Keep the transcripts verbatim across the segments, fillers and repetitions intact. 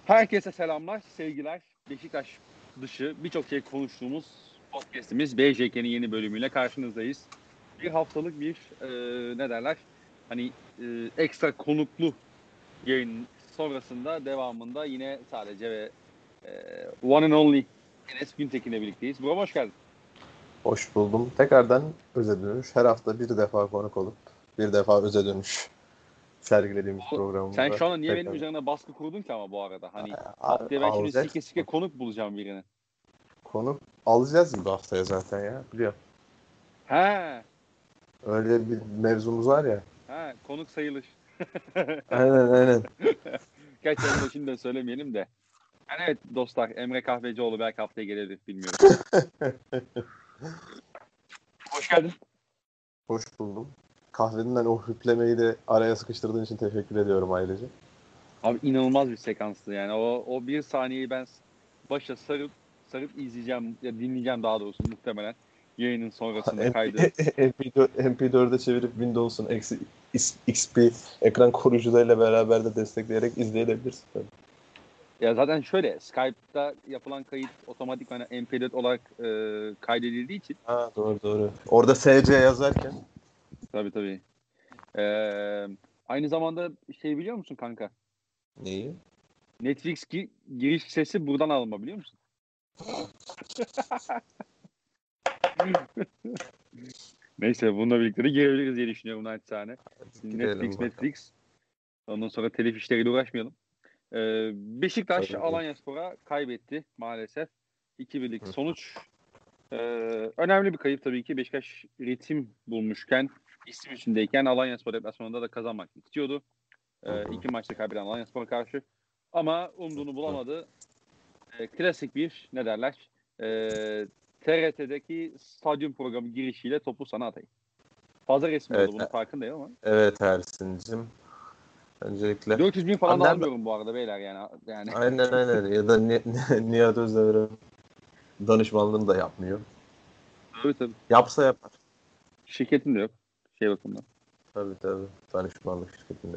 Herkese selamlar, sevgiler. Beşiktaş dışı birçok şey konuştuğumuz podcast'imiz B J K'nin yeni bölümüyle karşınızdayız. Bir haftalık bir e, ne derler? Hani e, ekstra konuklu yayın sonrasında devamında yine sadece ve e, one and only Enes Güntekin'le birlikteyiz. Buram hoş geldin. Hoş buldum. Tekrardan öze dönüş. Her hafta bir defa konuk olup bir defa öze dönüş sergilediğimiz O, programımızda. sen şu anda niye tekrar... benim üzerine baskı kurdun ki ama bu arada? Hani A- haftaya ben şimdi alacağız. sike sike konuk bulacağım birini. Konuk alacağız gibi haftaya zaten ya. Biliyorum. He. Öyle bir mevzumuz var ya. He, konuk sayılır. Aynen aynen. Gerçi onu da şimdi de söylemeyelim de. Yani evet dostlar, Emre Kahvecioğlu belki haftaya gelebilir, bilmiyorum. Hoş geldin. Hoş buldum. Kahveden o hüplemeyi de araya sıkıştırdığın için teşekkür ediyorum ayrıca. Abi inanılmaz bir sekanstı yani. O o bir saniyeyi ben başa sarıp sarıp izleyeceğim, ya dinleyeceğim daha doğrusu muhtemelen. Yayının sonrasında kaydı. M P dört, M P dört'e çevirip Windows'un eksi X P ekran koruyucularıyla beraber de destekleyerek izleyebilirsin. Ya zaten şöyle, Skype'da yapılan kayıt otomatik hani M P dört olarak e, kaydedildiği için. Ha doğru doğru. Orada F C yazarken. Tabii tabii. Ee, aynı zamanda şey biliyor musun kanka? Neyi? Netflix gi- giriş sesi buradan alınma, biliyor musun? Neyse, bununla birlikte de girebiliriz diye düşünüyorum naçizane. Netflix, Netflix. Ondan sonra telif işleriyle uğraşmayalım. Ee, Beşiktaş Alanyaspor'a kaybetti maalesef. iki birlik sonuç. Ee, önemli bir kayıp tabii ki. Beşiktaş ritim bulmuşken, isim içindeyken Alanyaspor deplasmanında da kazanmak istiyordu. Ee, iki maçta kaybeden Alanyaspor'a karşı. Ama umduğunu bulamadı. Ee, klasik bir ne derler? Ee, T R T'deki stadyum programı girişiyle topu sana atayım. Fazla resim Evet, oldu, bunun farkındayım ama. Evet Ersin'cim. Öncelikle. dört yüz bin falan Abi da nerede? almıyorum bu arada beyler yani. yani. Aynen aynen. Ya da Ni- Ni- Nihat Özdemir'in danışmanlığını da yapmıyor. Tabii tabii. Yapsa yapar. Şirketim de yok. Şey bakımından. Tabii tabii. Danışmanlık şirketinde.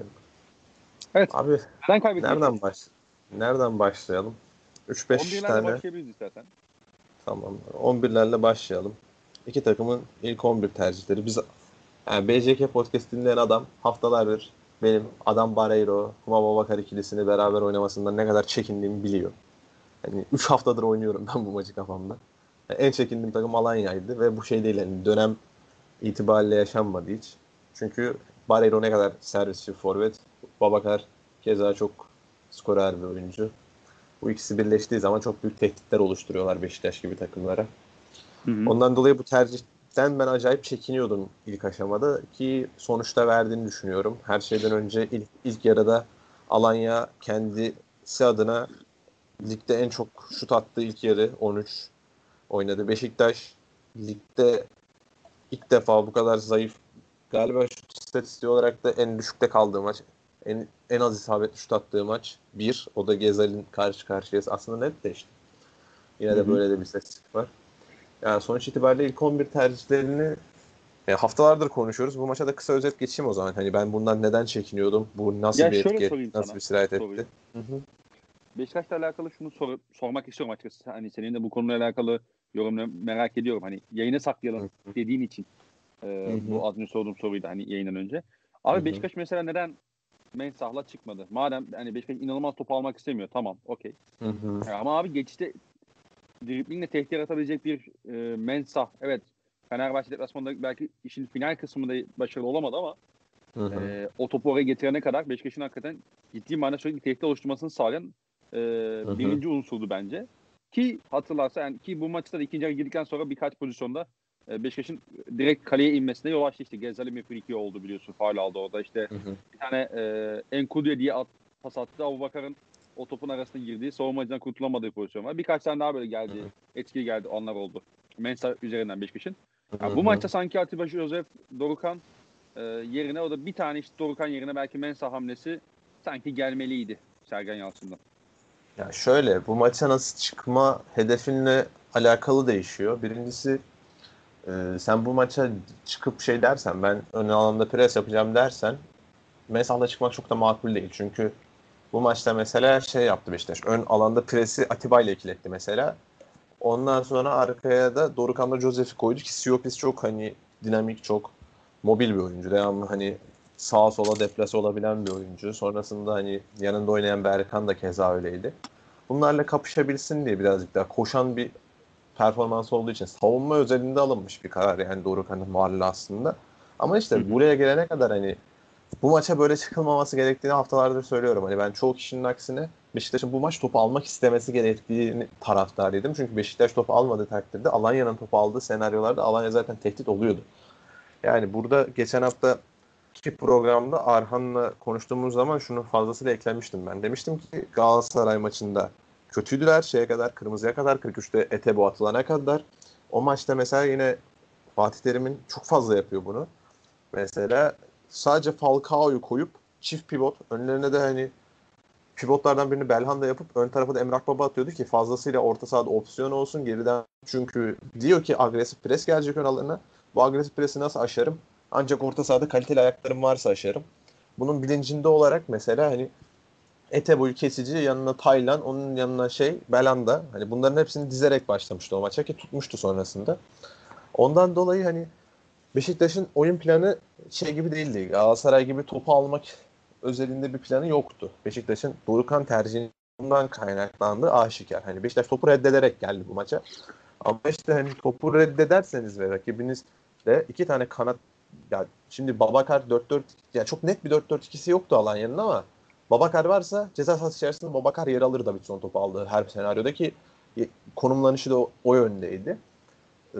Evet. Abi Neden kaybetti? nereden baş Nereden başlayalım? üç on beş birlerle tane. başlayabiliriz istersen. Tamam. on birlerle başlayalım. İki takımın ilk on bir tercihleri. Biz yani B J K Podcast dinleyen adam haftalardır benim Adam Barreiro, Huma Babakar ikilisini beraber oynamasından ne kadar çekindiğimi biliyor. Yani üç haftadır oynuyorum ben bu maçı kafamda. Yani en çekindiğim takım Alanya'ydı ve bu şey değil, yani dönem itibariyle yaşanmadı hiç. Çünkü Barreiro ne kadar servisçi forvet, Babakar keza çok skorer bir oyuncu. Bu ikisi birleştiği zaman çok büyük tehditler oluşturuyorlar Beşiktaş gibi takımlara. Hı hı. Ondan dolayı bu tercihten ben acayip çekiniyordum ilk aşamada ki sonuçta verdiğini düşünüyorum. Her şeyden önce ilk, ilk yarıda Alanya kendisi adına ligde en çok şut attığı ilk yarı on üç oynadı. Beşiktaş ligde ilk defa bu kadar zayıf, galiba şut istatistiği olarak da en düşükte kaldığı maç. En, en az isabetli şut attığı maç bir. O da Gezal'in karşı karşıyası. Aslında net de işte. Yine Hı de hı. böyle de bir istatistik var. Yani sonuç itibariyle ilk on bir tercihlerini e, haftalardır konuşuyoruz. Bu maça da kısa özet geçeyim o zaman. Hani ben bundan neden çekiniyordum? Bu nasıl Ya bir şöyle etki etti? sorayım Nasıl sana bir sirayet soruyu. etti? Hı hı. Beşiktaş'la alakalı şunu sor- sormak istiyorum açıkçası. Hani senin de bu konuyla alakalı yorumunu merak ediyorum. Hani yayına saklayalım Hı hı. dediğin için e, Hı hı. bu az önce sorduğum soruydu hani yayından önce. Hı Abi hı. Beşiktaş mesela neden Mensah'la çıkmadı? Madem hani Beşiktaş inanılmaz top almak istemiyor. Tamam, okey. Hı hı. Ama abi geçişte driblingle tehdit yaratabilecek bir e, Mensah. Evet, Fenerbahçe deplasmanında belki işin final kısmında başarılı olamadı ama Hı hı. e, o topu oraya getirene kadar Beşiktaş'ın hakikaten ciddi manada sürekli tehdit oluşturmasını sağlayan e, Hı hı. birinci unsurdu bence. Ki hatırlarsa yani ki bu maçta da ikinci yarı girdikten sonra birkaç pozisyonda e, Beşiktaş'ın direkt kaleye inmesine yol açtı. İşte Gezzali bir friki oldu biliyorsun. Faul aldı orada. İşte Hı hı. bir tane e, Enkudu diye at, pas attı. Abubakar'ın o topun arasına girdiği, savunmacıdan kurtulamadığı pozisyon var. Birkaç tane daha böyle geldi. Hı hı. Etkili geldi. Anlar oldu. Mensah üzerinden Beşiktaş'ın. Yani Hı bu hı. maçta sanki Atiba Joseph, Dorukhan e, yerine o da bir tane işte Dorukhan yerine belki Mensah hamlesi sanki gelmeliydi Sergen Yalçın'dan. Ya şöyle, bu maça nasıl çıkma hedefinle alakalı değişiyor. Birincisi e, sen bu maça çıkıp şey dersen, ben ön alanda pres yapacağım dersen Mensah'la çıkmak çok da makul değil. Çünkü Bu maçta mesela şey yaptı Beşiktaş. Ön alanda presi Atiba ile ikiletti mesela. Ondan sonra arkaya da Dorukhan'la Josef'i koydu ki Siopis çok hani dinamik, çok mobil bir oyuncu. Devamlı hani sağa sola deplase olabilen bir oyuncu. Sonrasında hani yanında oynayan Berkan da keza öyleydi. Bunlarla kapışabilsin diye birazcık daha koşan bir performans olduğu için savunma özelinde alınmış bir karar yani Dorukhan'ın mahalle aslında. Ama işte Hı hı. buraya gelene kadar hani bu maça böyle çıkılmaması gerektiğini haftalardır söylüyorum. Hani ben çoğu kişinin aksine Beşiktaş'ın bu maç topu almak istemesi gerektiğini taraftarıydım. Çünkü Beşiktaş topu almadığı takdirde Alanya'nın topu aldığı senaryolarda Alanya zaten tehdit oluyordu. Yani burada geçen hafta ki programda Arhan'la konuştuğumuz zaman şunu fazlasıyla eklemiştim ben. Demiştim ki Galatasaray maçında kötüydüler şeye kadar, kırmızıya kadar, kırk üçte Etebo atılana kadar. O maçta mesela yine Fatih Terim'in çok fazla yapıyor bunu. Mesela sadece Falcao'yu koyup çift pivot, önlerine de hani pivotlardan birini Belhanda yapıp ön tarafa da Emrah Baba atıyordu ki fazlasıyla orta sahada opsiyon olsun geriden. Çünkü diyor ki agresif pres gelecek ön alanına. Bu agresif presi nasıl aşarım? Ancak orta sahada kaliteli ayaklarım varsa aşarım. Bunun bilincinde olarak mesela hani Etebo'yu kesici, yanına Taylan, onun yanına şey Belhanda. Hani bunların hepsini dizerek başlamıştı o maça ki tutmuştu sonrasında. Ondan dolayı hani Beşiktaş'ın oyun planı şey gibi değildi. Galatasaray gibi topu almak özelinde bir planı yoktu. Beşiktaş'ın Dorukhan tercihinden kaynaklandığı aşikar. Hani Beşiktaş topu reddederek geldi bu maça. Ama işte hani topu reddederseniz ve rakibiniz de iki tane kanat ya şimdi Babakar dört dört ya çok net bir dört dört ikisi yoktu Alanya'nın ama Babakar varsa ceza sahası içerisinde Babakar yer alır Davidson topu aldığı her senaryodaki konumlanışı da o, o yöndeydi. Ee,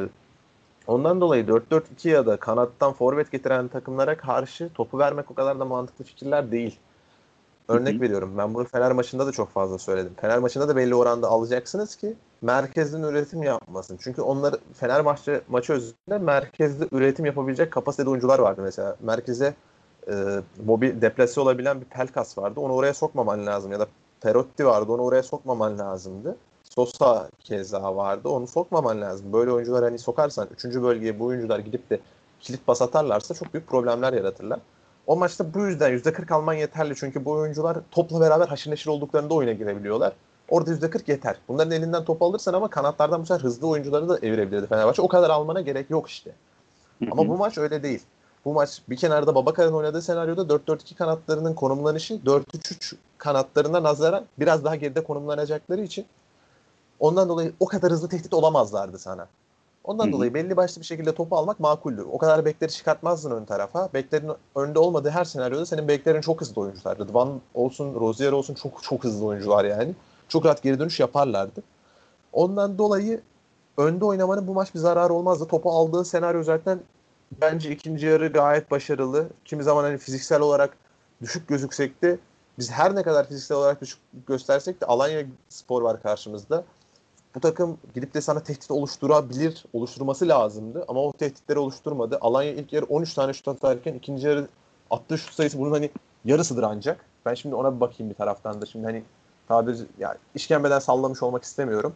Ondan dolayı dört dört iki ya da kanattan forvet getiren takımlara karşı topu vermek o kadar da mantıklı fikirler değil. Hı Örnek hı. veriyorum. Ben bunu Fener maçında da çok fazla söyledim. Fener maçında da belli oranda alacaksınız ki merkezden üretim yapmasın. Çünkü onlar Fener maçı, maçı özelinde merkezde üretim yapabilecek kapasitede oyuncular vardı mesela. Merkeze e, mobil deplase olabilen bir Pelkas vardı. Onu oraya sokmaman lazım. Ya da Perotti vardı. Onu oraya sokmaman lazımdı. Sosa keza vardı. Onu sokmaman lazım. Böyle oyuncular hani sokarsan üçüncü bölgeye bu oyuncular gidip de kilit pas atarlarsa çok büyük problemler yaratırlar. O maçta bu yüzden yüzde kırk alman yeterli. Çünkü bu oyuncular topla beraber haşır neşir olduklarında oyuna girebiliyorlar. Orada yüzde kırk yeter. Bunların elinden top alırsan ama kanatlardan bu sefer hızlı oyuncuları da evirebilirdi Fenerbahçe. O kadar almana gerek yok işte. Hı Ama hı. bu maç öyle değil. Bu maç bir kenarda Babakar'ın oynadığı senaryoda dört dört iki kanatlarının konumlanışı dört üç üç kanatlarına nazaran biraz daha geride konumlanacakları için ondan dolayı o kadar hızlı tehdit olamazlardı sana. Hı Ondan hı. dolayı belli başlı bir şekilde topu almak makuldü. O kadar bekleri çıkartmazdın ön tarafa. Beklerin önde olmadığı her senaryoda senin beklerin çok hızlı oyuncular. Rıdvan olsun, Rozier olsun çok çok hızlı oyuncular yani. Çok rahat geri dönüş yaparlardı. Ondan dolayı önde oynamanın bu maç bir zararı olmazdı. Topu aldığı senaryo zaten bence ikinci yarı gayet başarılı. Kimi zaman hani fiziksel olarak düşük gözüksek de biz her ne kadar fiziksel olarak düşük göstersek de Alanya Spor var karşımızda. Bu takım gidip de sana tehdit oluşturabilir, oluşturması lazımdı. Ama o tehditleri oluşturmadı. Alanya ilk yarı on üç tane şut atarken ikinci yarı attığı şut sayısı bunun hani yarısıdır ancak. Ben şimdi ona bir bakayım bir taraftan da. Şimdi hani tabiri yani işkembeden sallamış olmak istemiyorum.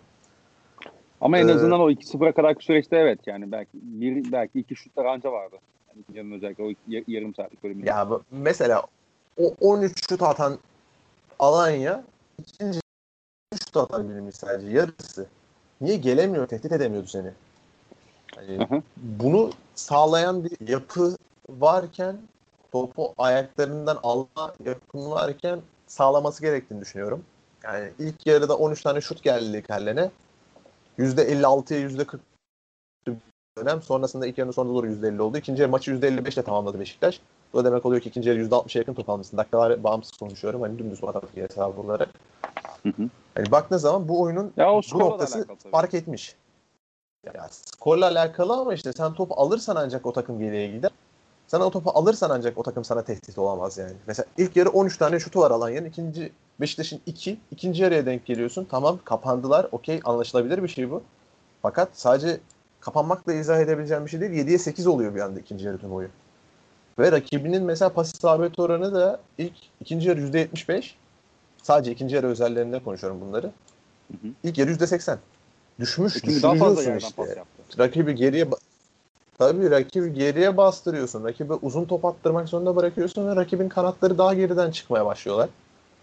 Ama en Ee, azından o iki sıfıra kadarki süreçte evet yani belki bir belki iki şutlar anca vardı. Yani ikinci yarının özellikle o y- yarım saatlik bölümünde. Ya mesela o on üç şut atan Alanya ikinci şut atabilmiş sadece yarısı. Niye gelemiyor, tehdit edemiyordu seni? Hani Aha. bunu sağlayan bir yapı varken topu ayaklarından alma yapını varken sağlaması gerektiğini düşünüyorum. Yani ilk yarıda on üç tane şut geldi Kallen'e. yüzde elli altıya yüzde kırk dönem. Sonrasında ilk yarının sonuna doğru yüzde elli oldu. İkinci yarı maçı yüzde elli beşle tamamladı Beşiktaş. Bu da demek oluyor ki ikinci yarı yüzde altmışa yakın top almışsın. Dakikalar bağımsız konuşuyorum. Hani dümdüz matematik hesabı olarak. Hı hı. Hani baktığın zaman bu oyunun Ya o bu skorla da noktası alakalı tabii. fark etmiş. Ya, skorla alakalı ama işte sen topu alırsan ancak o takım geriye gider. Sen o topu alırsan ancak o takım sana tehdit olamaz yani. Mesela ilk yarı on üç tane şutu var Alanya'nın. İkinci Beşiktaş'ın iki. İkinci yarıya denk geliyorsun. Tamam kapandılar. Okey anlaşılabilir bir şey bu. Fakat sadece kapanmakla izah edebileceğim bir şey değil. yediye sekiz oluyor bir anda ikinci yarı tüm oyun. Ve rakibinin mesela pas isabet oranı da ilk ikinci yarı yüzde yetmiş beş. Sadece ikinci yarı özellerinde konuşuyorum bunları. Hı hı. İlk yarı yüzde seksen. E Düşmüş, çünkü daha fazla düşürüyorsun yerden işte. pas yaptı. Rakibi geriye Tabii rakibi geriye bastırıyorsun. Rakibi uzun top attırmak zorunda bırakıyorsun ve rakibin kanatları daha geriden çıkmaya başlıyorlar.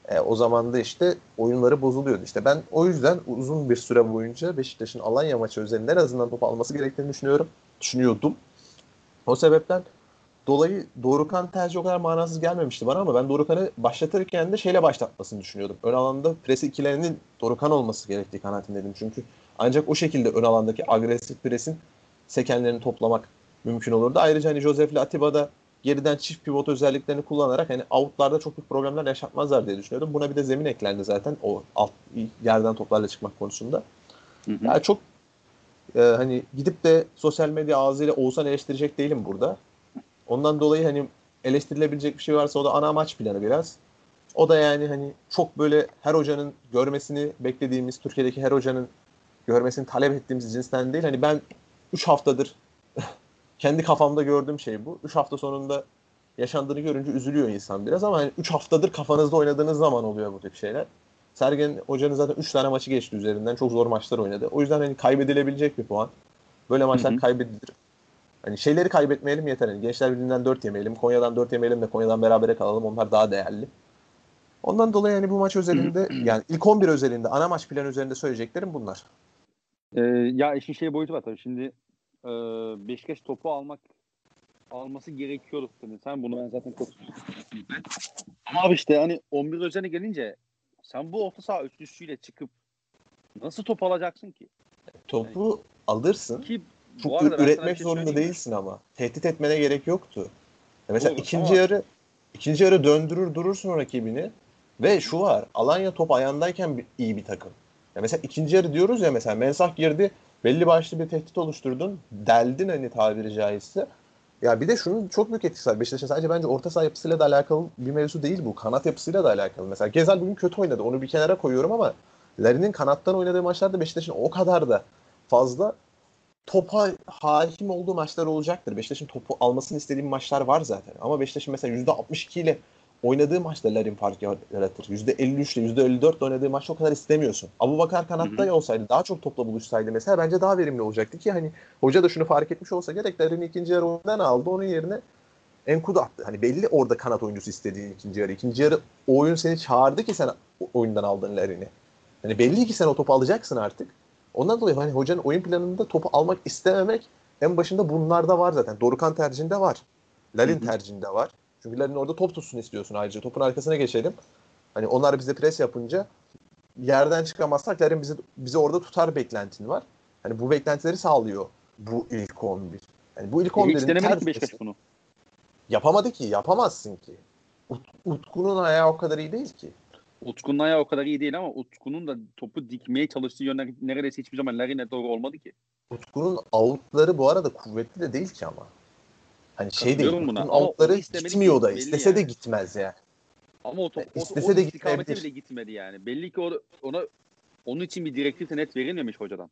E, o zaman da işte oyunları bozuluyordu. İşte ben o yüzden uzun bir süre boyunca Beşiktaş'ın Alanya maçı üzerinde en azından top alması gerektiğini düşünüyorum. Düşünüyordum. O sebepten dolayı Dorukhan tercih o kadar manasız gelmemişti bana ama ben Dorukhan'ı başlatırken de şeyle başlatmasını düşünüyordum. Ön alanda pres ikilerinin Dorukhan olması gerektiği kanaatindeydim. Çünkü ancak o şekilde ön alandaki agresif presin sekenlerini toplamak mümkün olurdu. Ayrıca hani Joseph ile Atiba da geriden çift pivot özelliklerini kullanarak hani outlarda çok büyük problemler yaşatmazlar diye düşünüyordum. Buna bir de zemin eklendi zaten o alt yerden toplarla çıkmak konusunda. Hı hı. Yani çok e, hani gidip de sosyal medya ağzıyla Oğuzhan eleştirecek değilim burada. Ondan dolayı hani eleştirilebilecek bir şey varsa o da ana maç planı biraz. O da yani hani çok böyle her hocanın görmesini beklediğimiz, Türkiye'deki her hocanın görmesini talep ettiğimiz cinsten değil. Hani ben üç haftadır kendi kafamda gördüğüm şey bu. üç hafta sonunda yaşandığını görünce üzülüyor insan biraz ama hani üç haftadır kafanızda oynadığınız zaman oluyor bu tip şeyler. Sergen Hoca'nın zaten üç tane maçı geçti üzerinden. Çok zor maçlar oynadı. O yüzden hani kaybedilebilecek bir puan. Böyle Hı maçlar hı. kaybedilir. Hani şeyleri kaybetmeyelim yeter. Yani Gençler Birliği'nden dört yemeyelim. Konya'dan dört yemeyelim de Konya'dan berabere kalalım. Onlar daha değerli. Ondan dolayı hani bu maç özelinde yani ilk on bir özelinde ana maç planı üzerinde söyleyeceklerim bunlar. Ee, ya işin şey boyutu var tabii. Şimdi e, Beşiktaş topu almak alması gerekiyordu. Sen bunu ben zaten çok ama abi işte hani on bir üzerine gelince sen bu orta saha üçlüsüyle çıkıp nasıl top alacaksın ki? Yani Topu alırsın. ki bu Çok arada ben sana bir üretmek şey zorunda söyleyeyim mi? değilsin ama. Tehdit etmene gerek yoktu. Ya mesela Doğru ama ikinci bak. yarı ikinci yarı döndürür durursun rakibini Hı ve hı. şu var. Alanya top ayağındayken bir, iyi bir takım. Ya mesela ikinci yarı diyoruz ya mesela Mensah girdi belli başlı bir tehdit oluşturdun. Deldin hani tabiri caizse. Ya bir de şunun çok büyük etkisi var. Beşiktaş'ın sadece bence orta saha yapısıyla da alakalı bir mevzu değil bu. Kanat yapısıyla da alakalı. Mesela Gezal bugün kötü oynadı. Onu bir kenara koyuyorum ama Larin'in kanattan oynadığı maçlarda Beşiktaş'ın o kadar da fazla topa hakim olduğu maçlar olacaktır. Beşiktaş'ın topu almasını istediğim maçlar var zaten. Ama Beşiktaş'ın mesela yüzde altmış iki ile oynadığı maçta Larin fark yaratır. yüzde elli üç ile yüzde elli dört ile oynadığı maçta o kadar istemiyorsun. Abubakar Hı hı. kanatta olsaydı, daha çok topla buluşsaydı mesela bence daha verimli olacaktı ki hani hoca da şunu fark etmiş olsa gerek Larin'i ikinci yarı oyundan aldı. Onun yerine Enkudu attı. Hani belli orada kanat oyuncusu istediğin ikinci yarı. İkinci yarı o oyun seni çağırdı ki sen oyundan aldın Larin'i. Hani belli ki sen o topu alacaksın artık. Ondan dolayı hani hocanın oyun planında topu almak istememek en başında bunlarda var zaten. Dorukhan tercihinde var. Hı Larin hı. tercihinde var. Çünkü Larin orada top tutsun istiyorsun ayrıca. Topun arkasına geçelim. Hani onlar bize pres yapınca yerden çıkamazsak Larin bizi, bizi orada tutar beklentin var. Hani bu beklentileri sağlıyor bu ilk on bir. Yani bu ilk E hiç on birin denemedik ki tercihesi Beşiktaş bunu. yapamadı ki, yapamazsın ki. Ut- Utku'nun ayağı o kadar iyi değil ki. Utku'nun ayağı o kadar iyi değil ama Utku'nun da topu dikmeye çalıştığı yönler neredeyse hiçbir zaman Larin'e doğru olmadı ki. Utku'nun outları bu arada kuvvetli de değil ki ama. Hani şey değil. Katılıyorum buna Utku'nun ama onu outları istemedi gitmiyor ki da belli istese de yani. gitmez yani. Ama o, yani top, o, o istese de istikamete gitmeyebilir. bile gitmedi yani. Belli ki o, ona onun için bir direktif de net verilmemiş hocadan.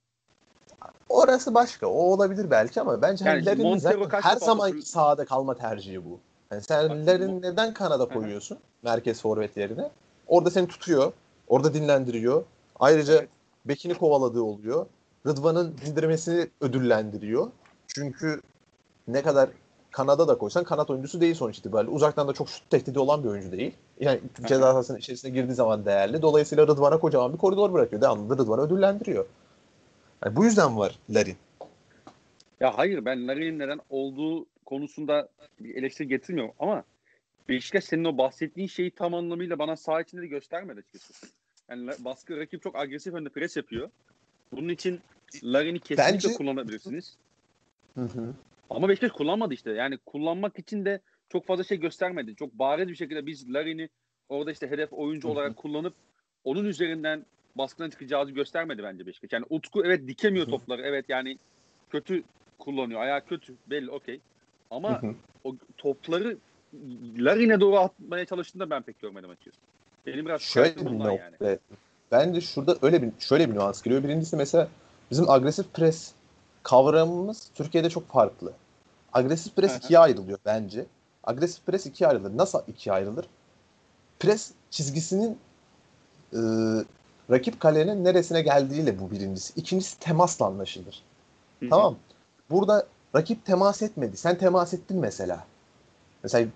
Orası başka. O olabilir belki ama bence hani Yani Larin'in Montero zaten kaç her defa topu zamanki sahada kalma tercihi bu. Yani bak sen Mo- Larin'i neden kanada Aha, koyuyorsun? Merkez forvet yerine. Orada seni tutuyor. Orada dinlendiriyor. Ayrıca evet. bekini kovaladığı oluyor. Rıdvan'ın indirmesini ödüllendiriyor. Çünkü ne kadar kanada da koysan kanat oyuncusu değil sonuç itibariyle. Uzaktan da çok şut tehdidi olan bir oyuncu değil. Yani ceza Aha. sahasının içerisine girdiği zaman değerli. Dolayısıyla Rıdvan'a kocaman bir koridor bırakıyor. Devamlı Rıdvan'ı ödüllendiriyor. Yani bu yüzden var Larin. Ya hayır ben Larin'in neden olduğu konusunda bir eleştiri getirmiyorum ama Beşiktaş senin o bahsettiğin şeyi tam anlamıyla bana saha içinde de göstermedi açıkçası. Yani baskı rakip çok agresif önde pres yapıyor. Bunun için Larin'i kesinlikle Bence kullanabilirsiniz. hı hı. Ama Beşiktaş kullanmadı işte. Yani kullanmak için de çok fazla şey göstermedi. Çok bariz bir şekilde biz Larin'i orada işte hedef oyuncu Hı hı. olarak kullanıp onun üzerinden baskıdan çıkacağını göstermedi bence Beşiktaş. Yani Utku evet dikemiyor Hı hı. topları. Evet yani kötü kullanıyor. Ayağı kötü belli okey. Hı Ama hı. o topları Larin'e doğru atmaya çalıştığında ben pek görmedim açıkçası. Benim biraz Şöyle şikayetim bir ondan yani. nokta. Bence şurada öyle bir şöyle bir nüans giriyor. Birincisi mesela bizim agresif pres kavramımız Türkiye'de çok farklı. Agresif pres ikiye ayrılıyor bence. Agresif pres ikiye ayrılır. Nasıl ikiye ayrılır? Pres çizgisinin e, rakip kalenin neresine geldiğiyle bu birincisi. İkincisi temasla anlaşılır. Hı hı. Tamam. Burada rakip temas etmedi. Sen temas ettin mesela. Mesela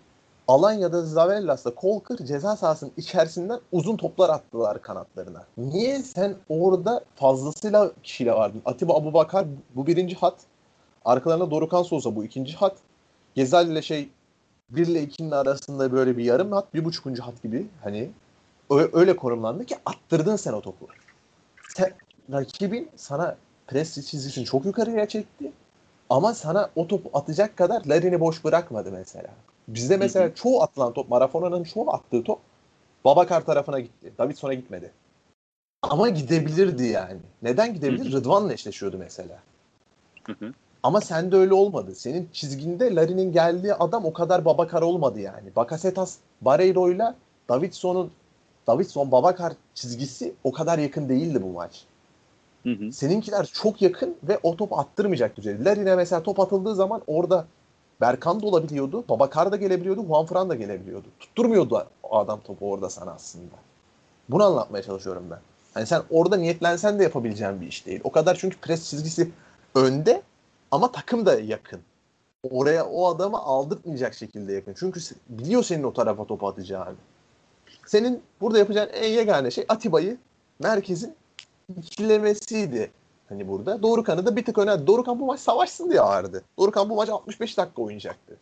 Alanya'da Zavellas'la Kolkır ceza sahasının içerisinden uzun toplar attılar kanatlarına. Niye? Sen orada fazlasıyla kişiyle vardın. Atiba Abubakar bu birinci hat. Arkalarında Dorukhan Souza bu ikinci hat. Gezal ile şey bir ile ikinin arasında böyle bir yarım hat, bir buçukuncu hat gibi hani öyle konumlandı ki attırdın sen o topu. Sen, rakibin sana pres çizgisini çok yukarıya çekti ama sana o topu atacak kadar Larin'i boş bırakmadı mesela. Bizde mesela hı hı. çoğu atılan top, Marafona'nın çoğu attığı top Babakar tarafına gitti. Davidson'a gitmedi. Ama gidebilirdi yani. Neden gidebilir? Hı hı. Rıdvan'la eşleşiyordu mesela. Hı hı. Ama sende öyle olmadı. Senin çizginde Larin'in geldiği adam o kadar Babakar olmadı yani. Bakasetas, Barreiro'yla Davidson'un Davidson Babakar çizgisi o kadar yakın değildi bu maç. Hı hı. Seninkiler çok yakın ve o top attırmayacak düzeyde. Larin'e mesela top atıldığı zaman orada Berkan da olabiliyordu, Babakar da gelebiliyordu, Juanfran da gelebiliyordu. Tutturmuyordu o adam topu orada sana aslında. Bunu anlatmaya çalışıyorum ben. Hani sen orada niyetlensen de yapabileceğin bir iş değil. O kadar çünkü pres çizgisi önde ama takım da yakın. Oraya o adamı aldırtmayacak şekilde yakın. Çünkü biliyor senin o tarafa topu atacağını. Senin burada yapacağın en yegane şey Atiba'yı merkezin ikilemesiydi. Hani burada. Dorukhan'ı da bir tık öne. Dorukhan bu maç savaşsın diye vardı. Dorukhan bu maç altmış beş dakika oynayacaktı.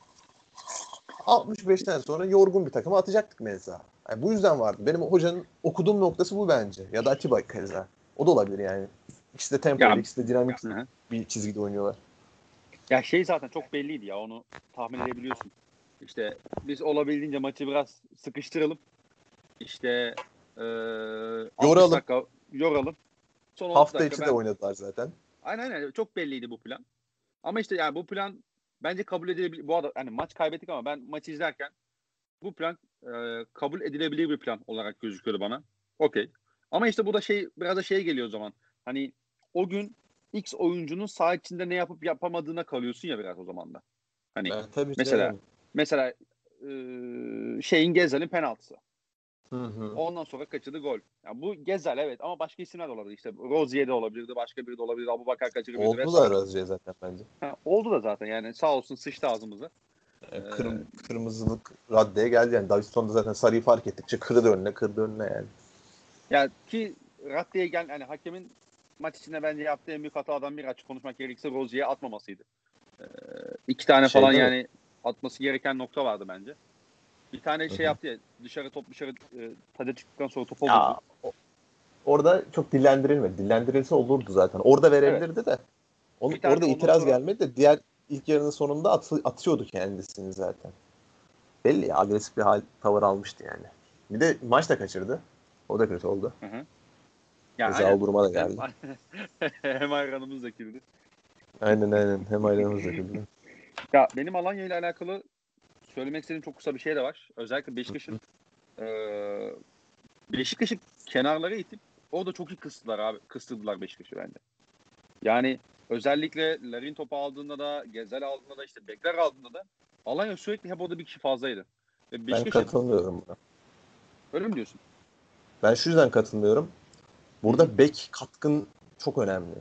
altmış beşten sonra yorgun bir takıma atacaktık meza. Yani bu yüzden vardı. Benim hocanın okuduğum noktası bu bence. Ya da Atiba keza. O da olabilir yani. İkisi de tempolu, ikisi de dinamik hı. bir çizgide oynuyorlar. Ya şey zaten çok belliydi ya, onu tahmin edebiliyorsun. İşte biz olabildiğince maçı biraz sıkıştıralım. İşte ee, altmış dakika yoralım. Son hafta içi ben... de oynadılar zaten. Aynen aynen, çok belliydi bu plan. Ama işte yani bu plan bence kabul edilebilir. Bu arada hani maç kaybettik ama ben maçı izlerken bu plan e, kabul edilebilir bir plan olarak gözüküyordu bana. Okey. Ama işte bu da şey, biraz da şeye geliyor o zaman. Hani o gün X oyuncunun saha içinde ne yapıp yapamadığına kalıyorsun ya biraz o zaman da. Hani ben, tabii mesela canım. mesela e, şeyin Gezal'in penaltısı. Hı hı. Ondan sonra kaçırdı gol. Yani bu Gezal evet, ama başka isimler de olabilir. İşte Rozier de olabilirdi, başka biri de olabilirdi. Abubakar kaçırabilirdi vesaire. Oldu da Rozier zaten bence. Ha, oldu da zaten yani, sağ olsun sıçtı ağzımıza. Yani ee, kırm, kırmızılık raddeye geldi yani. Davidson'da zaten sarıyı fark ettikçe kırdı önüne, kırdı önüne yani. Ya ki raddeye gel, yani hakemin maç içinde bence yaptığı en büyük hatadan biri, açık konuşmak gerekirse, Rozier'e atmamasıydı. Ee, iki tane şey falan yani mi? Atması gereken nokta vardı bence. Bir tane Hı-hı. şey yaptı ya, dışarı top dışarı e, taca çıktıktan sonra topa vurdu. Orada çok dillendirilmedi. Dillendirilse olurdu zaten. Orada verebilirdi evet. de. Onu, orada itiraz sonra... gelmedi de diğer ilk yarının sonunda atı, atıyordu kendisini zaten. Belli ya, agresif bir hal, tavır almıştı yani. Bir de maç da kaçırdı. O da kötü oldu. Hı hı. Ya Zal duruma da geldi. Hem, hem ayranımız döküldü. Aynen aynen. Hem ayranımız döküldü. Ya benim Alanya ile alakalı söylemek istediğim çok kısa bir şey de var. Özellikle Beşiktaş'ın e, Beşiktaş'ı kenarlara itip orada çok iyi kıstılar abi. Kıstırdılar Beşiktaş'ı bence. Yani özellikle Larin topu aldığında da, Gezel aldığında da, işte bekler aldığında da Alanya sürekli hep orada bir kişi fazlaydı. Ve ben katılmıyorum buna. Öyle mi diyorsun? Ben şu yüzden katılmıyorum. Burada Hı-hı. bek katkın çok önemli.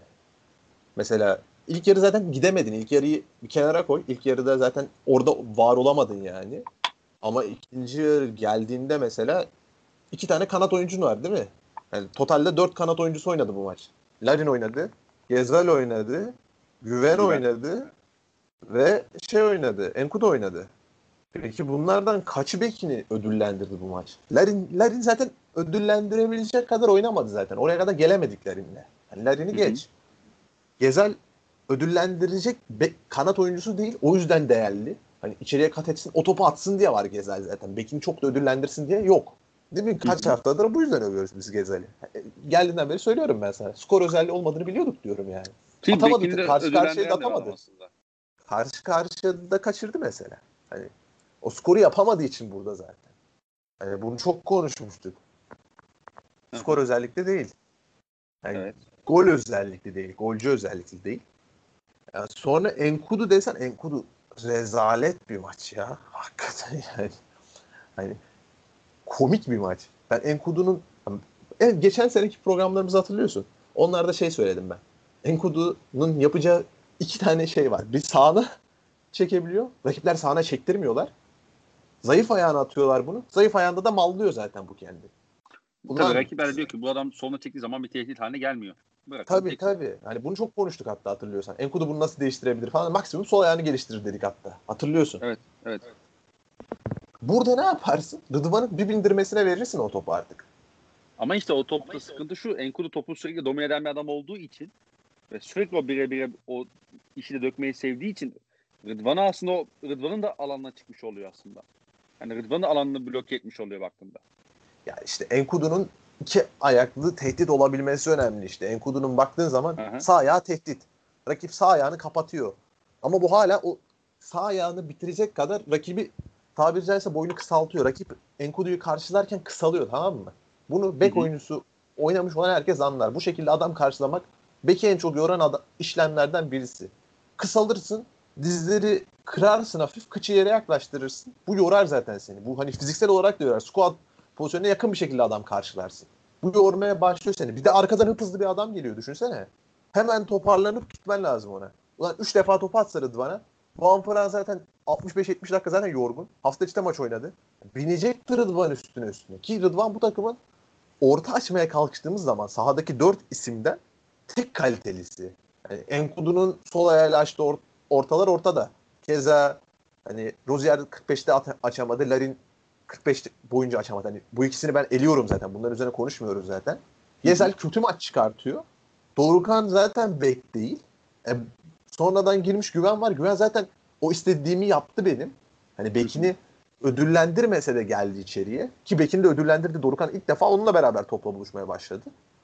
Mesela ilk yarı zaten gidemedin. İlk yarıyı bir kenara koy. İlk yarıda zaten orada var olamadın yani. Ama ikinci yarı geldiğinde mesela iki tane kanat oyuncun var değil mi? Yani totalde dört kanat oyuncusu oynadı bu maç. Larin oynadı, Gezal oynadı, Güven, Güven oynadı ve şey oynadı, Enkudu oynadı. Peki bunlardan kaçı bekini ödüllendirdi bu maç? Larin, Larin zaten ödüllendirebilecek kadar oynamadı zaten. Oraya kadar gelemedik Larin'le. Yani Larin'i geç. Gezal ödüllendirecek be- kanat oyuncusu değil. O yüzden değerli. Hani içeriye kat etsin, o topu atsın diye var Gezal zaten. Bekini çok da ödüllendirsin diye yok. Değil mi? Kaç haftadır bu yüzden övüyoruz biz Gezal'i. Geldiğinden beri söylüyorum ben sana. Skor özelliği olmadığını biliyorduk diyorum yani. Ki atamadı. Karşı karşıya da atamadı. Karşı karşıya da kaçırdı mesela. Hani o skoru yapamadığı için burada zaten. Hani bunu çok konuşmuştuk. Skor Hı-hı. özellikle değil. Yani evet. Gol özellikle değil. Golcü özellikle değil. Yani sonra Enkudu desen, Enkudu rezalet bir maç ya. Hakikaten yani. Hani komik bir maç. Ben Enkudu'nun evet, geçen seneki programlarımızı hatırlıyorsun. Onlarda şey söyledim ben. Enkudu'nun yapacağı iki tane şey var. Bir sağına çekebiliyor. Rakipler sağına çektirmiyorlar. Zayıf ayağına atıyorlar bunu. Zayıf ayağında da mallıyor zaten bu kendi. Ulan, tabii rakipler diyor ki bu adam soluna çektiği zaman bir tehdit haline gelmiyor. Bırakalım tabii teksin. Tabii. Hani bunu çok konuştuk hatta hatırlıyorsan. Enkudu bunu nasıl değiştirebilir falan. Maksimum sol ayağını geliştirir dedik hatta. Hatırlıyorsun. Evet. Evet. Burada ne yaparsın? Rıdvan'ın bir bindirmesine verirsin o topu artık. Ama işte o topta işte sıkıntı şu. Enkudu topu sürekli domine eden bir adam olduğu için ve sürekli o bire bire o işi de dökmeyi sevdiği için Rıdvan'a aslında o Rıdvan'ın da alanına çıkmış oluyor aslında. Yani Rıdvan'ın alanını bloke etmiş oluyor baktığında. Ya işte Enkudu'nun iki ayaklı tehdit olabilmesi önemli işte. Enkudu'nun baktığın zaman Aha. sağ ayağı tehdit. Rakip sağ ayağını kapatıyor. Ama bu hala o sağ ayağını bitirecek kadar rakibi tabiri caizse boyunu kısaltıyor. Rakip Enkudu'yu karşılarken kısalıyor, tamam mı? Bunu bek oyuncusu oynamış olan herkes anlar. Bu şekilde adam karşılamak beki en çok yoran adam, işlemlerden birisi. Kısalırsın, dizleri kırarsın hafif, kıçı yere yaklaştırırsın. Bu yorar zaten seni. Bu hani fiziksel olarak da yorar. Squat pozisyonuna yakın bir şekilde adam karşılarsın. Bu yormaya başlıyor seni. Bir de arkadan hıp hızlı bir adam geliyor, düşünsene. Hemen toparlanıp gitmen lazım ona. Ulan üç defa topu atsa Rıdvan'a. Van Pran zaten altmış beş yetmiş dakika zaten yorgun. Hafta içi de maç oynadı. Binecekti Rıdvan üstüne üstüne. Ki Rıdvan bu takımın orta açmaya kalkıştığımız zaman sahadaki dört isimden tek kalitelisi. Yani Enkudu'nun sol ayağıyla açtığı or- ortalar ortada. Keza hani Rozier kırk beşte at- açamadı. Larin kırk beş boyunca açamadı. Hani bu ikisini ben eliyorum zaten. Bunların üzerine konuşmuyoruz zaten. Gezel kötü maç çıkartıyor. Dorukhan zaten bek değil. E, sonradan girmiş Güven var. Güven zaten o istediğimi yaptı benim. Hani bekini ödüllendirmese de geldi içeriye. Ki bekini de ödüllendirdi. Dorukhan ilk defa onunla beraber topla buluşmaya başladı.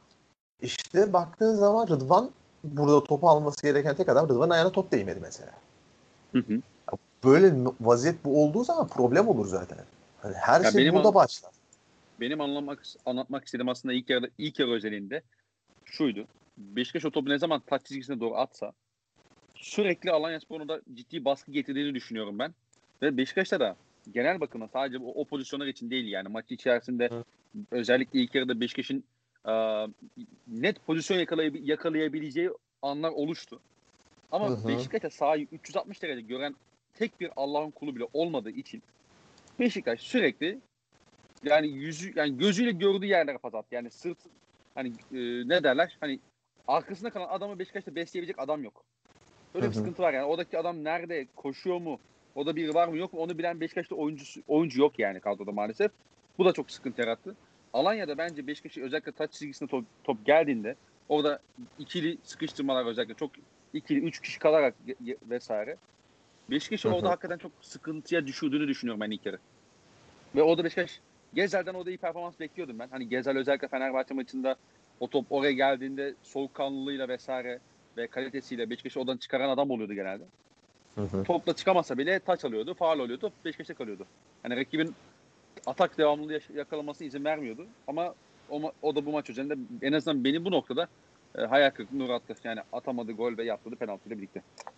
İşte baktığın zaman Rıdvan burada topu alması gereken tek adam, Rıdvan'ın ayağına top değmedi mesela. Hı hı. Böyle vaziyet bu olduğu zaman problem olur zaten. Hani her ya şey burada an- başlar. Benim anlamak anlatmak istediğim aslında ilk yarıda ilk yarı özelinde şuydu. Beşiktaş o topu ne zaman taç çizgisine doğru atsa sürekli Alanyaspor'un da ciddi baskı getirdiğini düşünüyorum ben. Ve Beşiktaş'ta da genel bakımdan sadece o, o pozisyonlar için değil yani maç içerisinde Hı. özellikle ilk yarıda Beşiktaş'ın e, net pozisyon yakalay- yakalayabileceği anlar oluştu. Ama hı hı. Beşiktaş'a sahayı üç yüz altmış derece gören tek bir Allah'ın kulu bile olmadığı için Beşiktaş sürekli yani yüzü yani gözüyle gördüğü yerlere pas attı. Yani sırt hani e, ne derler? Hani arkasında kalan adamı Beşiktaş'ta besleyebilecek adam yok. Öyle bir hı hı. sıkıntı var yani. Oradaki adam nerede? Koşuyor mu? O da biri var mı yok mu? Onu bilen Beşiktaş'ta oyuncusu, oyuncu yok yani kadroda maalesef. Bu da çok sıkıntı yarattı. Alanya'da bence Beşiktaş'ı özellikle taç çizgisine top, top geldiğinde orada ikili sıkıştırmalar özellikle çok ikili üç kişi kalarak vesaire. Beşiktaş'ı orada hakikaten çok sıkıntıya düşürdüğünü düşünüyorum ben ilk kere. Ve orada Beşiktaş Gezel'den orada iyi performans bekliyordum ben. Hani Gezel özellikle Fenerbahçe maçında o top oraya geldiğinde soğukkanlılığıyla vesaire ve kalitesiyle Beşiktaş'ı oradan çıkaran adam oluyordu genelde. Hı hı. Topla çıkamasa bile taç alıyordu, faul oluyordu, Beşiktaş'ta kalıyordu. Yani rakibin atak devamlılığı yakalamasına izin vermiyordu. Ama o, o da bu maç üzerinde en azından beni bu noktada e, hayal kırıklığına uğrattı. Yani atamadı gol ve yaptığı penaltıyla birlikte.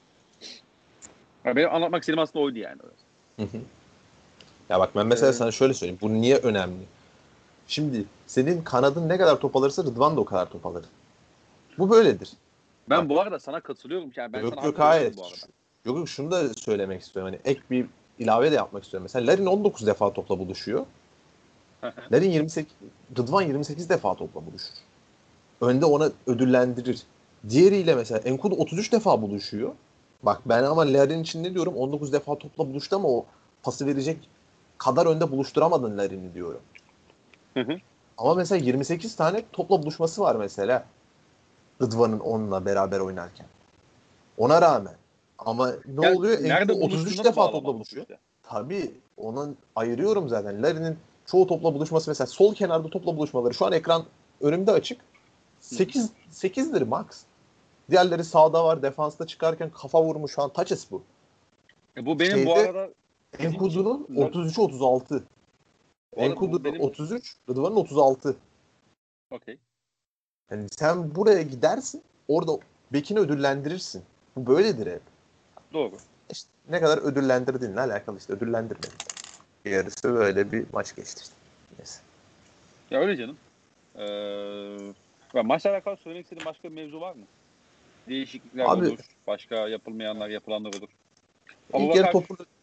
Yani benim anlatmak istediğim aslında oydu yani. Hı hı. Ya bak ben mesela ee, sana şöyle söyleyeyim. Bu niye önemli? Şimdi senin kanadın ne kadar top alırsa Rıdvan da o kadar top alır. Bu böyledir. Ben bak, bu arada sana katılıyorum. Yani ben yok sana yok hayır. Bu arada. Yok yok şunu da söylemek istiyorum. Hani ek bir ilave de yapmak istiyorum. Mesela Larin on dokuz defa topla buluşuyor. Larin yirmi sekiz, Rıdvan yirmi sekiz defa topla buluşur. Önde ona ödüllendirir. Diğeriyle mesela Enkudu otuz üç defa buluşuyor. Bak ben ama Larin için ne diyorum? on dokuz defa topla buluştu ama o pası verecek kadar önde buluşturamadın Larin'i diyorum. Hı hı. Ama mesela yirmi sekiz tane topla buluşması var mesela. Rıdvan'ın onunla beraber oynarken. Ona rağmen. Ama ne ya, oluyor? Enkudu otuz üç defa topla buluşuyor. Işte. Tabii onun ayırıyorum zaten. Larin'in çoğu topla buluşması mesela sol kenarda topla buluşmaları. Şu an ekran önümde açık. sekiz sekizdir max. Diğerleri sağda var. Defansta çıkarken kafa vurmuş. Şu an Taçes bu. E bu benim Şeyde, bu arada Enkudu'nun otuz üçe otuz altı. Enkudu'nun benim... otuz üç, Rıdvan'ın otuz altı. Okey. Yani sen buraya gidersin. Orada bekini ödüllendirirsin. Bu böyledir hep. Doğru. İşte ne kadar ödüllendirdiğinle alakalı işte ödüllendirmedin. Yarısı böyle bir maç geçti işte. Neyse. Ya öyle canım. Ee, maçla alakalı söylemek istediğin başka bir mevzu var mı? Değişiklikler Abi, olur. Başka yapılmayanlar, yapılanlar olur. İlk yarı topunu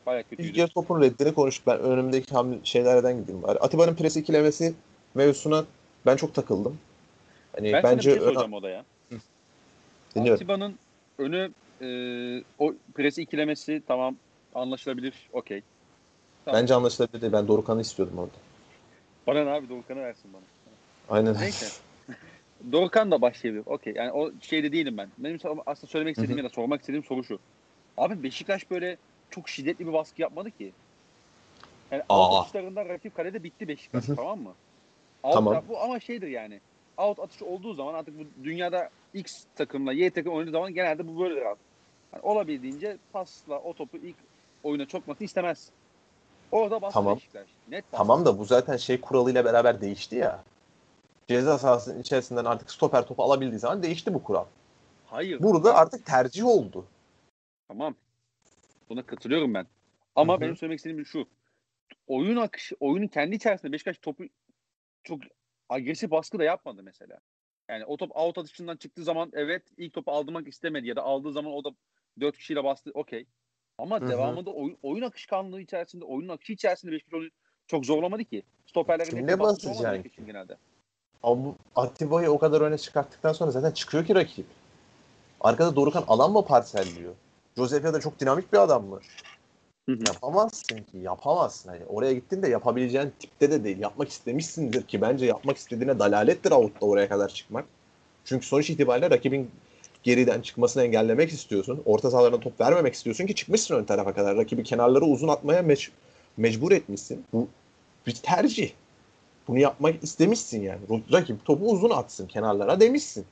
Bayağı kötüydü. İlk yarı topun reddini konuştuk. Ben önümdeki hamle şeylerden gideyim bari. Atiba'nın pres ikilemesi mevzusuna ben çok takıldım. Hani Ben sana bir bence şey soracağım o da ya. dinliyorum. Atiba'nın önü e, o presi ikilemesi tamam anlaşılabilir. Okey. Tamam. Bence anlaşılabilir değil. Ben Dorukhan'ı istiyordum orada. Bana ne abi Doğukan'ı versin bana. Aynen. Neyse. Doğukan da başlayabilir. Okey. Yani o şeyde değilim ben. Benim aslında söylemek istediğim ya da sormak istediğim soru şu. Abi Beşiktaş böyle çok şiddetli bir baskı yapmadı ki. Yani out Aa. atışlarında rakip kalede bitti Beşiktaş, tamam mı? Out Tamam. bu ama şeydir yani. Out atışı olduğu zaman artık bu dünyada X takımla Y takım oynadığı zaman genelde bu böyledir abi. Yani olabildiğince pasla o topu ilk oyuna çokmasını istemez. Orada bastı Tamam. Beşiktaş. Net bastı. Tamam da bu zaten şey kuralıyla beraber değişti ya. Ceza sahasının içerisinden artık stoper topu alabildiği zaman değişti bu kural. Hayır. Burada Bak, artık tercih oldu. tamam. Buna katılıyorum ben. Ama Hı hı. benim söylemek istediğim şu. Oyun akışı, oyunun kendi içerisinde Beşiktaş topu çok agresif baskı da yapmadı mesela. Yani o top out atışından çıktığı zaman evet ilk topu aldırmak istemedi ya da aldığı zaman o da dört kişiyle bastı, okey. Ama Hı hı. devamında oyun, oyun akışkanlığı içerisinde, oyunun akışı içerisinde Beşiktaş onu çok zorlamadı ki. Stoperlerin hep Kimle bir baskısı olmadı basacaksın Beşiktaş'ın ki? genelde. Ama Atiba'yı o kadar öne çıkarttıktan sonra zaten çıkıyor ki rakip. Arkada Dorukhan alan mı parselliyor? Josef ya da çok dinamik bir adam mı? Hı hı. Yapamazsın ki. Yapamazsın. Hani oraya gittin de yapabileceğin tipte de değil. Yapmak istemişsindir ki bence yapmak istediğine dalalettir out'ta oraya kadar çıkmak. Çünkü sonuç itibariyle rakibin geriden çıkmasını engellemek istiyorsun. Orta sahalarına top vermemek istiyorsun ki çıkmışsın ön tarafa kadar. Rakibi kenarları uzun atmaya meç- mecbur etmişsin. Bu bir tercih. Bunu yapmak istemişsin yani. Rakip topu uzun atsın kenarlara demişsin.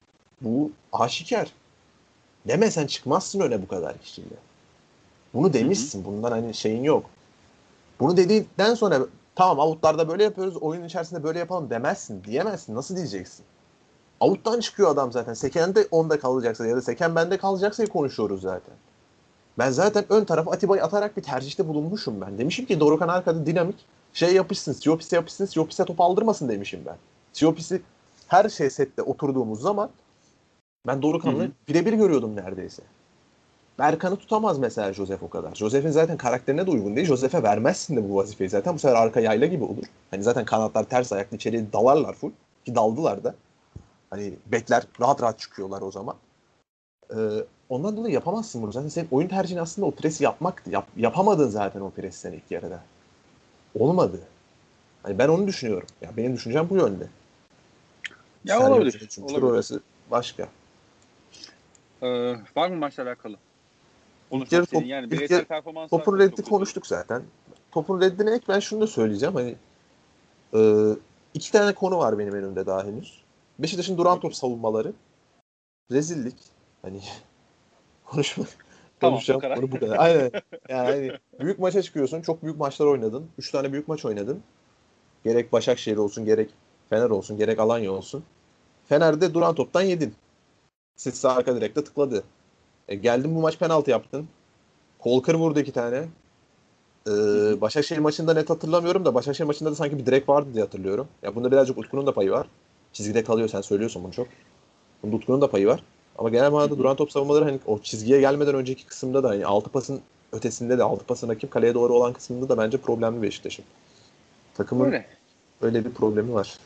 Bu aşikar. Demesen çıkmazsın öne bu kadar kişiyle. Bunu demişsin. Bundan hani şeyin yok. Bunu dedikten sonra tamam outlarda böyle yapıyoruz, oyun içerisinde böyle yapalım demezsin. Diyemezsin. Nasıl diyeceksin? Out'tan çıkıyor adam zaten. Seken de onda kalacaksa ya da Seken bende kalacaksa konuşuyoruz zaten. Ben zaten ön tarafa Atiba'yı atarak bir tercihte bulunmuşum ben. Demişim ki Dorukhan arkada dinamik. Şey yapışsın, Siopis'e yapışsın, Siopis'e top aldırmasın demişim ben. Siopis'i her şey sette oturduğumuz zaman ben Dorukhan'la birebir görüyordum neredeyse. Berkan'ı tutamaz mesela Josef o kadar. Josef'in zaten karakterine de uygun değil. Josef'e vermezsin de bu vazifeyi zaten. Bu sefer arka yayla gibi olur. Hani zaten kanatlar ters ayaklı içeriye dalarlar full. Ki daldılar da. Hani bekler rahat rahat çıkıyorlar o zaman. Ee, ondan dolayı yapamazsın bunu. Zaten senin oyun tercihin aslında o presi yapmaktı. Yap, yapamadın zaten o presi sen ilk yarıda. Olmadı. Hani ben onu düşünüyorum. Ya benim düşüncem bu yönde. Ya Sergen Hoca olabilir. düşüncesi Olabilir. orası başka. Ee, var mı maçla alakalı? İlk Konuşmak yarı top, istediğin yani ilk bireysel yarı, performanslar topun tabii reddi çok kötüydü. konuştuk zaten. Topun reddine ek ben şunu da söyleyeceğim. Hani e, iki tane konu var benim önümde daha henüz. Beşiktaş'ın duran top savunmaları. Rezillik. Hani konuşma, Tamam, bu konuşacağım kadar. konu bu kadar. Aynen. Yani hani büyük maça çıkıyorsun. Çok büyük maçlar oynadın. Üç tane büyük maç oynadın. Gerek Başakşehir olsun, gerek Fener olsun, gerek Alanya olsun. Fener'de duran toptan yedin. Sitsa arka direkte tıkladı. E, geldin bu maç penaltı yaptın. Kolkır vurdu iki tane. Ee, Başakşehir maçında net hatırlamıyorum da Başakşehir maçında da sanki bir direk vardı diye hatırlıyorum. Ya bunda birazcık Utku'nun da payı var. Çizgide kalıyor, sen söylüyorsun bunu çok. Bunda Utku'nun da payı var. Ama genel manada duran top savunmaları hani o çizgiye gelmeden önceki kısımda da hani altı pasın ötesinde de altı pasın rakip kaleye doğru olan kısmında da bence problemli Beşiktaş'ın. Takımın Öyle. öyle bir problemi var.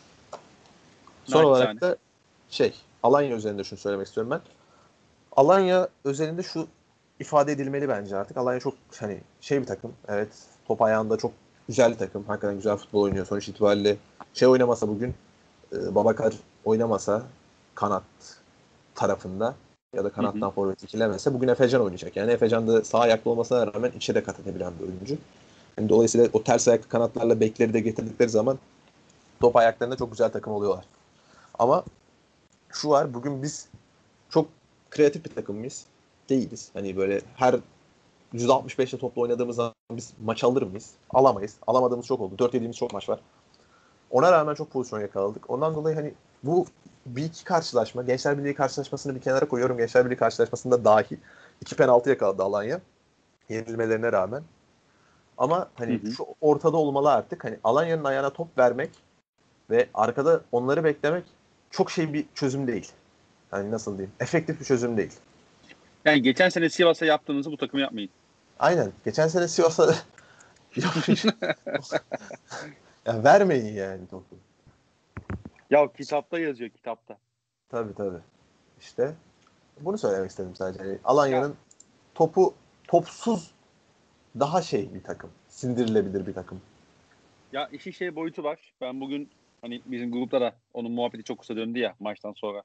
Son Naçizane. olarak da şey, Alanya üzerinde şunu söylemek istiyorum ben. Alanya özelinde şu ifade edilmeli bence artık. Alanya çok hani şey bir takım. Evet, top ayağında çok güzel bir takım. Hakikaten güzel futbol oynuyor. Sonuç itibariyle şey oynamasa bugün e, Babakar oynamasa kanat tarafında ya da Hı hı. kanattan forvet ikilemese bugün Efecan oynayacak. Yani Efecan da sağ ayaklı olmasına rağmen içe de kat edebilen bir oyuncu. Yani dolayısıyla o ters ayaklı kanatlarla bekleri de getirdikleri zaman top ayaklarında çok güzel takım oluyorlar. Ama şu var, bugün biz çok kreatif bir takım mıyız? Değiliz. Hani böyle her yüz altmış beşte topla oynadığımız zaman biz maç alır mıyız? Alamayız. Alamadığımız çok oldu. dört yediğimiz çok maç var. Ona rağmen çok pozisyon yakaladık. Ondan dolayı hani bu bir iki karşılaşma, Gençler Birliği karşılaşmasını bir kenara koyuyorum. Gençler Birliği karşılaşmasında dahil. İki penaltı yakaladı Alanya. Yenilmelerine rağmen. Ama Hı hani hı. şu ortada olmalı artık. Hani Alanya'nın ayağına top vermek ve arkada onları beklemek çok şey bir çözüm değil. Hani nasıl diyeyim? Efektif bir çözüm değil. Yani geçen sene Sivas'a yaptığınızı bu takımı yapmayın. Aynen. Geçen sene Sivas'a ya vermeyin yani topu. Ya kitapta yazıyor kitapta. Tabii tabii. İşte bunu söylemek istedim sadece. Yani Ya, Alanya'nın topu topsuz daha şey bir takım. Sindirilebilir bir takım. ya işin şey boyutu var. Ben bugün hani bizim grupta da onun muhabbeti çok kısa döndü ya maçtan sonra.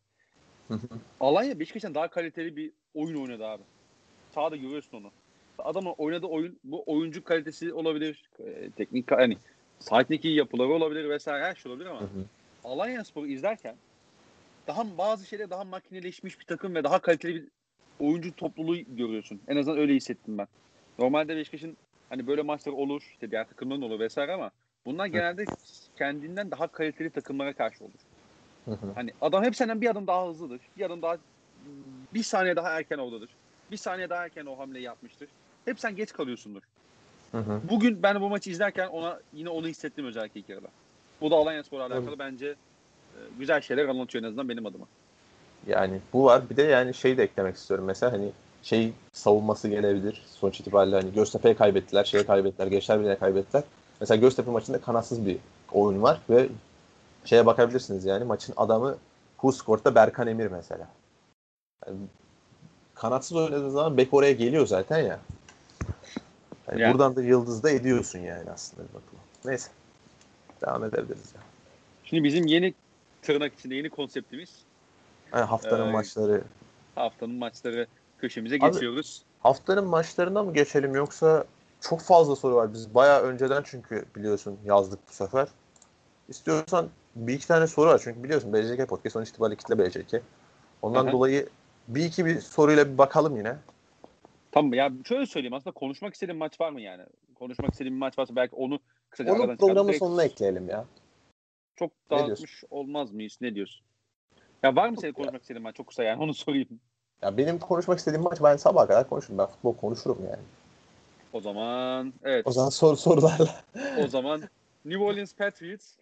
Alanya Beşiktaş'tan daha kaliteli bir oyun oynadı abi. Sahada görüyorsun onu. Adamın oynadığı oyun bu oyuncu kalitesi olabilir. E, teknik hani sahadaki yapıları olabilir vesaire her şey olabilir ama Alanyaspor'u izlerken daha bazı şeyler daha makineleşmiş bir takım ve daha kaliteli bir oyuncu topluluğu görüyorsun. En azından öyle hissettim ben. Normalde Beşiktaş'ın hani böyle maçları olur, işte diğer takımların olur vesaire ama bunlar genelde kendinden daha kaliteli takımlara karşı olur. Hani adam hep senden bir adım daha hızlıdır. Bir adım daha bir saniye daha erken oradadır. Bir saniye daha erken o hamleyi yapmıştır. Hep sen geç kalıyorsundur. Hı hı. Bugün ben bu maçı izlerken ona yine onu hissettim özellikle ilk yarıda. Bu da Alanyaspor'la alakalı bence e, güzel şeyler anlatıyor en azından benim adıma. Yani bu var. Bir de yani şey de eklemek istiyorum. Mesela hani şey savunması gelebilir. Sonuç itibariyle hani Göztepe'ye kaybettiler, şeye kaybettiler, Gençlerbirliği'ne kaybettiler. Mesela Göztepe maçında kanatsız bir oyun var ve şeye bakabilirsiniz yani maçın adamı Huskort'ta Berkan Emir mesela. Yani kanatsız oynadığı zaman bek oraya geliyor zaten ya. Yani Yani buradan da yıldız da ediyorsun yani aslında bir bakıma. Neyse. Devam edebiliriz ya. şimdi bizim yeni tırnak içinde yeni konseptimiz Yani haftanın e, maçları. haftanın maçları köşemize Abi geçiyoruz. haftanın maçlarına mı geçelim yoksa çok fazla soru var. Biz bayağı önceden çünkü biliyorsun yazdık bu sefer. İstiyorsan bir iki tane soru var. Çünkü biliyorsun B C K Podcast sonuç itibariyle kitle B C K. Ondan Aha. dolayı bir iki bir soruyla bir bakalım yine. Tamam ya şöyle söyleyeyim aslında konuşmak istediğim maç var mı yani? Konuşmak istediğim bir maç varsa belki onu kısaca Onu aradan çıkardım. programın Direkt sonuna ekleyelim ya. çok Ne diyorsun? dağıtmış olmaz mıyız? Ne diyorsun? Ya var mı Yok senin ya. konuşmak istediğin maç? Çok kısa yani onu sorayım. Ya benim konuşmak istediğim maç ben sabaha kadar konuşurum. Ben futbol konuşurum yani. O zaman O evet. zaman soru sorularla. O zaman New Orleans Patriots.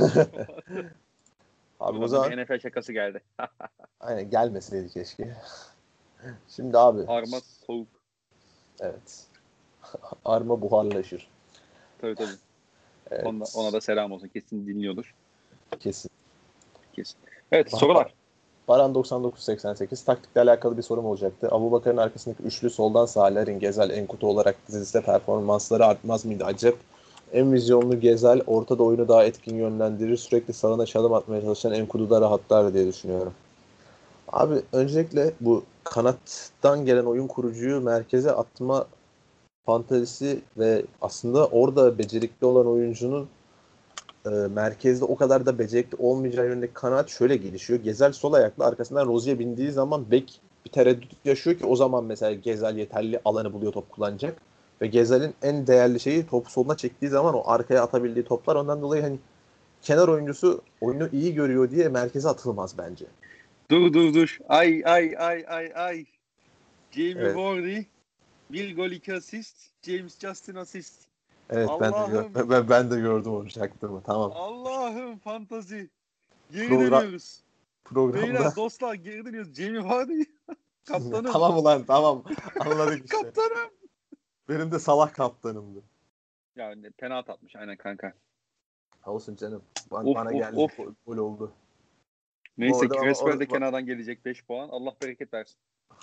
Abi o Buradan da bir zaman N F L şakası geldi. aynen gelmeseydi keşke. Şimdi abi Arma soğuk. evet. Arma buharlaşır. Tabii tabii. Ona, ona Evet. da selam olsun. Kesin dinliyordur. Kesin. Kesin. Evet Ba- sorular. Baran doksan dokuz seksen sekiz taktikle alakalı bir sorum olacaktı. Abubakar'ın arkasındaki üçlü soldan sağa Larin, Gezel, Enkutu olarak dizilse performansları artmaz mıydı acep? En vizyonlu Gezel ortada oyunu daha etkin yönlendirir. Sürekli sağına çalım atmaya çalışan Enkutu da rahatlar diye düşünüyorum. Abi öncelikle bu kanattan gelen oyun kurucuyu merkeze atma fantezisi ve aslında orada becerikli olan oyuncunun e, merkezde o kadar da becerikli olmayacağı yönündeki kanaat şöyle gelişiyor. Gezel sol ayaklı arkasından Rozier bindiği zaman bek bir tereddüt yaşıyor ki o zaman mesela Gezel yeterli alanı buluyor top kullanacak. Ve Gezel'in en değerli şeyi topu soluna çektiği zaman o arkaya atabildiği toplar. Ondan dolayı hani kenar oyuncusu oyunu iyi görüyor diye merkeze atılmaz bence. Dur dur dur. Ay ay ay ay ay. Jamie Evet. Vardy. Bir gol iki asist. James Justin asist. Evet ben de gör Allah'ım. ben, ben de gördüm onu çaktığımı. Tamam. Allah'ım fantazi. Geri Program dönüyoruz. programda Beyler dostlar geri dönüyoruz. Jamie Vardy. Kaptanım. tamam ulan tamam anladık işte. Kaptanım. Benim de Salah kaptanımdı. Yani penaltı atmış aynen kanka. Olsun canım. Bana, Of bana of geldi. of. Gol, gol oldu. Neyse Orada ama Creswell de orada kenardan gelecek beş puan. Allah bereket versin.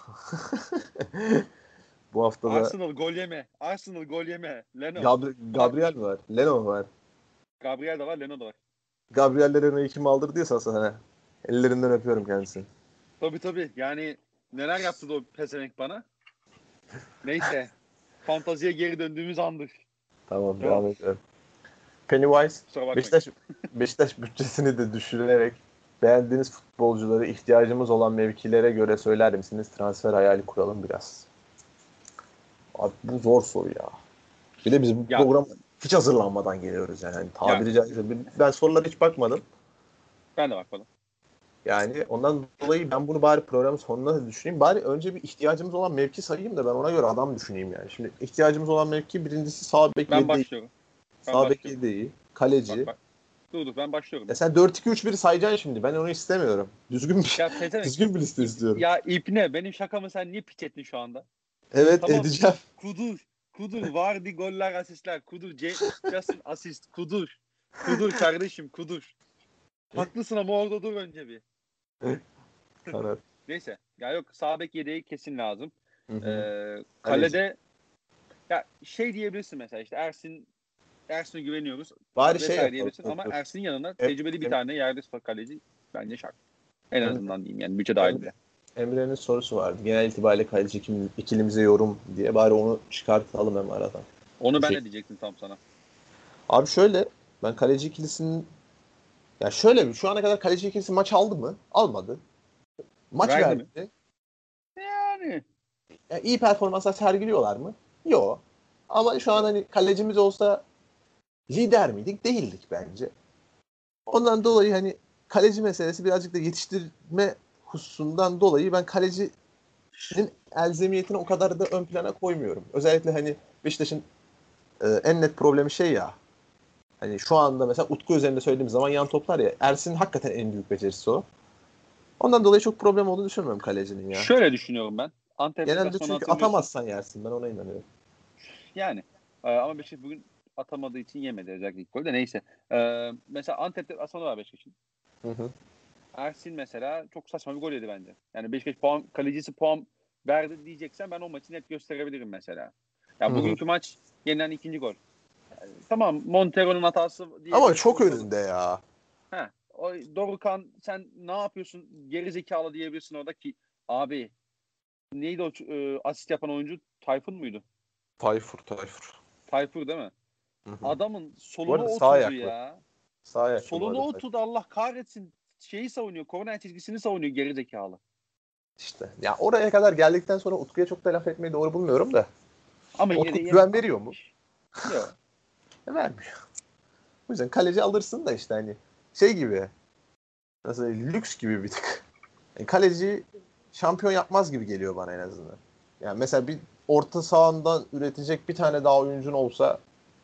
bu hafta da Arsenal gol yeme. Arsenal gol yeme. Leno. Gabri- Bak Gabriel mi var? Leno mu var? Gabriel de var, Leno da var. Gabriel Leno'yu kim aldırdıysa sana ellerinden öpüyorum kendisini. Tabii tabii. Yani neler yaptı da o pezevenk bana. Neyse. Fantaziye geri döndüğümüz andır. Tamam Devam. devam ediyorum. Pennywise Kusura bakmayın. Beşiktaş Beşiktaş bütçesini de düşürerek beğendiğiniz futbolcuları ihtiyacımız olan mevkilere göre söyler misiniz? Transfer hayali kuralım biraz. Abi bu zor soru ya. Bir de biz bu Ya program hiç hazırlanmadan geliyoruz yani. yani ya tabiri caizse. Ben sorulara hiç bakmadım. ben de bakmadım. Yani ondan dolayı ben bunu bari programın sonuna düşüneyim. Bari önce bir ihtiyacımız olan mevki sayayım da ben ona göre adam düşüneyim yani. Şimdi ihtiyacımız olan mevki birincisi sağ bek Ben yedeği. başlıyorum. Ben Sağ bek başlıyorum. yedeği. Bak Kaleci. bak. Dur dur ben başlıyorum E ya. sen dört iki üç biri sayacaksın şimdi. Ben onu istemiyorum. Düzgün bir, Ya pezevenk. düzgün bir liste İp, istiyorum. ya ipne benim şakamı sen niye piç ettin şu anda? Evet Tamam. edeceğim. Kudur. Kudur. Vardy goller, asistler. Kudur. Justin asist. Kudur. Kudur kardeşim. Kudur. Haklısın ama orada dur önce bir. Evet. Neyse. Ya yok. Sağ bek yedeği kesin lazım. Hı hı. Ee, kalede ya şey diyebilirsin mesela işte Ersin Ersin'e güveniyoruz. Bari şey Vesaire yapalım. diyebilirsin Dur, ama dur. Ersin'in yanına Em- tecrübeli bir em- tane yerli spor kaleci bence şart. En Em- azından diyeyim yani bütçe dahilinde. Emre'nin sorusu vardı. Genel itibariyle kaleci kim, ikilimize yorum diye. Bari onu çıkartalım hem aradan. Onu ben Şey, de diyecektim tam sana. abi şöyle, ben kaleci ikilisinin ya şöyle bir şu ana kadar kaleci ikilisi maç aldı mı? Almadı. Maç Verdi verdi. mi? Yani. Ya iyi performanslar sergiliyorlar mı? Yok. Ama şu an hani kalecimiz olsa lider miydik? Değildik bence. Ondan dolayı hani kaleci meselesi birazcık da yetiştirme hususundan dolayı ben kalecinin elzemiyetini o kadar da ön plana koymuyorum. Özellikle hani Beşiktaş'ın e, en net problemi şey ya, hani şu anda mesela Utku üzerinde söylediğim zaman yan toplar ya, Ersin hakikaten en büyük becerisi o. Ondan dolayı çok problem olduğunu düşünmüyorum kalecinin ya. Şöyle düşünüyorum ben. Antep Genelde deplasmanı çünkü hatırlıyorsun. atamazsan yersin, ben ona inanıyorum. Yani. E, ama Beşiktaş bugün atamadığı için yemedi özellikle ilk golde. Neyse. E, mesela Antep deplasmanı var Beşiktaş'ın. Hı hı. Ersin mesela çok saçma bir gol yedi bence. Yani Beşiktaş puan, kalecisi puan verdi diyeceksen ben o maçı net gösterebilirim mesela. Ya Hı hı. bugünkü maç yeniden ikinci gol. Yani, tamam Montero'nun hatası Ama diyebilirsin. çok Dor- önünde ya. He, o Dorukhan sen ne yapıyorsun? Geri zekalı diyebilirsin orada ki abi neydi o e, asist yapan oyuncu? Tayfun muydu? Tayfur, Tayfur. Tayfur değil mi? Hı hı. Adamın Bu soluna arada sağ oturdu ayaklı. ya. Sağ ayaklı bu Soluna arada Tayfur. oturdu Allah kahretsin. Şeyi savunuyor. Korner çizgisini savunuyor geri zekalı. İşte. Ya oraya kadar geldikten sonra Utku'ya çok da laf etmeyi doğru bulmuyorum da. Ama yine de Utku yem güven veriyor mu? yok. E, vermiyor. O yüzden kaleci alırsın da işte hani şey gibi, nasıl lüks gibi bir tık. Yani kaleci şampiyon yapmaz gibi geliyor bana en azından. Yani mesela bir orta sahandan üretecek bir tane daha oyuncun olsa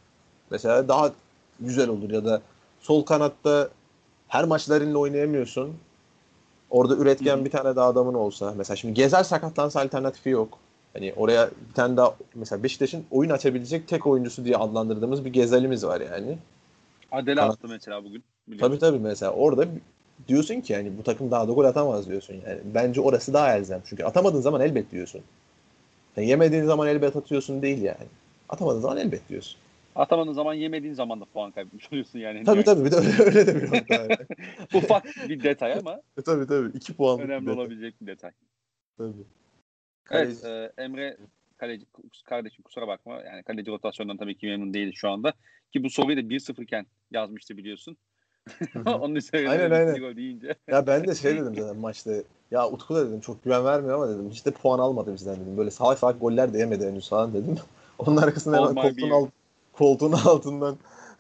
mesela daha güzel olur, ya da sol kanatta her maç Larin'le oynayamıyorsun. Orada Hı üretken hı. bir tane daha adamın olsa. Mesela şimdi Gezer sakatlansa alternatifi yok. Hani oraya bir tane daha, mesela Beşiktaş'ın oyun açabilecek tek oyuncusu diye adlandırdığımız bir Gezal'imiz var yani. Adele Kanat. attı mesela bugün Tabii biliyorsun. tabii, mesela orada diyorsun ki yani bu takım daha da gol atamaz diyorsun yani. Bence orası daha elzem. Çünkü atamadığın zaman elbet diyorsun. Yani yemediğin zaman elbet atıyorsun değil yani. Atamadığın zaman elbet diyorsun. Atamadığın zaman yemediğin zaman da puan kaybetmiş oluyorsun yani Tabii tabii, bir de nihayetinde. öyle, öyle de bir nokta var. Ufak bir detay ama E, tabii tabii, iki puanlık bir önemli detay. olabilecek bir detay. Tabii. Evet, Kaleci. e, Emre kaleci kardeşim kusura bakma. Yani kaleci rotasyondan tabii ki memnun değiliz şu anda. Ki bu soruyu da bir sıfır iken yazmıştı biliyorsun. Hı hı. Onun üzerine Aynen de ikinci aynen. gol deyince. Ya ben de şey dedim zaten maçta. Ya Utku da dedim çok güven vermiyor ama dedim hiç de puan almadı bizden dedim. Böyle salak salak goller de yemedi henüz falan dedim. Onun arkasında Hold hemen my koltuğun, beer. alt, koltuğun altından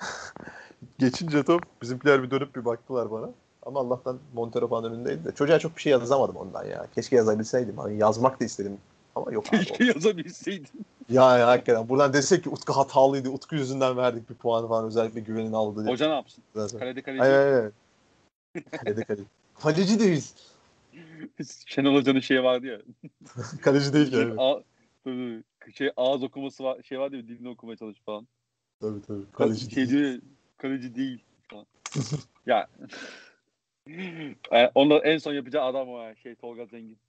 geçince top bizimkiler bir dönüp bir baktılar bana. Ama Allah'tan Montero falan önündeydi de. Çocuğa çok bir şey yazamadım ondan ya. Keşke yazabilseydim. Hani yazmak da istedim. Ama yok abi. Keşke Olmaz. yazabilseydin. Ya, ya hakikaten. Buradan desek ki Utku hatalıydı. Utku yüzünden verdik bir puanı falan. Özellikle güvenin aldığı. Hoca ne yapsın? Zaten. Kalede kaleci Aynen yok. aynen. Kalede kaleci. Kaleci değiliz. Şenol Hoca'nın şeyi vardı ya. Kaleci değil Şey, yani. a, şey ağız okuması var, şey vardı ya dilini okumaya çalış falan. Tabii tabii. Ka- Kaleci şey değil. diyor ya, kaleci değil falan. Ya e, onda en son yapacağı adam o ya, şey Tolga Zengin.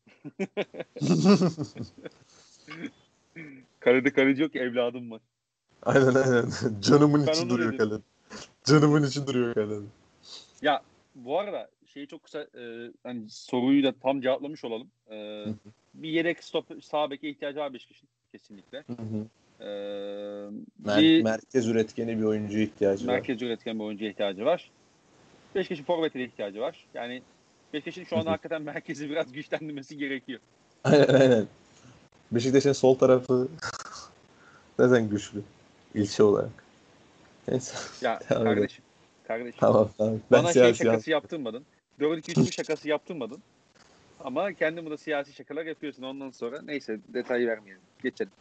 Kalede kaleci yok ki evladım var. Aynen aynen. Canımın Ben içi onu duruyor dedim. kalede. Canımın içi duruyor kalede. Ya bu arada şeyi çok kısa e, hani soruyu da tam cevaplamış olalım. E, Hı bir yedek stop sağ beke ihtiyacı var Beşiktaş'ın kesinlikle. hı. E, Mer- bir merkez üretkeni bir oyuncuya ihtiyacı var. merkez üretken bir oyuncuya ihtiyacı var. Beşiktaş'ın forvetine ihtiyacı var. Yani Beşiktaş'ın şu Hı an hı. hakikaten merkezi biraz güçlendirmesi gerekiyor. Aynen aynen. Beşiktaş'ın sol tarafı zaten güçlü. İlçe olarak. Neyse. Ya Devam edelim. kardeşim, kardeşim. Tamam tamam. Ben Bana şey siyasi an. şakası yaptırmadın. dört iki üç bir şakası yaptırmadın. Ama kendin burada siyasi şakalar yapıyorsun ondan sonra. Neyse detayı vermeyelim. Geçelim.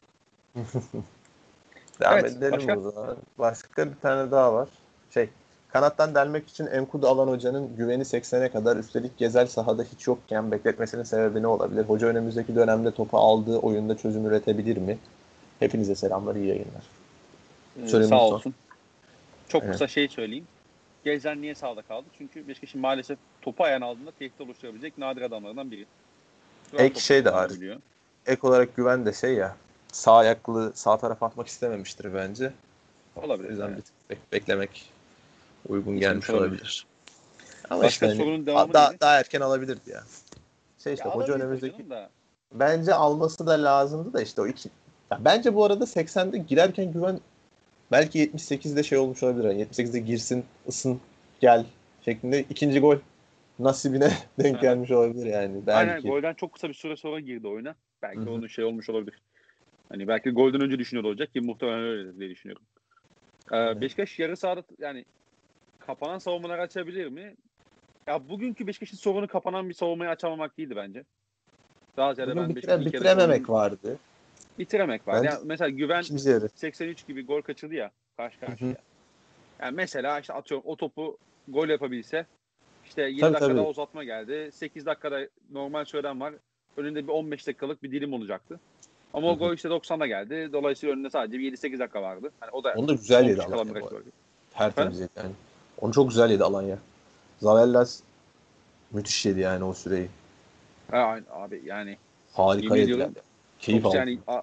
Devam Evet edelim başka? o zaman. Başka bir tane daha var. Şey, kanattan delmek için Enkudu alan hocanın güveni seksene kadar, üstelik Gezel sahada hiç yokken bekletmesinin sebebi ne olabilir? Hoca önümüzdeki dönemde topu aldığı oyunda çözüm üretebilir mi? Hepinize selamlar, iyi yayınlar. Ee, sağ olsun. Çok Evet. kısa şey söyleyeyim. Gezen niye sağda kaldı? Çünkü Beşiktaş'ın maalesef topu ayağına aldığında tehdit oluşturabilecek nadir adamlardan biri. Ek şey de var. Ek olarak Güven de şey ya, sağ ayaklı sağ tarafa atmak istememiştir bence. Olabilir. O yüzden evet. bir tık beklemek uygun Hiç gelmiş olabilir. olabilir. Ama Başka işte sorunun hani, devamı daha, neydi? daha erken alabilirdi ya. Şey işte Ya hoca alabilir önümüzdeki da. bence alması da lazımdı da işte o iki. Ya bence bu arada seksende girerken Güven belki yetmiş sekizde şey olmuş olabilir. Yani yetmiş sekizde girsin, ısın, gel şeklinde ikinci gol nasibine denk gelmiş olabilir yani Aynen, belki. golden çok kısa bir süre sonra girdi oyuna. Belki Hı-hı. onun şey olmuş olabilir. Hani belki golden önce düşünüyor olacak ki muhtemelen öyle diye düşünüyorum. Ee, Evet. Beşiktaş yarı sahada yani kapanan savunmaları açabilir mi? Ya bugünkü Beşiktaş'ın sorunu kapanan bir savunmayı açamamak değildi bence. Daha ziyade Bugün ben Beşiktaş'ın bitire, ilk yarıdaki bitirememek oyunun vardı. bitiremek var. Bence Yani mesela Güven ikinci yarı. seksen üç gibi gol kaçırdı ya karşı Hı-hı. karşıya. Yani mesela işte atıyorum o topu gol yapabilse işte yedi Tabii dakikada tabii. uzatma geldi. sekiz dakikada normal süreden var. Önünde bir on beş dakikalık bir dilim olacaktı. Ama o Hı-hı. gol işte doksan'a geldi. Dolayısıyla önünde sadece bir yedi sekiz dakika vardı. Hani o da Onu da güzel son yedi kişi kalan bir Alanya bu rakip arada. var. Efendim? Tertemiz yedi yani. Onu çok güzel yedi Alanya. Zavellas müthiş yedi yani o süreyi. Ha, abi yani Harika yemin yediler. ediyorum Keyif çok aldım. yani a-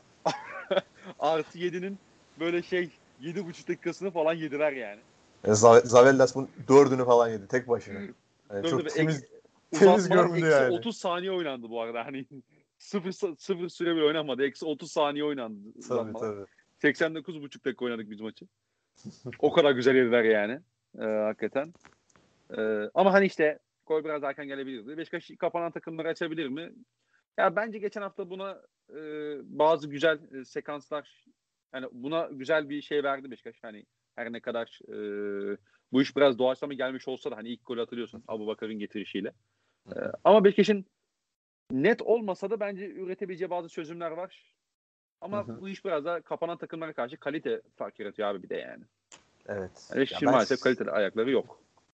artı yedinin böyle şey yedi buçuk dakikasını falan yediler yani. Yani Zavellas bunun dördünü falan yedi tek başına. Yani Tabii çok tabii. Ek, temiz temiz uzatmalar gömdü eksi yani. otuz saniye oynandı bu arada. Hani sıfır, sıfır süre bile oynanmadı. Eksi otuz saniye oynandı Tabii uzatmalar. tabii. seksen dokuz buçuk dakika oynadık biz maçı. O kadar güzel yediler yani. Ee, hakikaten. Ee, ama hani işte gol biraz erken gelebilirdi. Beşiktaş kapanan takımları açabilir mi? Ya bence geçen hafta buna e, bazı güzel e, sekanslar, yani buna güzel bir şey verdi Beşiktaş. Hani her ne kadar e, bu iş biraz doğaçlama gelmiş olsa da hani ilk golü hatırlıyorsun Abubakar'ın getirişiyle. E, ama Beşiktaş'ın net olmasa da bence üretebileceği bazı çözümler var. Hı Ama hı. bu iş biraz da kapanan takımlara karşı kalite fark yaratıyor abi bir de yani. Evet. Yani Ya Beşiktaş'ın ben maalesef kaliteli ayakları yok.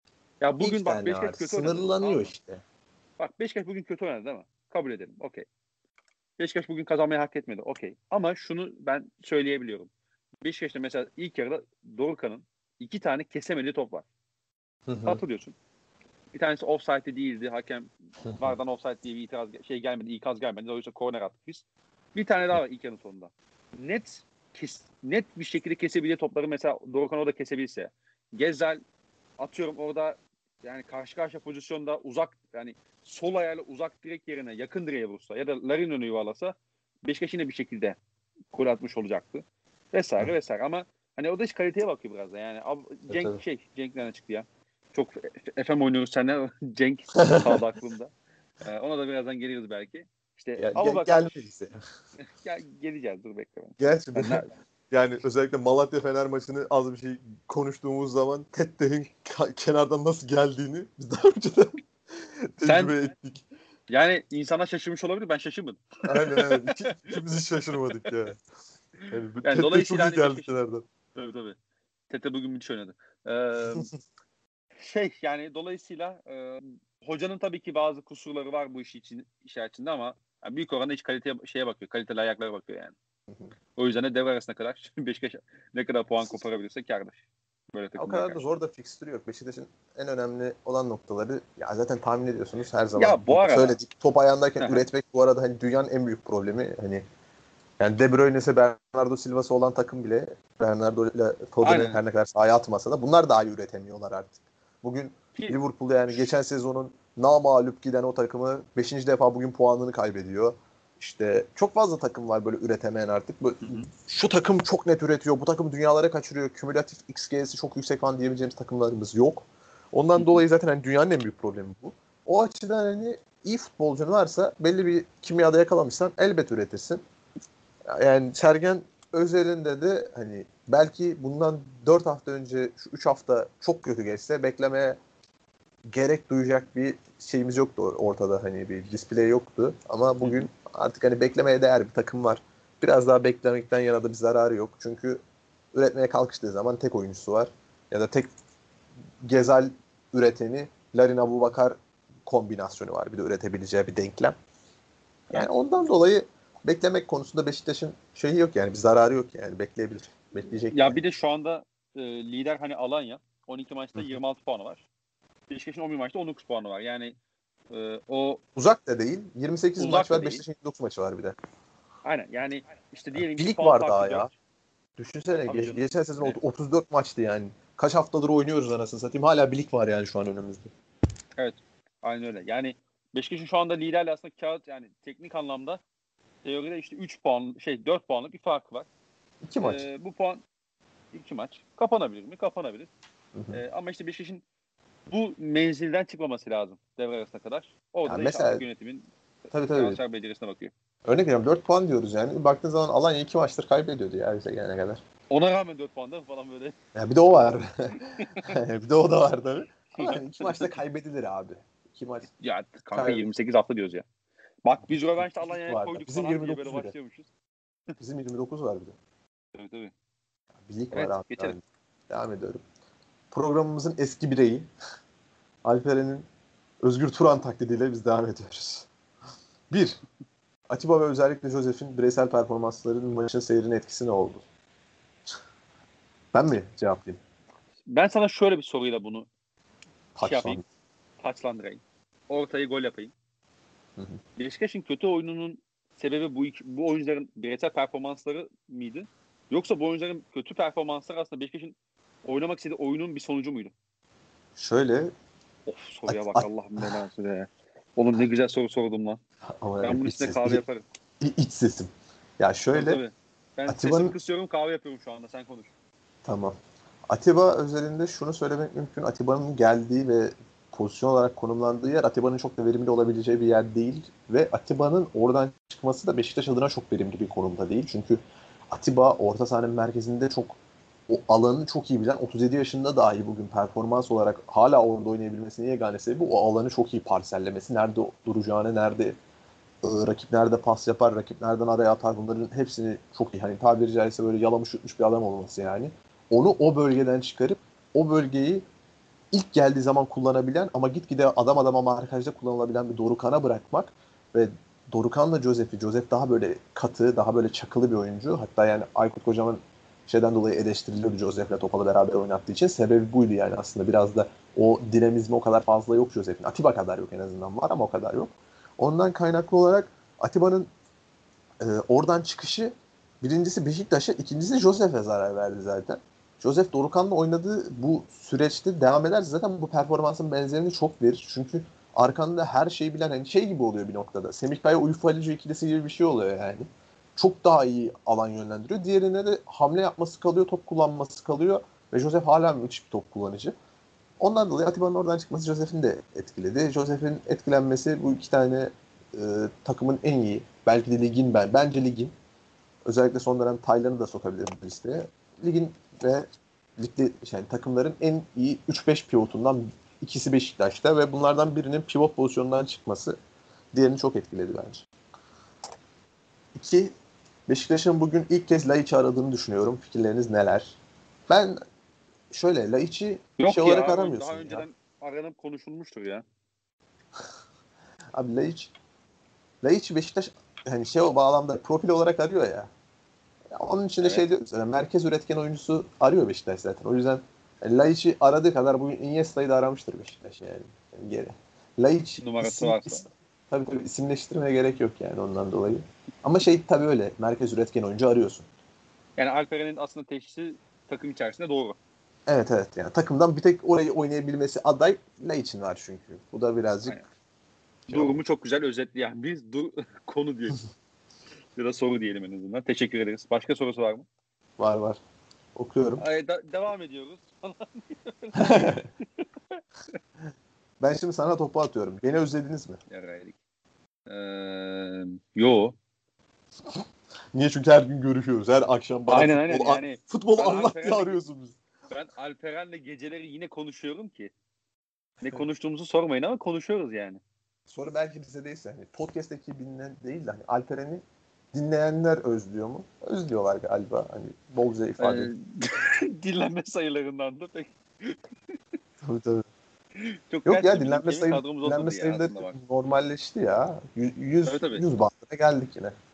Ya iki bugün bak tane var. Beşiktaş kötü oynadı. Sınırlanıyor Tamam mı? işte. Bak Beşiktaş bugün kötü oynadı değil mi? Kabul edelim. Okey. Beşiktaş bugün kazanmayı hak etmedi. Okey. Ama şunu ben söyleyebiliyorum. Beşiktaş'ta mesela ilk yarıda Dorukhan'ın iki tane kesemediği top var. Hı hı. Hatırlıyorsun. Bir tanesi offside değildi. Hakem vardan offside diye bir itiraz şey gelmedi, ikaz gelmedi. Dolayısıyla korner attık biz. Bir tane daha var ilk yarının sonunda. Net kes, net bir şekilde kesebildiği topları mesela Dorukhan orada kesebilse. Gezzal atıyorum orada yani karşı karşıya pozisyonda uzak yani sol ayağıyla uzak direk yerine yakın direğe vursa ya da Larin önü yuvarlasa Beşiktaş yine bir şekilde gol atmış olacaktı. Vesaire vesaire ama hani o da hiç kaliteye bakıyor biraz da yani. Evet, Cenk tabii. şey Cenk nereden çıktı ya? Çok F M oynuyoruz seninle. Cenk sağda aklımda. Ee, ona da birazdan geliriz belki. İşte Ya, gel, Abubakar gelmeyiz ya. gel, geleceğiz dur bekle. Gerçi Ben ne- yani özellikle Malatya Fener maçını az bir şey konuştuğumuz zaman Tetter'in ka- kenardan nasıl geldiğini biz daha önceden Sen tecrübe ettik. yani insana şaşırmış olabilir ben şaşırmadım. Aynen aynen. İki, ikimiz hiç şaşırmadık ya. Yani Yani Tether çok dolayısıyla iyi hani geldi Beşiktaş'ın kenardan. tabii tabii. Tete bugün müthiş oynadı. Ee, şey yani dolayısıyla e, hocanın tabii ki bazı kusurları var bu iş için işaretinde ama yani büyük oranda hiç kaliteye şeye bakıyor. Kaliteli ayaklara bakıyor yani. O yüzden de devre arasına kadar Beşiktaş ne kadar puan koparabilirse kârdır. Böyle O takımlara kadar da karşı. zor da fikstürü yok. Beşiktaş'ın en önemli olan noktaları ya zaten tahmin ediyorsunuz her zaman Ya bu burada arada söyledik. Top ayağındayken üretmek bu arada hani dünyanın en büyük problemi. Hani yani De Bruyne'si Bernardo Silva'sı olan takım bile Bernardo ile Foden'i aynen her ne kadar sahaya atmasa da bunlar daha iyi üretemiyorlar artık. Bugün ki Liverpool yani geçen sezonun namağlup giden o takımı beşinci defa bugün puanını kaybediyor. İşte çok fazla takım var böyle üretemeyen artık. Böyle, hı hı. şu takım çok net üretiyor, bu takım dünyalara kaçırıyor, kümülatif X G'si çok yüksek falan diyebileceğimiz takımlarımız yok. Hı Ondan hı. dolayı zaten hani dünyanın en büyük problemi bu. O açıdan hani iyi futbolcun varsa belli bir kimyada yakalamışsan elbet üretirsin. Yani Sergen özelinde de hani belki bundan dört hafta önce şu üç hafta çok kötü geçse beklemeye gerek duyacak bir şeyimiz yoktu ortada, hani bir display yoktu ama Hı hı. bugün artık hani beklemeye değer bir takım var. Biraz daha beklemekten yana da bir zararı yok. Çünkü üretmeye kalkıştığı zaman tek oyuncusu var. Ya da tek Gezal üreteni Larin Abubakar kombinasyonu var. Bir de üretebileceği bir denklem. Yani Evet. ondan dolayı beklemek konusunda Beşiktaş'ın şeyi yok yani. Bir zararı yok yani. Bekleyebilir. Bekleyecek. Ya yani. bir de şu anda e, lider hani Alanya. on iki maçta Hı-hı. yirmi altı puanı var. Beşiktaş'ın on bir maçta on dokuz puanı var. Yani e, o Uzak da değil. yirmi sekiz uzak maç da var. değil. Beşiktaş'ın yirmi dokuz maçı var bir de. Aynen yani işte diyelim Bir ki lig puan var daha farkı ya. dört. Düşünsene Tabii geç, canım. geçen sezon Evet. otuz dört maçtı yani. Kaç haftadır oynuyoruz anasını satayım. Hala bir lig var yani şu an önümüzde. Evet. Aynen öyle. Yani Beşiktaş'ın şu anda liderle aslında kağıt yani teknik anlamda teoride işte üç puan şey dört puanlık bir fark var. İki maç. Ee, bu puan iki maç. Kapanabilir mi? Kapanabilir. Hı hı. Ee, ama işte Beşiktaş'ın bu menzilden çıkmaması lazım devre arasına kadar. Orada Yani da işte artık mesela yönetimin tabii tabii. transfer becerisine bakıyor. Örnek veriyorum dört puan diyoruz yani. Baktığın zaman Alanya iki maçtır kaybediyordu ya bize gelene kadar. Ona rağmen dört puanda falan böyle. Ya bir de o var. Bir de o da var tabii. Ama yani iki maçta kaybedilir abi. İki maç Ya kanka kaybedilir. yirmi sekiz hafta diyoruz ya. Bak biz rövanşta Bir lig Alanya'ya var da. koyduk Bizim falan diye yirmi böyle dokuz bir de. başlıyormuşuz. Bizim yirmi dokuz var bir de. Tabii tabii. Bir lig var Evet abi. geçelim. Yani devam ediyorum. Programımızın eski bireyi Alperen'in Özgür Turan taklidiyle biz devam ediyoruz. Bir. Atiba ve özellikle Josef'in bireysel performanslarının maçın seyrine etkisi ne oldu? Ben mi cevaplayayım? Ben sana şöyle bir soruyla bunu şey yapayım. Taçlan. Taçlandırayım. Ortayı gol yapayım. Hı hı. Beşiktaş'ın kötü oyununun sebebi bu iki, bu oyuncuların bireysel performansları mıydı? Yoksa bu oyuncuların kötü performansları aslında Beşiktaş'ın oynamak istediği oyunun bir sonucu muydu? Şöyle Of soruya at, bak at, Allah'ım belası be. Oğlum ne güzel soru sordum lan. ama Ben bunun iç, üstüne ses, kahve yaparım. iç sesim. Ya Tabii şöyle tabii. Ben sesimi Atiba'nın kısıyorum kahve yapıyorum şu anda sen konuş. tamam. Atiba özelinde şunu söylemek mümkün. Atiba'nın geldiği ve pozisyon olarak konumlandığı yer Atiba'nın çok da verimli olabileceği bir yer değil. Ve Atiba'nın oradan çıkması da Beşiktaş adına çok verimli bir konumda değil. Çünkü Atiba orta sahanın merkezinde çok o alanı çok iyi bilen otuz yedi yaşında dahi bugün performans olarak hala orada oynayabilmesinin yegane sebebi o alanı çok iyi parsellemesi. Nerede duracağını, nerede e, rakip nerede pas yapar, rakip nereden araya atar bunların hepsini çok iyi. Hani tabiri caizse böyle yalamış yutmuş bir adam olması yani. Onu o bölgeden çıkarıp o bölgeyi ilk geldiği zaman kullanabilen ama gitgide adam adama markajda kullanılabilen bir Dorukhan'a bırakmak ve Dorukhan'la Josef'i, Josef daha böyle katı, daha böyle çakılı bir oyuncu. Hatta yani Aykut Kocaman şeyden dolayı eleştiriliyordu Josef'le Topal'ı beraber oynattığı için. Sebebi buydu yani aslında. Biraz da o dinamizmi o kadar fazla yok Josef'in. Atiba kadar yok en azından var ama o kadar yok. Ondan kaynaklı olarak Atiba'nın e, oradan çıkışı birincisi Beşiktaş'a, ikincisi Josef'e zarar verdi zaten. Josef Dorukhan'la oynadığı bu süreçte devam ederse zaten bu performansın benzerini çok verir. Çünkü arkanda her şeyi bilen hani şey gibi oluyor bir noktada. Semih Kaya Uyuf Halici ikilisi gibi bir şey oluyor yani. Çok daha iyi alan yönlendiriyor. Diğerine de hamle yapması kalıyor, top kullanması kalıyor. Ve Josef hala müthiş bir top kullanıcı. Ondan dolayı Atiba'nın oradan çıkması Josef'in de etkiledi. Josef'in etkilenmesi bu iki tane e, takımın en iyi, belki de ligin ben, bence ligin, özellikle son dönem Taylan'ı da sokabilirim bu listeye. Ligin ve ligde yani takımların en iyi üç beş pivotundan ikisi Beşiktaş'ta ve bunlardan birinin pivot pozisyonundan çıkması diğerini çok etkiledi bence. İki, Beşiktaş'ın bugün ilk kez Laiç'i aradığını düşünüyorum. Fikirleriniz neler? Ben şöyle Laiç'i şey Yok olarak ya ön- daha aramıyorsun ya. önceden aranıp konuşulmuştur ya. Abi Laiç Laiç Beşiktaş hani şey o bağlamda profil olarak arıyor ya. Ya onun için de Evet. şey diyoruz. Yani merkez üretken oyuncusu arıyor Beşiktaş zaten. O yüzden yani Laiç'i aradığı kadar bugün Iniesta'yı da aramıştır Beşiktaş yani. yani geri. Laiç Numarası isim, varsa. isim tabii tabii isimleştirmeye gerek yok yani ondan dolayı. Ama şey tabii öyle. Merkez üretken oyuncu arıyorsun. Yani Alperen'in aslında teşhisi takım içerisinde doğru. Evet evet yani takımdan bir tek orayı oynayabilmesi aday Laiç'in var çünkü. Bu da birazcık Aynen. şey oldu. Durumu çok güzel özetleyen biz dur konu diyelim. Ya da soru diyelim en azından. Teşekkür ederiz. Başka sorusu var mı? Var var. Okuyorum. Ay, da- devam ediyoruz. Ben şimdi sana topu atıyorum. Beni özlediniz mi? Yaraydık. Ee, yo. Niye? Çünkü her gün görüşüyoruz. Her akşam bana Aynen aynen futbol an- yani futbol ben anlat diye Alperen'le arıyorsunuz. ben Alperen'le geceleri yine konuşuyorum ki. Ne konuştuğumuzu sormayın ama konuşuyoruz yani. Sonra belki bize değilse hani podcast ekibinden değil de hani Alperen'i dinleyenler özlüyor mu? Özlüyorlar galiba. Hani bolca ifade Ee, edip. dinlenme sayılarından da pek Tabii tabii. çok Yok ya gerçi bizim dinlenme kemik sayı kadromuz dinlenme olmadı ya sayıları aslında bak. normalleşti ya. Tabii yüz tabii. yüz bandına geldik yine.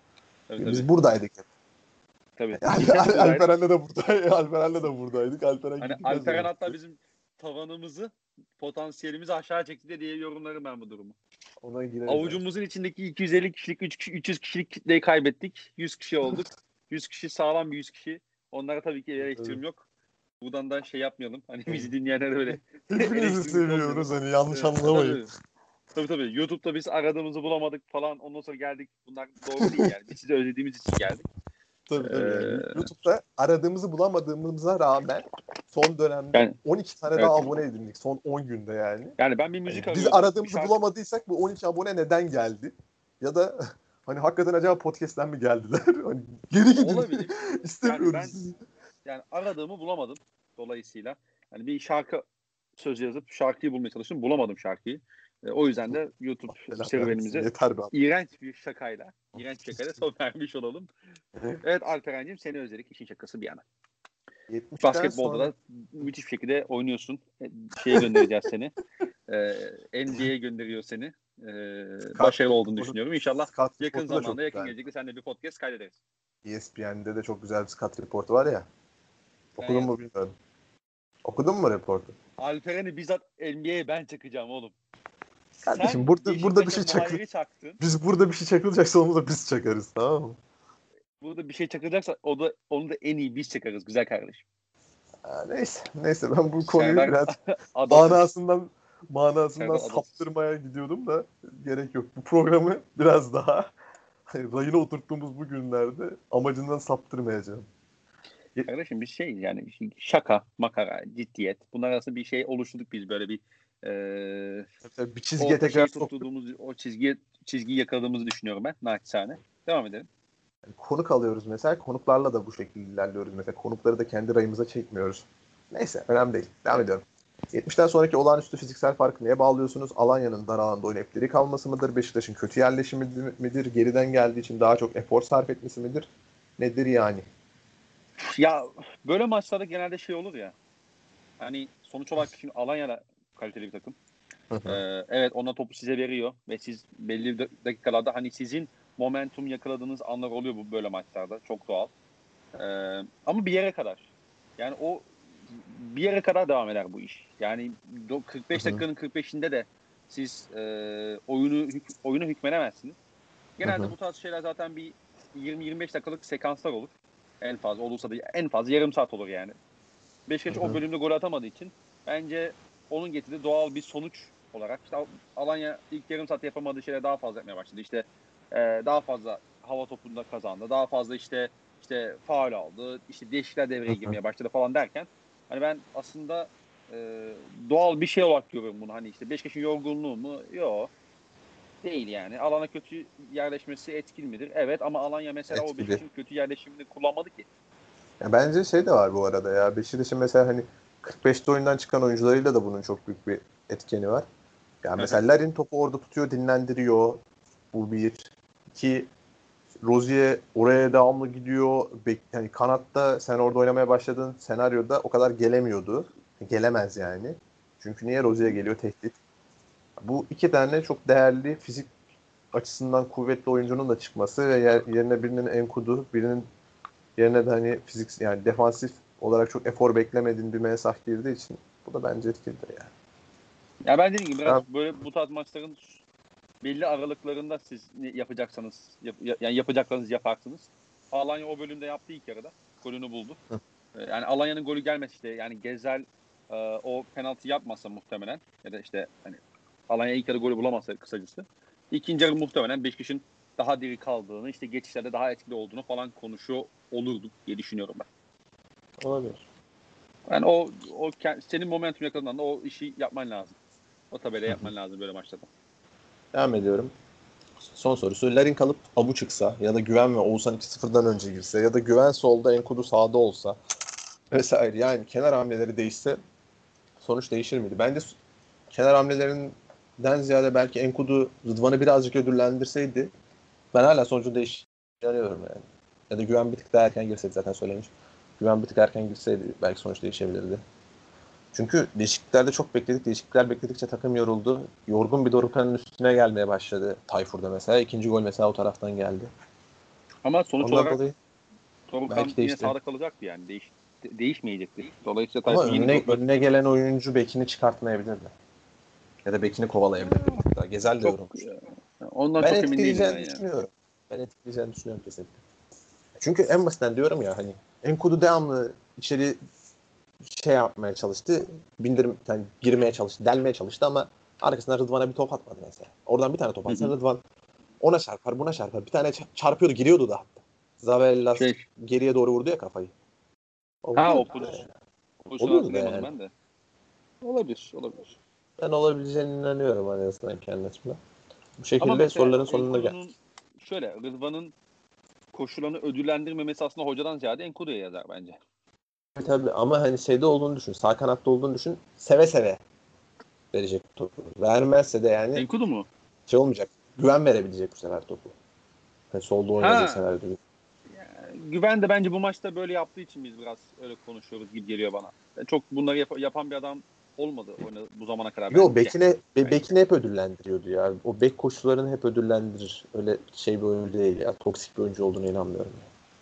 Tabii, Biz tabii. buradaydık hep. Tabii. Al- Al- Alperen'le de buradaydık. Alperen'le de buradaydık. Alperen Hani gitmez Alperen demişti. hatta bizim tavanımızı, potansiyelimizi aşağı çekti de diye yorumlarım ben bu durumu. Ona gireriz. Avucumuzun içindeki iki yüz elli kişilik, üç yüz kişilik kitleyi kaybettik. yüz kişi olduk. yüz kişi sağlam bir yüz kişi. Onlara tabii ki eleştirim yok. Buradan da şey yapmayalım. Hani bizi dinleyenlere böyle Hepinizi eleştirmiş olmayalım. seviyoruz hani yanlış Evet, anlamayın. tabii. Tabii tabii. YouTube'da biz aradığımızı bulamadık falan. Ondan sonra geldik. Bunlar doğru değil yani. Biz sizi özlediğimiz için geldik. Tabii tabii. Yani. Ee, YouTube'da aradığımızı bulamadığımıza rağmen son dönemde Yani, on iki tane evet. daha abone edindik. Son on günde yani. Yani ben bir müzik Yani biz arıyordum. aradığımızı Şarkı... bulamadıysak bu on iki abone neden geldi? Ya da hani hakikaten acaba podcast'ten mi geldiler? Hani geri gidin. Olabilir. İstemiyoruz Yani ben sizi. yani aradığımı bulamadım. Dolayısıyla hani bir şarkı sözü yazıp şarkıyı bulmaya çalıştım. Bulamadım şarkıyı. E, o yüzden de YouTube Allah serüvenimize yeter be abi. iğrenç bir şakayla, iğrenç bir şakayla son vermiş olalım. Evet Alperen'cim seni özledik. İşin şakası bir yana. Basketbolda sonra... da müthiş bir şekilde oynuyorsun. Şeye göndereceğiz seni. Ee, N B A'ye gönderiyor seni. Ee, başarılı olduğunu düşünüyorum. İnşallah Scout yakın reportu da çok zamanda, yakın güzel. gelecekte seninle bir podcast kaydederiz. E S P N'de de çok güzel bir scout reportu var ya. Okudun Evet. mu bilmiyorum. Okudun mu reportu? Alperen'i bizzat N B A'ye ben çakacağım oğlum. Kardeşim Sen burada burada bir şey Beşiktaş'a çakıl. Mahir'i çaktın. Biz burada bir şey çakılacaksa onu da biz çakarız, tamam mı? Burada bir şey çakılacaksa o da onu da en iyi biz çakarız güzel kardeşim. Ha, neyse. Neyse ben bu konuyu Serdar biraz adasın. manasından manasından Serdar adasın. saptırmaya gidiyordum da gerek yok. Bu programı biraz daha rayına oturttuğumuz bu günlerde amacından saptırmayacağım. Kardeşim bir şey yani şaka, makara, ciddiyet. Bunlar arasında bir şey oluşturduk biz böyle bir e, Bir çizgiye orta tekrar şeyi soktuk. tuttuğumuz o çizgiye çizgiyi yakaladığımızı düşünüyorum ben naçizane. Devam edelim. Yani konuk alıyoruz mesela. Konuklarla da bu şekilde ilerliyoruz. Mesela konukları da kendi rayımıza çekmiyoruz. Neyse önemli değil. Devam Evet. ediyorum. yetmişten sonraki olağanüstü fiziksel farkı neye bağlıyorsunuz? Alanya'nın dar alanda oynayıp diri kalması mıdır? Beşiktaş'ın kötü yerleşimi midir? Geriden geldiği için daha çok efor sarf etmesi midir? Nedir yani? Ya böyle maçlarda genelde şey olur ya. Hani sonuç olarak şimdi Alanya'da kaliteli bir takım. Ee, evet ona topu size veriyor ve siz belli dakikalarda hani sizin momentum yakaladığınız anlar oluyor bu böyle maçlarda. Çok doğal. Ee, ama bir yere kadar. Yani o bir yere kadar devam eder bu iş. Yani kırk beş dakikanın kırk beşinde de siz e, oyunu oyunu hükmedemezsiniz. Genelde bu tarz şeyler zaten bir yirmi yirmi beş dakikalık sekanslar olur. En fazla olursa da en fazla yarım saat olur yani. Beşiktaş o bölümde gol atamadığı için bence onun getirdiği doğal bir sonuç olarak işte Alanya ilk yarım saat yapamadığı şeyler daha fazla yapmaya başladı. İşte e, daha fazla hava topunda kazandı. Daha fazla işte işte faul aldı. İşte değişiklikler devreye girmeye başladı falan derken hani ben aslında e, doğal bir şey olarak görüyorum bunu. Hani işte Beşiktaş'ın yorgunluğu mu? Yok. Değil yani. Alana kötü yerleşmesi etkili midir? Evet ama Alanya mesela Etkili. o Beşiktaş'ın kötü yerleşimini kullanmadı ki. Ya bence şey de var bu arada ya. Beşiktaş'ın mesela hani kırk beşte oyundan çıkan oyuncularıyla da bunun çok büyük bir etkeni var. Ya mesela Larin topu orada tutuyor, dinlendiriyor. Bu bir. İki, Rozier oraya devamlı gidiyor. Yani kanatta sen orada oynamaya başladığın senaryoda o kadar gelemiyordu. Gelemez yani. Çünkü niye Rozier geliyor? Tehdit. Bu iki tane çok değerli fizik açısından kuvvetli oyuncunun da çıkması ve yerine birinin Enkudu, birinin yerine de hani fizik yani defansif olarak çok efor beklemediğin bir mensah girdiği için bu da bence etkilidir yani. Ya ben dediğim gibi biraz Ha. böyle bu tarz maçların belli aralıklarında siz yapacaksanız yap, yani yapacaklarınızı yaparsınız. Alanya o bölümde yaptı ilk yarıda. Golünü buldu. Hı. Yani Alanya'nın golü gelmesi işte yani Gezel e, o penaltı yapmasa muhtemelen ya da işte hani Alanya ilk yarı golü bulamasa kısacası. İkinci yarı muhtemelen Beşiktaş'ın daha diri kaldığını, işte geçişlerde daha etkili olduğunu falan konuşuyor olurduk diye düşünüyorum ben. Olabilir. Yani o o senin momentum yakaladığında o işi yapman lazım. O tabela yapman lazım böyle maçlarda. Devam ediyorum. Son sorusu. Larin kalıp Abu çıksa ya da Güven ve Oğuzhan iki sıfırdan önce girse ya da Güven solda Enkudu sağda olsa vesaire yani kenar hamleleri değişse sonuç değişir miydi? Bence kenar hamlelerinden ziyade belki Enkudu Rıdvan'ı birazcık ödüllendirseydi ben hala sonucun değişeceğini inanıyorum yani. Ya da Güven bir tık daha erken girseydi zaten söylemiş. Güven bir tık erken girseydi belki sonuç değişebilirdi. Çünkü değişikliklerde çok bekledik. Değişiklikler bekledikçe takım yoruldu. Yorgun bir Dorukhan'ın üstüne gelmeye başladı Tayfur'da mesela. İkinci gol mesela o taraftan geldi. Ama sonuç Ondan olarak dolayı Dorukhan belki yine değiştirir. sahada kalacaktı yani. Değiş, de, değişmeyecekti. Dolayısıyla Ama Tayfun yine önüne, Dorukhan. önüne gelen oyuncu bekini çıkartmayabilirdi. Ya da bekini kovalayabilirdi bir tık daha. Gezel de Çok yorulmuş. ondan Ben çok emin değilim ben etkileyeceğini ya. düşünüyorum. Ben etkileyeceğini düşünüyorum kesinlikle. Çünkü en basitinden diyorum ya hani Enkudu devamlı içeri şey yapmaya çalıştı. Bindirim yani girmeye çalıştı, delmeye çalıştı ama arkasından Rıdvan'a bir top atmadı mesela. Oradan bir tane top Hı atsa hı. Rıdvan ona çarpar, buna çarpar. Bir tane ç- çarpıyordu, giriyordu da hatta. Zavellas Şey, geriye doğru vurdu ya kafayı. O ha o vuruyordu da pozisyon, yani. pozisyonu Oluyordu da hatırlayamadım yani. ben de. Olabilir, olabilir. Ben olabileceğine inanıyorum en azından kendi açımdan. Bu Ama şekilde mesela soruların sonuna gel. Enkudu'nun şöyle Rıdvan'ın koşularını ödüllendirmemesi aslında hocadan ziyade Enkudu'ya yazar bence. Tabii, tabii ama hani şeyde olduğunu düşün. Sağ kanatta olduğunu düşün. Seve seve verecek topu. Vermezse de yani Enkudu mu? şey olmayacak. Güven verebilecek bu sefer topu. Hani solda oynadığı Ha, senaryoda. yani Güven de bence bu maçta böyle yaptığı için biz biraz öyle konuşuyoruz gibi geliyor bana. Yani çok bunları yap- yapan bir adam olmadı oynadı bu zamana kadar Yo bence. bekine, be, Bence. bekini hep ödüllendiriyordu ya. O bek koşularını hep ödüllendirir. Öyle şey bir oyuncu değil ya. Toksik bir oyuncu olduğunu inanmıyorum.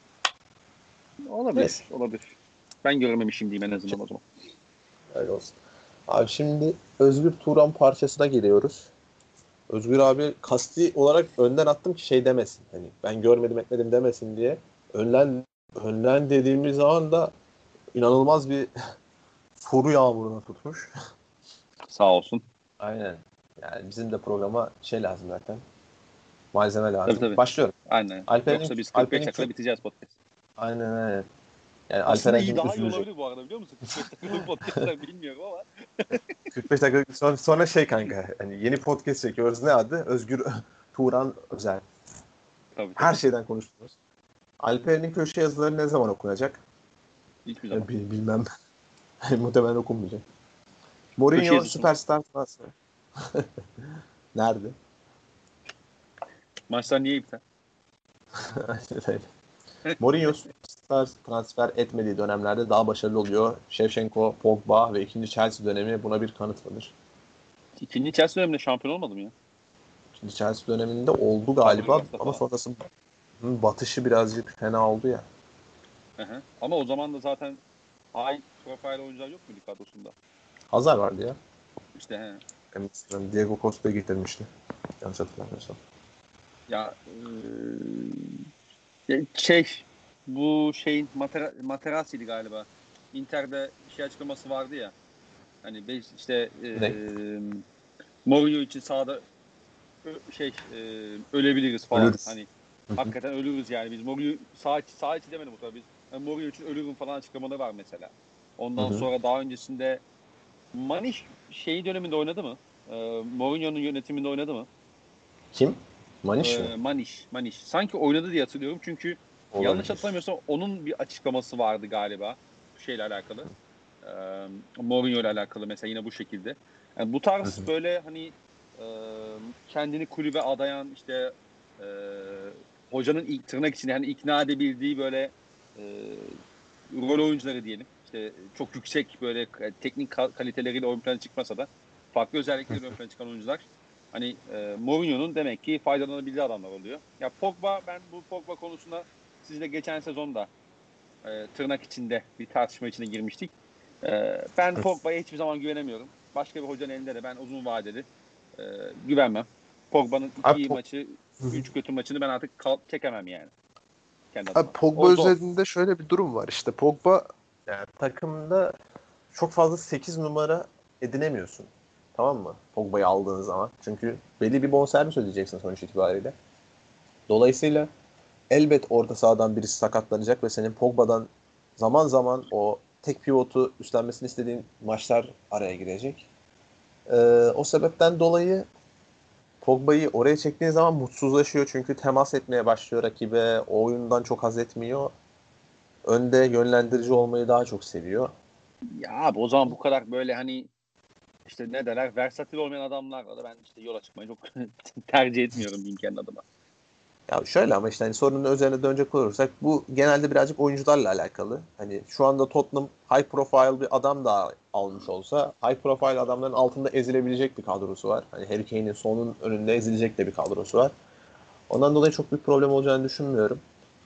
Olabilir, Neyse. olabilir. Ben görememişim diyeyim en Şey, azından o zaman. öyle olsun. Abi şimdi Özgür Turan parçasına geliyoruz. Özgür abi kasti olarak önden attım ki şey demesin. Hani ben görmedim etmedim demesin diye. Önden önden dediğimiz zaman da inanılmaz bir soru yağmuruna tutmuş. Sağ olsun. Aynen. Yani bizim de programa şey lazım zaten. Malzeme Tabii lazım. tabii. Başlıyorum. Aynen. Alperen'in Yoksa biz kırk beş Alperen'in dakikada kö- biteceğiz podcast. aynen aynen. Yani Aslında Alperen iyi şimdi daha iyi üzülecek. olabilir bu arada biliyor musun? kırk beş dakikalık podcast'lar bilmiyorum ama. kırk beş dakika sonra, sonra şey kanka. Hani yeni podcast çekiyoruz. Ne adı? Özgür Turan Özel. Tabii Her tabii. şeyden konuşuyoruz. Alperen'in köşe yazıları ne zaman okunacak? Hiçbir zaman. Ya, bil- bilmem. Muhtemelen okunmayacak. Köşe Mourinho yazısı mı? süperstar transfer. Nerede? Maçlar niye iptal? Aynen öyle. Mourinho süperstar transfer etmediği dönemlerde daha başarılı oluyor. Shevchenko, Pogba ve ikinci Chelsea dönemi buna bir kanıt mıdır? İkinci Chelsea döneminde şampiyon olmadım ya. İkinci Chelsea döneminde oldu galiba Fabregas'la ama falan. sonrası batışı birazcık fena oldu ya. Hı hı. Ama o zaman da zaten high profile oyuncular yok muydu kadrosunda? Hazard vardı ya. İşte he. Yani Diego Costa'yı getirmişti. Yanlış hatırlamıyorsam. Ya e, şey bu şeyin Matera, Materazzi'ydi galiba. Inter'de şey açıklaması vardı ya. Hani beş, işte e, Ne? Mourinho için sahada ö- şey e, ölebiliriz falan. Ölürüz. Hani Hı hı. hakikaten ölürüz yani. Biz Mourinho sağ içi, sağ içi demedim bu tabii. Biz yani Mourinho için ölürüm falan açıklamaları var mesela. Hı Ondan hı. sonra daha öncesinde Maniş şeyi döneminde oynadı mı? E, Mourinho'nun yönetiminde oynadı mı? Kim? Maniş mi? E, Maniş, Maniş. Sanki oynadı diye hatırlıyorum. Çünkü yanlış Olabilir. hatırlamıyorsam onun bir açıklaması vardı galiba. Bu şeyle alakalı. E, Mourinho ile alakalı mesela yine bu şekilde. Yani bu Hı tarz hı. böyle hani e, kendini kulübe adayan işte e, hocanın ilk tırnak içinde hani ikna edebildiği böyle e, rol oyuncuları diyelim. İşte çok yüksek böyle teknik kaliteleriyle ön plana çıkmasa da farklı özellikleriyle ön plana çıkan oyuncular. Hani e, Mourinho'nun demek ki faydalanabildiği adamlar oluyor. Ya Pogba ben bu Pogba konusunda sizle geçen sezonda e, tırnak içinde bir tartışma içine girmiştik. E, ben Pogba'ya hiçbir zaman güvenemiyorum. Başka bir hocanın elinde de ben uzun vadeli e, güvenmem. Pogba'nın Abi, iki Po- maçı, Hı hı. üç kötü maçını ben artık kal- çekemem yani kendi Abi adıma. Pogba O zor. üzerinde şöyle bir durum var. İşte Pogba yani takımda çok fazla sekiz numara edinemiyorsun. Tamam mı? Pogba'yı aldığın zaman. Çünkü belli bir bonservis ödeyeceksin sonuç itibariyle. Dolayısıyla elbet orta sahadan birisi sakatlanacak ve senin Pogba'dan zaman zaman o tek pivotu üstlenmesini istediğin maçlar araya girecek. Ee, o sebepten dolayı Pogba'yı oraya çektiğin zaman mutsuzlaşıyor çünkü temas etmeye başlıyor rakibe. O oyundan çok haz etmiyor. Önde yönlendirici olmayı daha çok seviyor. Ya abi o zaman bu kadar böyle hani işte ne derler versatil olmayan adamlarla da ben işte yola çıkmayı çok tercih etmiyorum diyeyim kendi adıma. Ya şöyle ama işte hani sorunun üzerine dönecek olursak bu genelde birazcık oyuncularla alakalı. Hani şu anda Tottenham high profile bir adam da almış olsa high profile adamların altında ezilebilecek bir kadrosu var. Hani Harry Kane'in sonun önünde ezilecek de bir kadrosu var. Ondan dolayı çok büyük problem olacağını düşünmüyorum.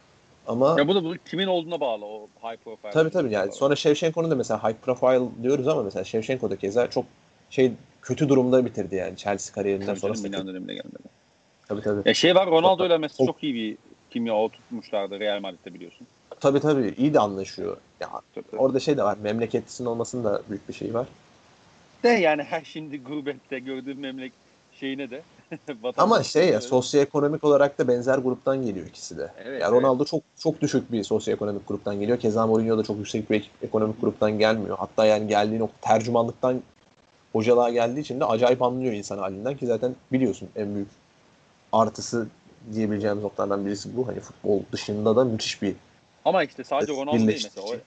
Ama ya bu da bu kimin olduğuna bağlı o high profile. tabii tabii yani sonra Shevchenko'nun da mesela high profile diyoruz ama mesela Shevchenko da keza çok şey kötü durumda bitirdi yani Chelsea kariyerinden tabii sonra canım, sakın. Milan döneminde gelmedi. Tabii tabii. Ya şey var, Ronaldo ile mesela O, çok iyi bir kimya oturtmuşlardı Real Madrid'de, biliyorsun. tabii tabii iyi de anlaşıyor. Ya Tabii, tabii. orada şey de var. Memleketlisinin olmasının da büyük bir şey var. De yani her şimdi gurbette gördüğüm memleket şeyine de Ama şey ya vatandaşlığına da. sosyoekonomik olarak da benzer gruptan geliyor ikisi de. Evet, Ya evet. Ronaldo çok çok düşük bir sosyoekonomik gruptan geliyor. Keza Mourinho da çok yüksek bir ekonomik gruptan gelmiyor. Hatta yani geldiği nokta tercümanlıktan hocalığa geldiği için de acayip anlıyor insan halinden ki zaten biliyorsun en büyük artısı diyebileceğimiz noktalardan birisi bu. Hani futbol dışında da müthiş bir Ama işte sadece Ronaldo değil mesela. O, birleştirici.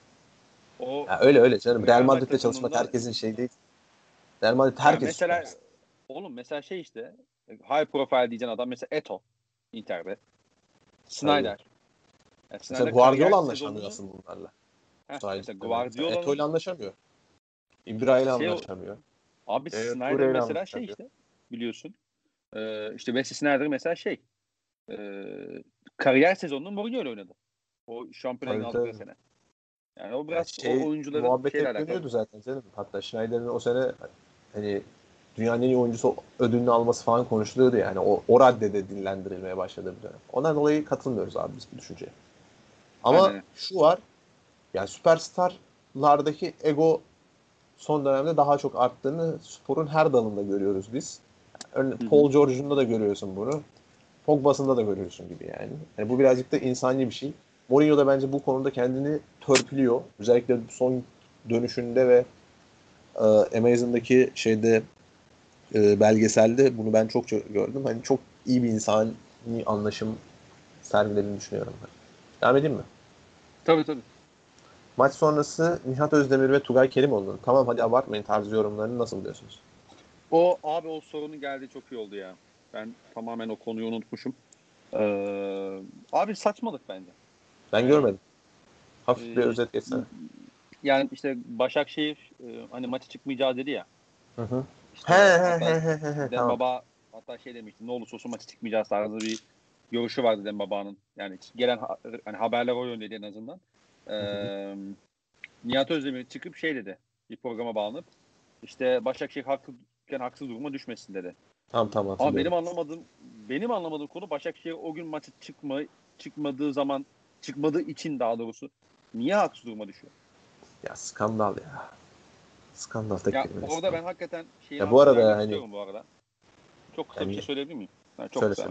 o Ya öyle öyle canım. Real Real Madrid Madrid'de çalışmak takımında herkesin şey değil. Real Madrid ya herkes mesela süper. oğlum mesela şey işte high profile diyeceğin adam mesela Eto'o Inter'de. Tabii. Snyder. Yani Mesela Snyder kariyer Guardiola anlaşamıyor sezonunu asıl bunlarla. heh, Müsait mesela hemen. Mesela Eto'o ile Guardiola'nın anlaşamıyor. İbra ile şey anlaşamıyor. abi Yaya Snyder Toure ile mesela şey anlaşamıyor. işte biliyorsun. Ee, işte Wesley Snyder mesela şey e, kariyer sezonunu Mourinho ile oynadı. O şampiyonayı Tabii aldıkları tabii. sene. Yani o Ya biraz o şey oyuncuların muhabbet şeyle hep alakalı. dönüyordu zaten canım. Hatta Schneider'in o sene hani dünyanın en iyi oyuncusu ödülünü alması falan konuşuluyordu yani. O, o raddede dinlendirilmeye başladı bir dönem. Ondan dolayı katılmıyoruz abi biz bu düşünceye. Ama Aynen. şu var. Yani süperstarlardaki ego son dönemde daha çok arttığını sporun her dalında görüyoruz biz. Örneğin Hı hı. Paul George'unda da görüyorsun bunu. Pogba'sında da görüyorsun gibi yani. Yani bu birazcık da insani bir şey. Mourinho da bence bu konuda kendini törpülüyor. Özellikle son dönüşünde ve e, Amazon'daki şeyde e, belgeselde bunu ben çok gördüm. Hani çok iyi bir insani anlaşım sergilediğini düşünüyorum ben. Devam edeyim mi? Tabii tabii. Maç sonrası Nihat Özdemir ve Tugay Kerimoğlu'nun tamam hadi abartmayın tarzı yorumlarını nasıl buluyorsunuz? O abi o sorunun geldiği çok iyi oldu ya. Ben tamamen o konuyu unutmuşum. Ee, abi saçmalık bence. Ben Yani görmedim. Hafif bir e, özet geçsene. yani işte Başakşehir e, hani maça çıkmayacağız dedi ya. Hı hı. He İşte he hatta he he he he tamam. Dembaba hatta şey demişti. Ne olursa olsun maça çıkmayacağız tarzı bir görüşü vardı Dembaba'nın. Yani gelen ha- hani haberler o yöndeydi en azından. Hı hı. Ee, Nihat Özdemir çıkıp şey dedi. Bir programa bağlanıp işte Başakşehir haksızken haksız duruma düşmesin dedi. Tamam tamam Ama hatırlıyorum. benim anlamadığım benim anlamadığım konu Başakşehir o gün maça çıkma çıkmadığı zaman çıkmadığı için daha doğrusu niye haksız duruma düşüyor? Ya skandal ya. Skandal tek Ya kelimeyle orada skandal. ben hakikaten şeyin Ya bu hakkını arada vermek hani istiyorum bu arada. Çok kısa bir şey yani söyleyebilir miyim? Yani çok söyle kısa söyle. ama.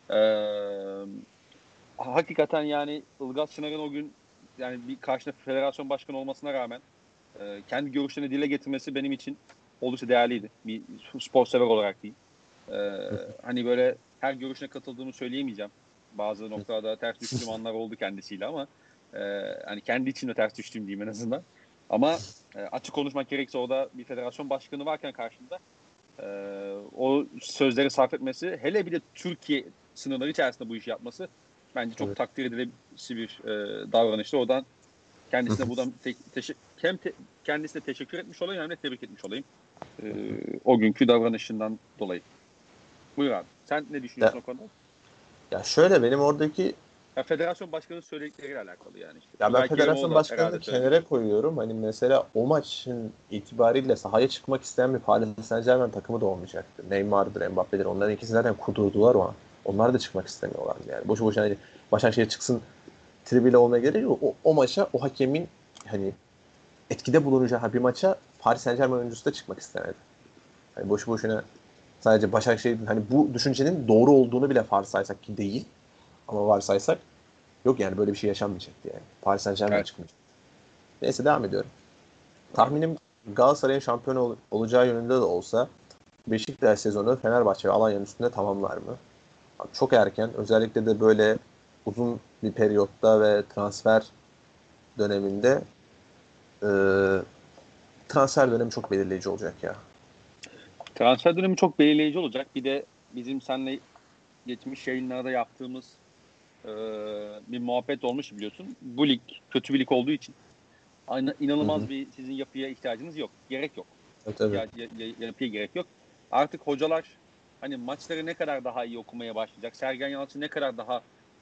Ee, hakikaten yani Ilgaz Çınar'ın o gün yani bir karşında federasyon başkanı olmasına rağmen e, kendi görüşlerini dile getirmesi benim için oldukça değerliydi. Bir spor sever olarak diyeyim. Ee, hani böyle her görüşüne katıldığımı söyleyemeyeceğim. Bazı noktalarda ters düştüğüm anlar oldu kendisiyle ama e, hani kendi içimde ters düştüğüm diyeyim en azından. Ama e, açık konuşmak gerekirse orada bir federasyon başkanı varken karşımda e, o sözleri sarf etmesi hele bir de Türkiye sınırları içerisinde bu işi yapması bence çok Evet. takdir edilebilir bir e, davranıştı. Oradan kendisine buradan te- teşe- hem te- kendisine teşekkür etmiş olayım hem de tebrik etmiş olayım. E, o günkü davranışından dolayı. Buyur abi. Sen ne Ya, düşünüyorsun o konuda? ya şöyle benim oradaki Ya federasyon başkanının söyledikleriyle alakalı yani işte. ya ben Tugay federasyon Kerimoğlu da herhalde başkanını söyledi. kenara koyuyorum. Hani mesela o maçın itibariyle sahaya çıkmak isteyen bir Paris Saint-Germain takımı da olmayacaktı. Neymar'dır, Mbappe'dir. Onların ikisi zaten kudurdular o an. Onlar da çıkmak istemiyorlardı yani. Boşu boşuna hani Başakşehir çıksın tribiyle olmaya gerek yok. O, o maça o hakemin hani etkide bulunacağı bir maça Paris Saint-Germain oyuncusu da çıkmak istemedi. Hani boşu boşuna sadece Başakşehir'in hani bu düşüncenin doğru olduğunu bile varsaysak ki değil ama varsaysak yok yani böyle bir şey yaşanmayacaktı yani. Paris Saint-Germain Evet. çıkmayacak. Neyse devam ediyorum. Abi. Tahminim Galatasaray'ın şampiyon ol- olacağı yönünde de olsa Beşiktaş sezonu Fenerbahçe ve Alanya'nın üstünde tamamlar mı? Abi çok erken. Özellikle de böyle uzun bir periyotta ve transfer döneminde e, transfer dönemi çok belirleyici olacak ya. Transfer dönemi çok belirleyici olacak. Bir de bizim seninle geçmiş yayınlarda yaptığımız e, bir muhabbet olmuş biliyorsun. Bu lig kötü bir lig olduğu için aynı, Hı hı. inanılmaz bir sizin yapıya ihtiyacınız yok. Gerek yok. Evet, evet. Ya, ya, ya- yapıya gerek yok. Artık hocalar hani maçları ne kadar daha iyi okumaya başlayacak. Sergen Yalçın ne kadar daha e,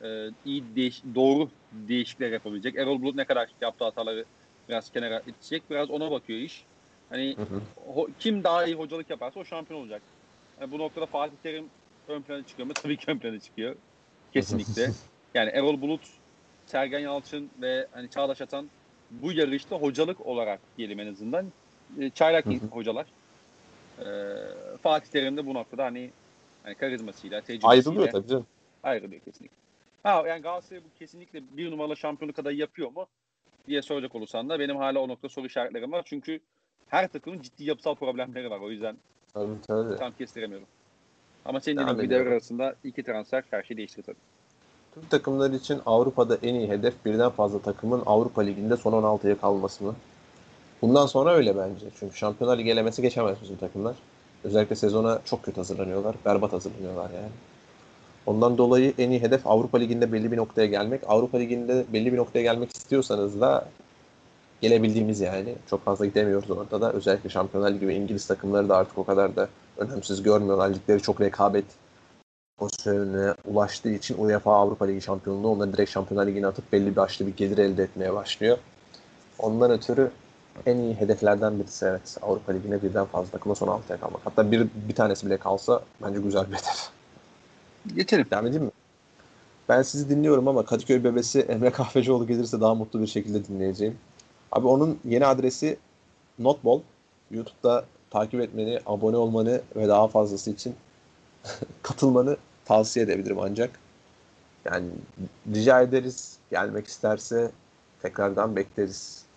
e, iyi değiş, doğru değişiklikler yapabilecek. Erol Bulut ne kadar yaptığı hataları biraz kenara itecek. Biraz ona bakıyor iş. Hani Hı hı. ho, kim daha iyi hocalık yaparsa o şampiyon olacak. Yani bu noktada Fatih Terim ön plana çıkıyor mu? Tabii ki ön plana çıkıyor. Kesinlikle. Yani Erol Bulut, Sergen Yalçın ve hani Çağdaş Atan bu yarışta hocalık olarak diyelim en azından e, çaylak hocalar. E, Fatih Terim de bu noktada hani, hani karizmasıyla, Ayrılıyor tecrübesiyle tabii canım. ayrılıyor kesinlikle. Ha yani Galatasaray bu kesinlikle bir numaralı şampiyonluk adayı yapıyor mu diye soracak olursan da benim hala o nokta soru işaretlerim var. Çünkü her takımın ciddi yapısal problemleri var. O yüzden Tabii tabii. tam kestiremiyorum. Ama senin dediğin Devam gibi devre ediyorum. arasında iki transfer her şeyi değiştirir tabii. Türk takımları için Avrupa'da en iyi hedef birden fazla takımın Avrupa Ligi'nde son on altıya kalması mı? Bundan sonra öyle bence. Çünkü Şampiyonlar Ligi elemesi geçemez bizim takımlar. Özellikle sezona çok kötü hazırlanıyorlar. Berbat hazırlanıyorlar yani. Ondan dolayı en iyi hedef Avrupa Ligi'nde belli bir noktaya gelmek. Avrupa Ligi'nde belli bir noktaya gelmek istiyorsanız da gelebildiğimiz yani. Çok fazla gidemiyoruz orada da. Özellikle Şampiyonlar Ligi ve İngiliz takımları da artık o kadar da önemsiz görmüyorlar. Ligleri çok rekabet pozisyonuna ulaştığı için UEFA Avrupa Ligi şampiyonluğu onları direkt Şampiyonlar Ligi'ne atıp belli bir başlı bir gelir elde etmeye başlıyor. Ondan ötürü en iyi hedeflerden birisi evet. Avrupa Ligi'ne birden fazla takımla son altıya kalmak. Hatta bir, bir tanesi bile kalsa bence güzel bir hedef. Geçelim. Devam edeyim mi? Ben sizi dinliyorum ama Kadıköy bebesi Emre Kahvecioğlu gelirse daha mutlu bir şekilde dinleyeceğim. Abi onun yeni adresi Notball. YouTube'da takip etmeni, abone olmanı ve daha fazlası için katılmanı tavsiye edebilirim ancak. Yani rica ederiz. Gelmek isterse tekrardan bekleriz.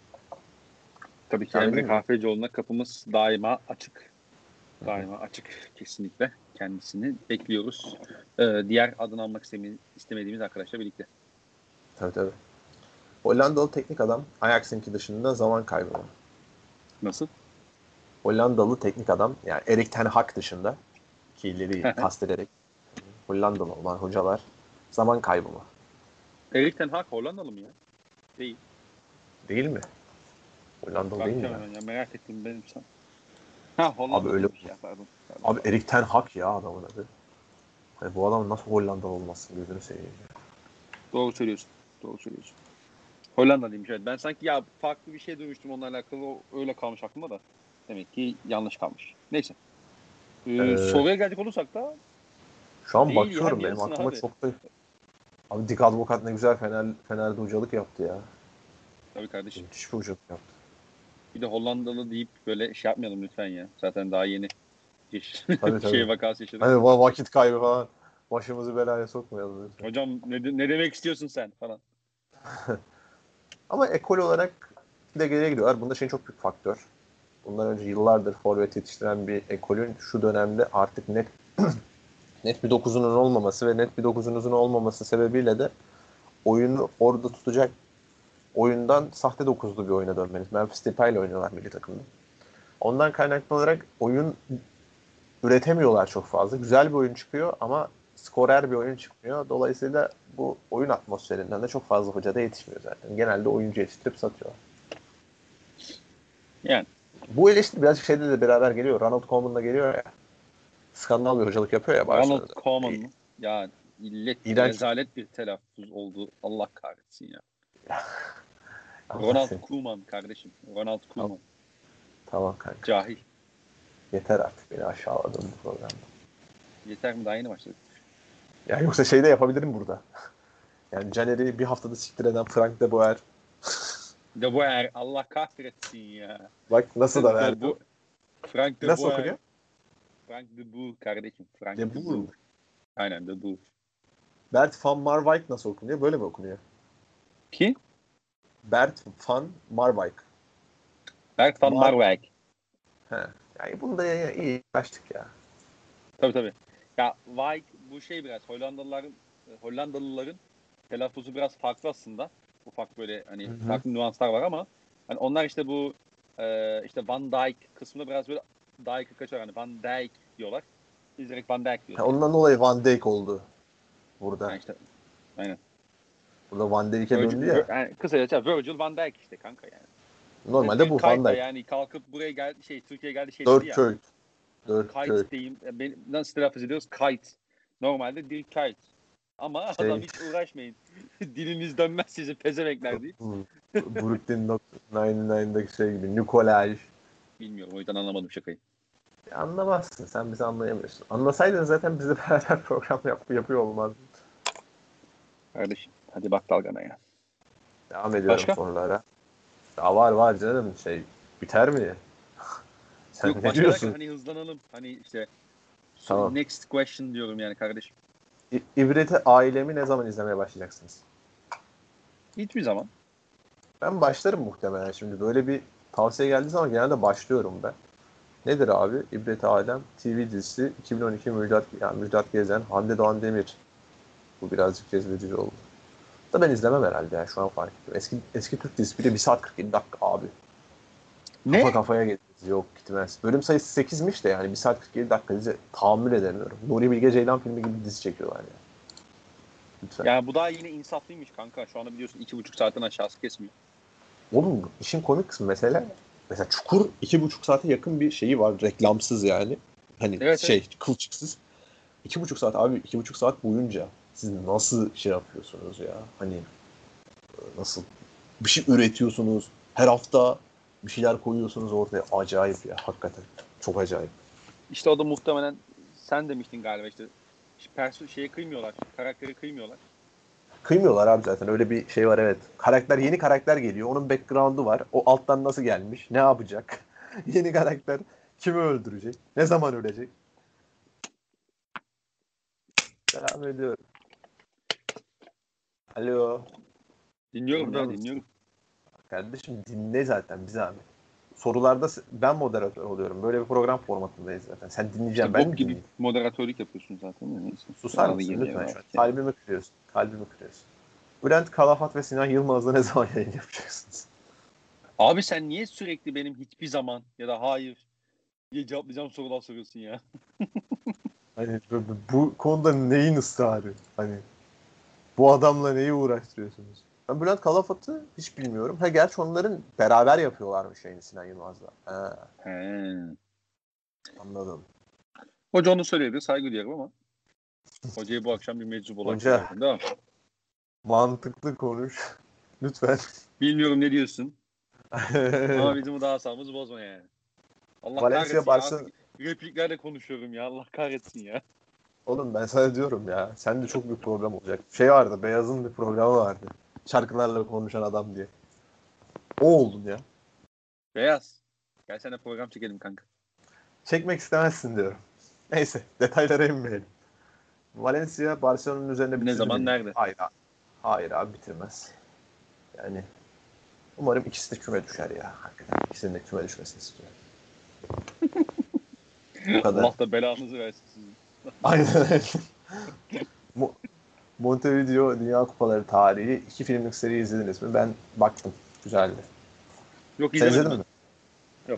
Tabii ki Devam Emre edeyim mi? Kahvecioğlu'na kapımız daima açık. Daima açık kesinlikle. Kendisini bekliyoruz. Ee, diğer adını almak istemi- istemediğimiz arkadaşla birlikte. Tabii tabii. Hollandalı teknik adam Ajax'ınki dışında zaman kaybı var. Nasıl? Hollandalı teknik adam yani Erik ten Hag dışında ki ileri kastederek Hollandalı olan hocalar zaman kaybı mı? Erik ten Hag Hollandalı mı ya? Değil. Değil mi? Hollandalı değil mi Bakacağım ya? hemen ya. Merak ettim benim sen. Ha Abi öyle Hollandalıymış ya. Pardon. Pardon, Abi pardon. Erik ten Hag ya adamın adı. Hani bu adam nasıl Hollandalı olmasın gözünü seveyim ya. Doğru söylüyorsun. Doğru söylüyorsun. Hollandalıymış evet. Ben sanki ya farklı bir şey duymuştum onunla alakalı. O öyle kalmış aklımda da. Demek ki yanlış kalmış. Neyse. Ee, Ee, soruya gelecek olursak da Şu an değil ya bakıyorum benim diyorsun aklıma abi. çok da Abi Dick Advokat ne güzel Fener, Fener'de hocalık yaptı ya. Tabii kardeşim. Müthiş bir hocalık yaptı. Bir de Hollandalı deyip böyle şey yapmayalım lütfen ya. Zaten daha yeni bir Tabii şey tabii. vakası yaşadık. Hani va- vakit kaybı falan. Başımızı belaya sokmayalım lütfen. Hocam ne, de- ne demek istiyorsun sen falan. Ama ekol olarak de geriye gidiyorlar. Bunda şey çok büyük faktör. Bundan önce yıllardır forvet yetiştiren bir ekolün şu dönemde artık net net bir dokuzunun olmaması ve net bir dokuzunuzun olmaması sebebiyle de oyunu orada tutacak oyundan sahte dokuzlu bir oyuna dönmeniz. Memphis Depay ile oynuyorlar milli takımda. Ondan kaynaklı olarak oyun üretemiyorlar çok fazla. Güzel bir oyun çıkıyor ama skorer bir oyun çıkmıyor. Dolayısıyla bu oyun atmosferinden de çok fazla hoca da yetişmiyor zaten. Genelde oyuncu yetiştirip satıyorlar. Yani Bu eleştiri birazcık şeyde de beraber geliyor. Ronald Koeman'la geliyor ya. Skandal bir hocalık yapıyor ya Ronald Barcelona'da. Koeman E, mı? Ya illet, İğrenç. rezalet bir telaffuz oldu. Allah kahretsin ya. Allah Ronald seni. Koeman kardeşim. Ronald Tamam, Koeman. tamam kanka. Cahil. Yeter artık beni aşağıladın bu programda. Yeter mi? Daha yeni başladık. Ya yoksa şey de yapabilirim burada. Yani Caner'i bir haftada siktir eden Frank de Boer. De Boer. Allah kahretsin ya. Bak nasıl da De verdim. Bu Frank de Nasıl Boer. okunuyor? Frank de Boer kardeşim. De Frank de Boer Boer. mu? Aynen de Boer. Bert van Marwijk nasıl okunuyor? Böyle mi okunuyor? Ki? Bert van Marwijk. Bert van Mar Marwijk. He. Yani bunu da ya, iyi açtık ya. Tabii tabii. Ya Wijk bu şey biraz Hollandalıların Hollandalıların telaffuzu biraz farklı aslında. Ufak böyle hani Hı hı. farklı nüanslar var ama hani onlar işte bu e, işte Van Dijk kısmında biraz böyle Dijk'ı kaçar hani Van Dijk diyorlar. Biz direkt Van Dijk Ha, diyoruz yani. ondan dolayı Van Dijk oldu burada. Yani işte aynen. Burada Van Dijk'e Virgil, döndü Vir, ya. yani kısaca Virgil Van Dijk işte kanka yani. Normalde Direkt bu Van Kite da Dijk. yani kalkıp buraya geldi şey Türkiye'ye geldi şey dedi Dört ya. köy. Dört köy. Kite diyeyim. Ben, nasıl telaffuz ediyoruz? Kite. Normalde Dirk Kite. Ama Şey- adam hiç uğraşmayın. Diliniz dönmez sizin pezemekler deyip. Hmm. Brooklyn doksan dokuz'daki şey gibi. Nikolaj. Bilmiyorum, o yüzden anlamadım şakayı. Anlamazsın. Sen bizi anlayamıyorsun. Anlasaydın zaten bizle beraber program yap yapıyor olmazdın. Kardeşim hadi bak dalgana ya. Devam ediyorum Başka? sorulara. Daha var var canım. Şey biter mi? Sen Yok ne başka diyorsun? derken hani hızlanalım. Hani işte Tamam. next question diyorum yani kardeşim. İ- İbreti Ailemi ne zaman izlemeye başlayacaksınız? Hiçbir zaman. Ben başlarım muhtemelen şimdi. Böyle bir tavsiye geldiği zaman genelde başlıyorum ben. Nedir abi? İbreti Alem T V dizisi iki bin on iki Müjdat, yani Müjdat Gezen, Hande Doğan Demir. Bu birazcık cezbedici oldu. Da ben izlemem herhalde yani şu an fark ediyorum. Eski, eski Türk dizisi bir de bir saat kırk yedi dakika abi. Kafa Ne? kafaya geliriz. Yok gitmez. Bölüm sayısı sekizmiş de yani bir saat kırk yedi dakika dizi tahammül edemiyorum. Nuri Bilge Ceylan filmi gibi bir dizi çekiyorlar yani. Lütfen. Yani bu daha yine insaflıymış kanka. Şu anda biliyorsun iki buçuk saatten aşağısı kesmiyor. Oğlum işin komik kısmı mesela mesela Çukur iki buçuk saate yakın bir şeyi var. Reklamsız yani. Hani Evet, şey evet. kılçıksız. iki buçuk saat abi iki buçuk saat boyunca siz nasıl şey yapıyorsunuz ya? Hani nasıl bir şey üretiyorsunuz? Her hafta bir şeyler koyuyorsunuz ortaya. Acayip ya hakikaten. Çok acayip. İşte o da muhtemelen sen demiştin galiba işte perso şeye kıymıyorlar. Karakteri kıymıyorlar. Kıymıyorlar abi zaten. Öyle bir şey var evet. Karakter yeni karakter geliyor. Onun background'u var. O alttan nasıl gelmiş? Ne yapacak? Yeni karakter kimi öldürecek? Ne zaman ölecek? Devam ediyorum. Alo. Dinliyorum Burada ya mısın? dinliyorum. Kardeşim dinle zaten bir zahmet. Sorularda s- ben moderatör oluyorum. Böyle bir program formatındayız zaten. Sen dinleyeceksin. İşte Ben mi bok gibi dinleyeyim? moderatörlük yapıyorsun zaten. Ya, neyse. Susar Adı mısın geliyor lütfen şu an? artık ya. Kalbimi kırıyorsun. Kalbimi kırıyorsun. Bülent Kalafat ve Sinan Yılmaz'la ne zaman yayın yapacaksınız? Abi sen niye sürekli benim hiçbir zaman ya da hayır diye cevaplayacağım sorular soruyorsun ya? Hani bu, bu- bu konuda neyin ısrarı? Hani bu adamla neyi uğraştırıyorsunuz? Ben Bülent Kalafat'ı hiç bilmiyorum. Ha gerçi onların beraber yapıyorlarmış yayını Sinan Yılmaz'la. Ha, He. anladım. Hoca onu söyleyebilir. Saygı duyarım ama hocayı bu akşam bir meczup olarak Hoca görüyorum. Değil mi? mantıklı konuş. Lütfen. Bilmiyorum ne diyorsun. Ama bizim daha asabımızı bozma yani. Allah Valencia kahretsin ya. Artık Barcelona. repliklerle konuşuyorum ya. Allah kahretsin ya. Oğlum ben sana diyorum ya. Sende çok büyük problem olacak. Şey vardı. Beyaz'ın bir programı vardı. Şarkılarla konuşan adam diye. O oldun ya. Beyaz. Gel sen de program çekelim kanka. Çekmek istemezsin diyorum. Neyse. Detaylara inmeyelim. Valencia Barcelona'nın üzerine Ne bitirdi zaman mi? nerede? Hayır abi. Hayır abi bitirmez. Yani umarım ikisi de küme düşer ya. Hakikaten ikisinin de küme düşmesini istiyorum. Bu kadar. Allah da belanızı versin sizin. Aynen öyle. Mo- Montevideo Dünya Kupaları tarihi iki filmlik seri izlediniz mi? Ben baktım. Güzeldi. Yok Sen izlemedim izledin ben. mi? Yok.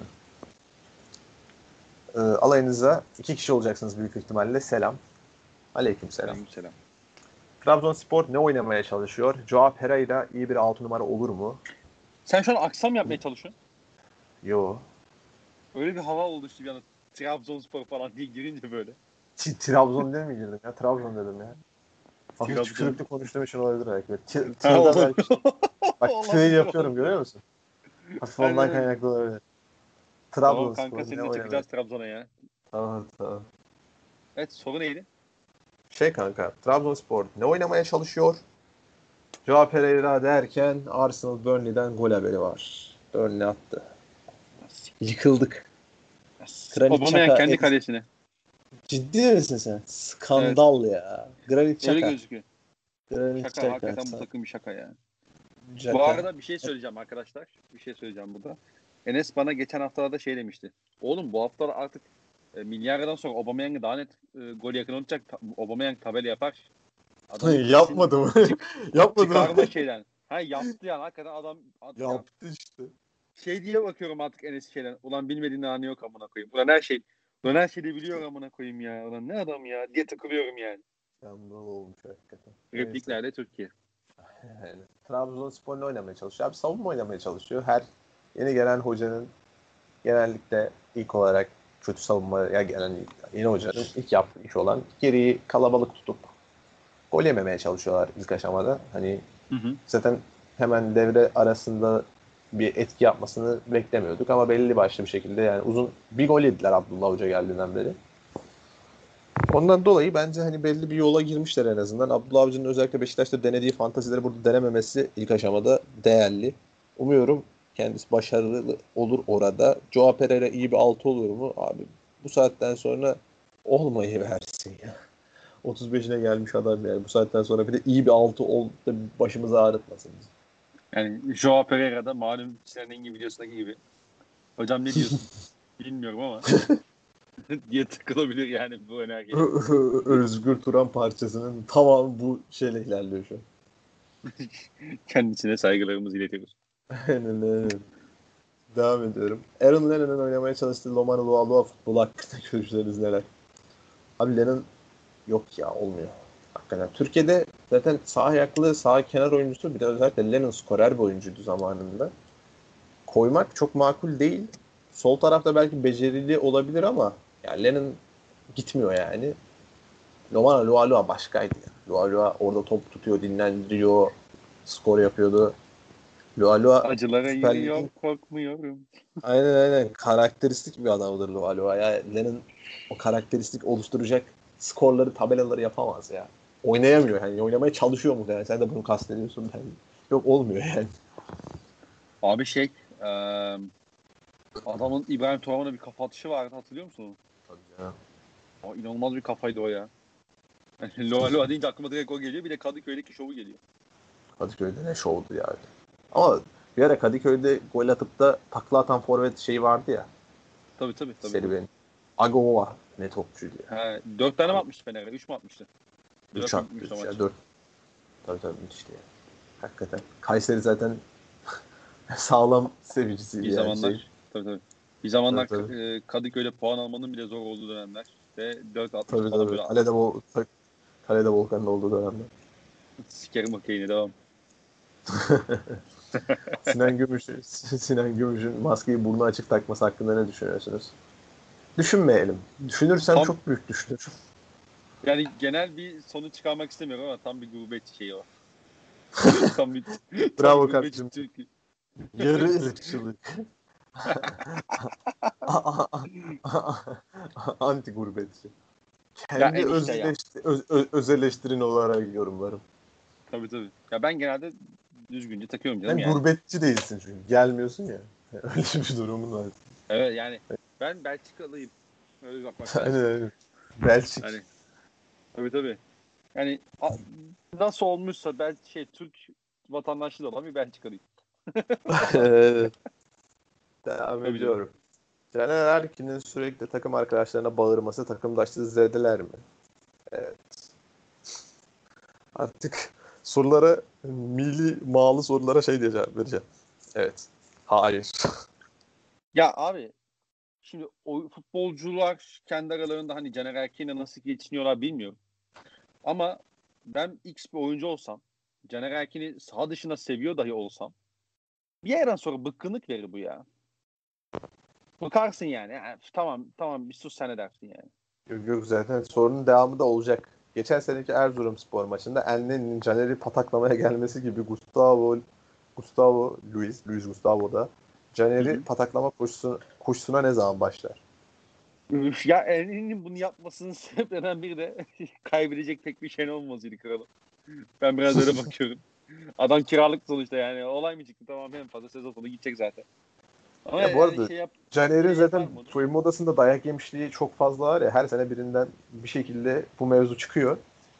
Ee, alayınıza iki kişi olacaksınız büyük ihtimalle. Selam. Aleyküm selam. Aleykümselam. Trabzonspor ne oynamaya çalışıyor? Joao Pereira iyi bir altı numara olur mu? Sen şu an aksam yapmaya çalışıyorsun. Yo. Öyle bir hava oldu işte bir anda. Trabzonspor falan diye girince böyle. T- Trabzon değil mi girdim ya? Trabzon dedim ya. Hafif Trabzon. tükürüklü konuştuğum için olabilir belki. T- Ha Tığda olur. belki. Bak tığ'yı Olabilir, yapıyorum olabilir. görüyor musun? Hafif Aynen ondan öyle. kaynaklı olabilir. Tamam kanka Trabzonspor seni ne de oynamaya? çakacağız Trabzon'a ya. Tamam tamam. Evet soru neydi? Şey kanka, Trabzonspor ne oynamaya çalışıyor? Joao Pereira derken Arsenal Burnley'den gol haberi var. Burnley attı. Yıkıldık. Granit Aubameyang Xhaka kendi Edis- kalesine. Ciddi misin sen? Evet. Skandal ya. Granit Öyle Xhaka. gözüküyor. Granit Şaka. Xhaka. Hakikaten bu takım bir şaka ya. Bu Xhaka. arada bir şey söyleyeceğim arkadaşlar. Bir şey söyleyeceğim burada. Enes bana geçen haftalarda şey demişti. Oğlum bu haftalar artık e, Milyara'dan sonra Aubameyang'ı daha net e, gol yakın olacak. Ta, Aubameyang tabela yapar. Adamın Yapmadı mı? çık, Yapmadı mı? çıkarma şeyden. Ha yaptı yani hakikaten adam ad, ya, Yaptı işte. şey diye bakıyorum artık Enes şeyden. Ulan bilmediğin anı yok amına koyayım. Ulan her şey Ulan her şeyi de biliyor amına koyayım ya. Ulan ne adam ya diye takılıyorum yani. Skandal olmuş hakikaten. Neyse. Repliklerde Türkiye. Yani, Trabzonspor ne oynamaya çalışıyor? Abi savunma oynamaya çalışıyor. Her yeni gelen hocanın genellikle ilk olarak kötü savunmaya gelen yeni hocanın ilk yaptığı iş olan geriyi kalabalık tutup gol yememeye çalışıyorlar ilk aşamada. Hani Hı hı. zaten hemen devre arasında bir etki yapmasını beklemiyorduk ama belli başlı bir şekilde yani uzun bir gol yediler Abdullah Hoca geldiğinden beri. Ondan dolayı bence hani belli bir yola girmişler en azından. Abdullah Avcı'nın özellikle Beşiktaş'ta denediği fantazileri burada denememesi ilk aşamada değerli. Umuyorum kendisi başarılı olur orada. Joao Pereira iyi bir altı olur mu? Abi bu saatten sonra olmayı versin ya. otuz beşine gelmiş adam yani. Bu saatten sonra bir de iyi bir altı ol da başımızı ağrıtmasın. Yani Joao Pereira'da malum senin gibi videosundaki gibi. Hocam ne diyorsun? Bilmiyorum ama diye takılabilir yani bu önerge. Özgür Turan parçasının tamamı bu şeyle ilerliyor şu an. Kendisine saygılarımızı iletiyoruz. Aynen öyle. Devam ediyorum. Aaron Lennon'ın oynamaya çalıştığı Lomano Lualua futbolu hakkında görüşleriniz neler? Abi Lennon yok ya olmuyor. Hakikaten. Türkiye'de zaten sağ ayaklı, sağ kenar oyuncusu bir de özellikle Lennon skorer bir oyuncuydu zamanında. Koymak çok makul değil. Sol tarafta belki becerili olabilir ama yani Lennon gitmiyor yani. Lomano Lualua başkaydı ya. Lualua orada top tutuyor, dinlendiriyor, skor yapıyordu. Lualua Acılara Süper yürüyor, Lig'in korkmuyorum. aynen aynen karakteristik bir adamdır Lualua. Ya Lennon o karakteristik oluşturacak skorları, tabelaları yapamaz ya. Oynayamıyor yani. Oynamaya çalışıyor mu yani. Sen de bunu kastediyorsun ben. Yok olmuyor yani. Abi şey e, adamın İbrahim Turan'a bir kafa atışı vardı, hatırlıyor musun onu? Tabii ya. O inanılmaz bir kafaydı o ya. Yani Loa Loa deyince aklıma direkt o geliyor. Bir de Kadıköy'deki şovu geliyor. Kadıköy'de ne şovdu ya. Ama bir ara Kadıköy'de gol atıp da takla atan forvet şeyi vardı ya. Tabii tabii. tabii. Serüven. Agova ne topçuydu ya. He, dört tane mi atmıştı Fener'e? Üç mü atmıştı? üç Dört mü attı. gitmişti o üç maç? ya dört. Tabii tabii müthişti ya. Hakikaten. Kayseri zaten sağlam sevicisiydi Bir yani şey. zamanlar. Tabii tabii. Bir zamanlar Tabii tabii. e, Kadıköy'de puan almanın bile zor olduğu dönemler. Ve dört atmıştı Tabii falan tabii. böyle. Kalede, Vol Kalede Volkan'ın olduğu dönemde. Sikerim okeyine devam. Sinan Gümüş, Sinan Gümüş'ün maskeyi burnu açık takması hakkında ne düşünüyorsunuz? Düşünmeyelim. Düşünürsem Tam çok büyük düşünürüm. yani genel bir sonuç çıkarmak istemiyorum ama tam bir gurbetçi şeyi var. tam bir tam bir Bravo gurbetçi kardeşim. Türk. Yarı ırkçılık. Anti gurbetçi. Ya Kendi öz, enişte ya. öz, öz, öz eleştirin olarak yorumlarım. Tabii tabii. Ya ben genelde düzgünce takıyorum canım Sen yani. gurbetçi değilsin çünkü. Gelmiyorsun ya. Öyle bir durumun var. Evet yani ben Belçikalıyım. Öyle bakmak Aynen lazım. öyle. Belçik. Hani tabii tabii. Yani a- nasıl olmuşsa ben şey Türk vatandaşlığı olan bir Belçikalıyım. Devam Tabii canım. ediyorum. Caner Erkin'in sürekli takım arkadaşlarına bağırması takımdaşlığı zedeleer mi? Evet. Artık sorulara, mili malı sorulara şey diye cevap vereceğim. Evet. Hayır. Ya abi şimdi o futbolcular kendi aralarında hani Caner Erkin'le nasıl geçiniyorlar bilmiyorum. Ama ben X bir oyuncu olsam, Caner Erkin'i saha dışında seviyor dahi olsam bir yerden sonra bıkkınlık verir bu ya. Bakarsın yani. yani tamam tamam bir sus sen edersin yani. Yok, yok zaten sorunun devamı da olacak. Geçen seneki Erzurumspor maçında Elne'nin Caner'i pataklamaya gelmesi gibi Gustavo Gustavo Luis, Luis Gustavo da Hı Caner'i hı. pataklama koşusu, koşusuna ne zaman başlar? Üf, ya Ernin'in bunu yapmasının sebeplerinden biri de kaybedecek pek bir şey olmasıydı kralım. Ben biraz öyle bakıyorum. Adam kiralık sonuçta yani. Olay mı çıktı? Tamam en fazla sezon sonu gidecek zaten. Ama Ya bu yani arada şey yap Caner'in şey yapar zaten mı onu? soyunma odasında dayak yemişliği çok fazla var ya. Her sene birinden bir şekilde bu mevzu çıkıyor.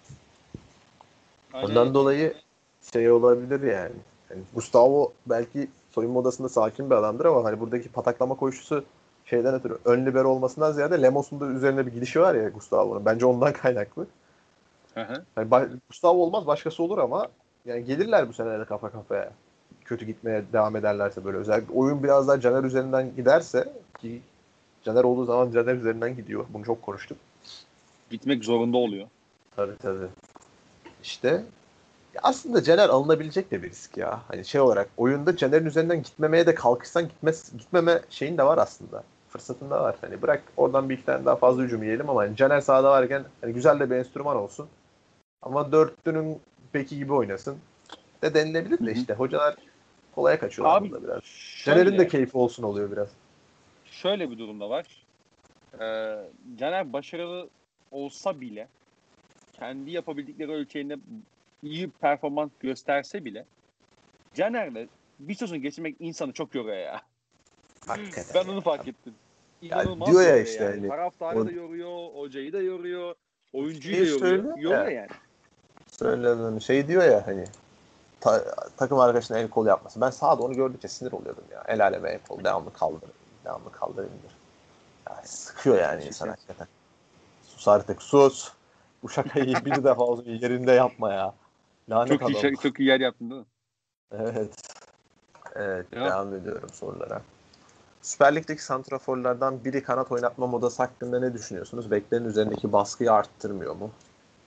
Ondan Aynen. dolayı şey olabilir yani. Yani Gustavo belki soyunma odasında sakin bir adamdır ama hani buradaki pataklama koşusu şeyden ötürü ön libero olmasından ziyade Lemos'un da üzerine bir gidişi var ya Gustavo'nun. Bence ondan kaynaklı. Hı hı. Yani ba- Gustavo olmaz başkası olur ama yani gelirler bu senelerde kafa kafaya. Kötü gitmeye devam ederlerse böyle. Özellikle oyun biraz daha Caner üzerinden giderse ki Caner olduğu zaman Caner üzerinden gidiyor. Bunu çok konuştuk. Gitmek zorunda oluyor. Tabii tabii. İşte ya aslında Caner alınabilecek de bir risk ya. Hani şey olarak oyunda Caner'in üzerinden gitmemeye de kalkışsan gitmez, gitmeme şeyin de var aslında. Fırsatın da var. Hani bırak oradan bir iki tane daha fazla hücum yiyelim ama hani Caner sahada varken hani güzel de bir enstrüman olsun. Ama dörtlünün beki gibi oynasın de denilebilir de Hı hı. işte hocalar kolaya kaçıyorlar Abi burada biraz. şöyle, Caner'in de keyfi olsun oluyor biraz. şöyle bir durumda var. Ee, Caner başarılı olsa bile kendi yapabildikleri ölçeğinde iyi performans gösterse bile Caner'le bir sezon geçirmek insanı çok yoruyor ya. Hakikaten Ben ya. onu fark ettim. Ya İnanılmaz diyor ya yoruyor işte yani. hani Taraftarı o da yoruyor, hocayı da yoruyor, oyuncuyu da şeyi yoruyor. söylüyor Yoruyor ya, yani. söylediğim şey diyor ya hani ta- takım arkadaşına el kol yapması. Ben sahada onu gördükçe sinir oluyordum ya. El aleme el kol devamlı kaldır. Devamlı kaldır indir. Ya sıkıyor yani insan Gerçekten. hakikaten. Sus artık sus. Bu şakayı bir defa olsun yerinde yapma ya. Lanet Çok iyi adam. şey- çok iyi yer yaptın değil mi? Evet. Evet, Devam. devam ediyorum sorulara. Süper Lig'deki santraforlardan biri kanat oynatma modası hakkında ne düşünüyorsunuz? Beklerin üzerindeki baskıyı arttırmıyor mu?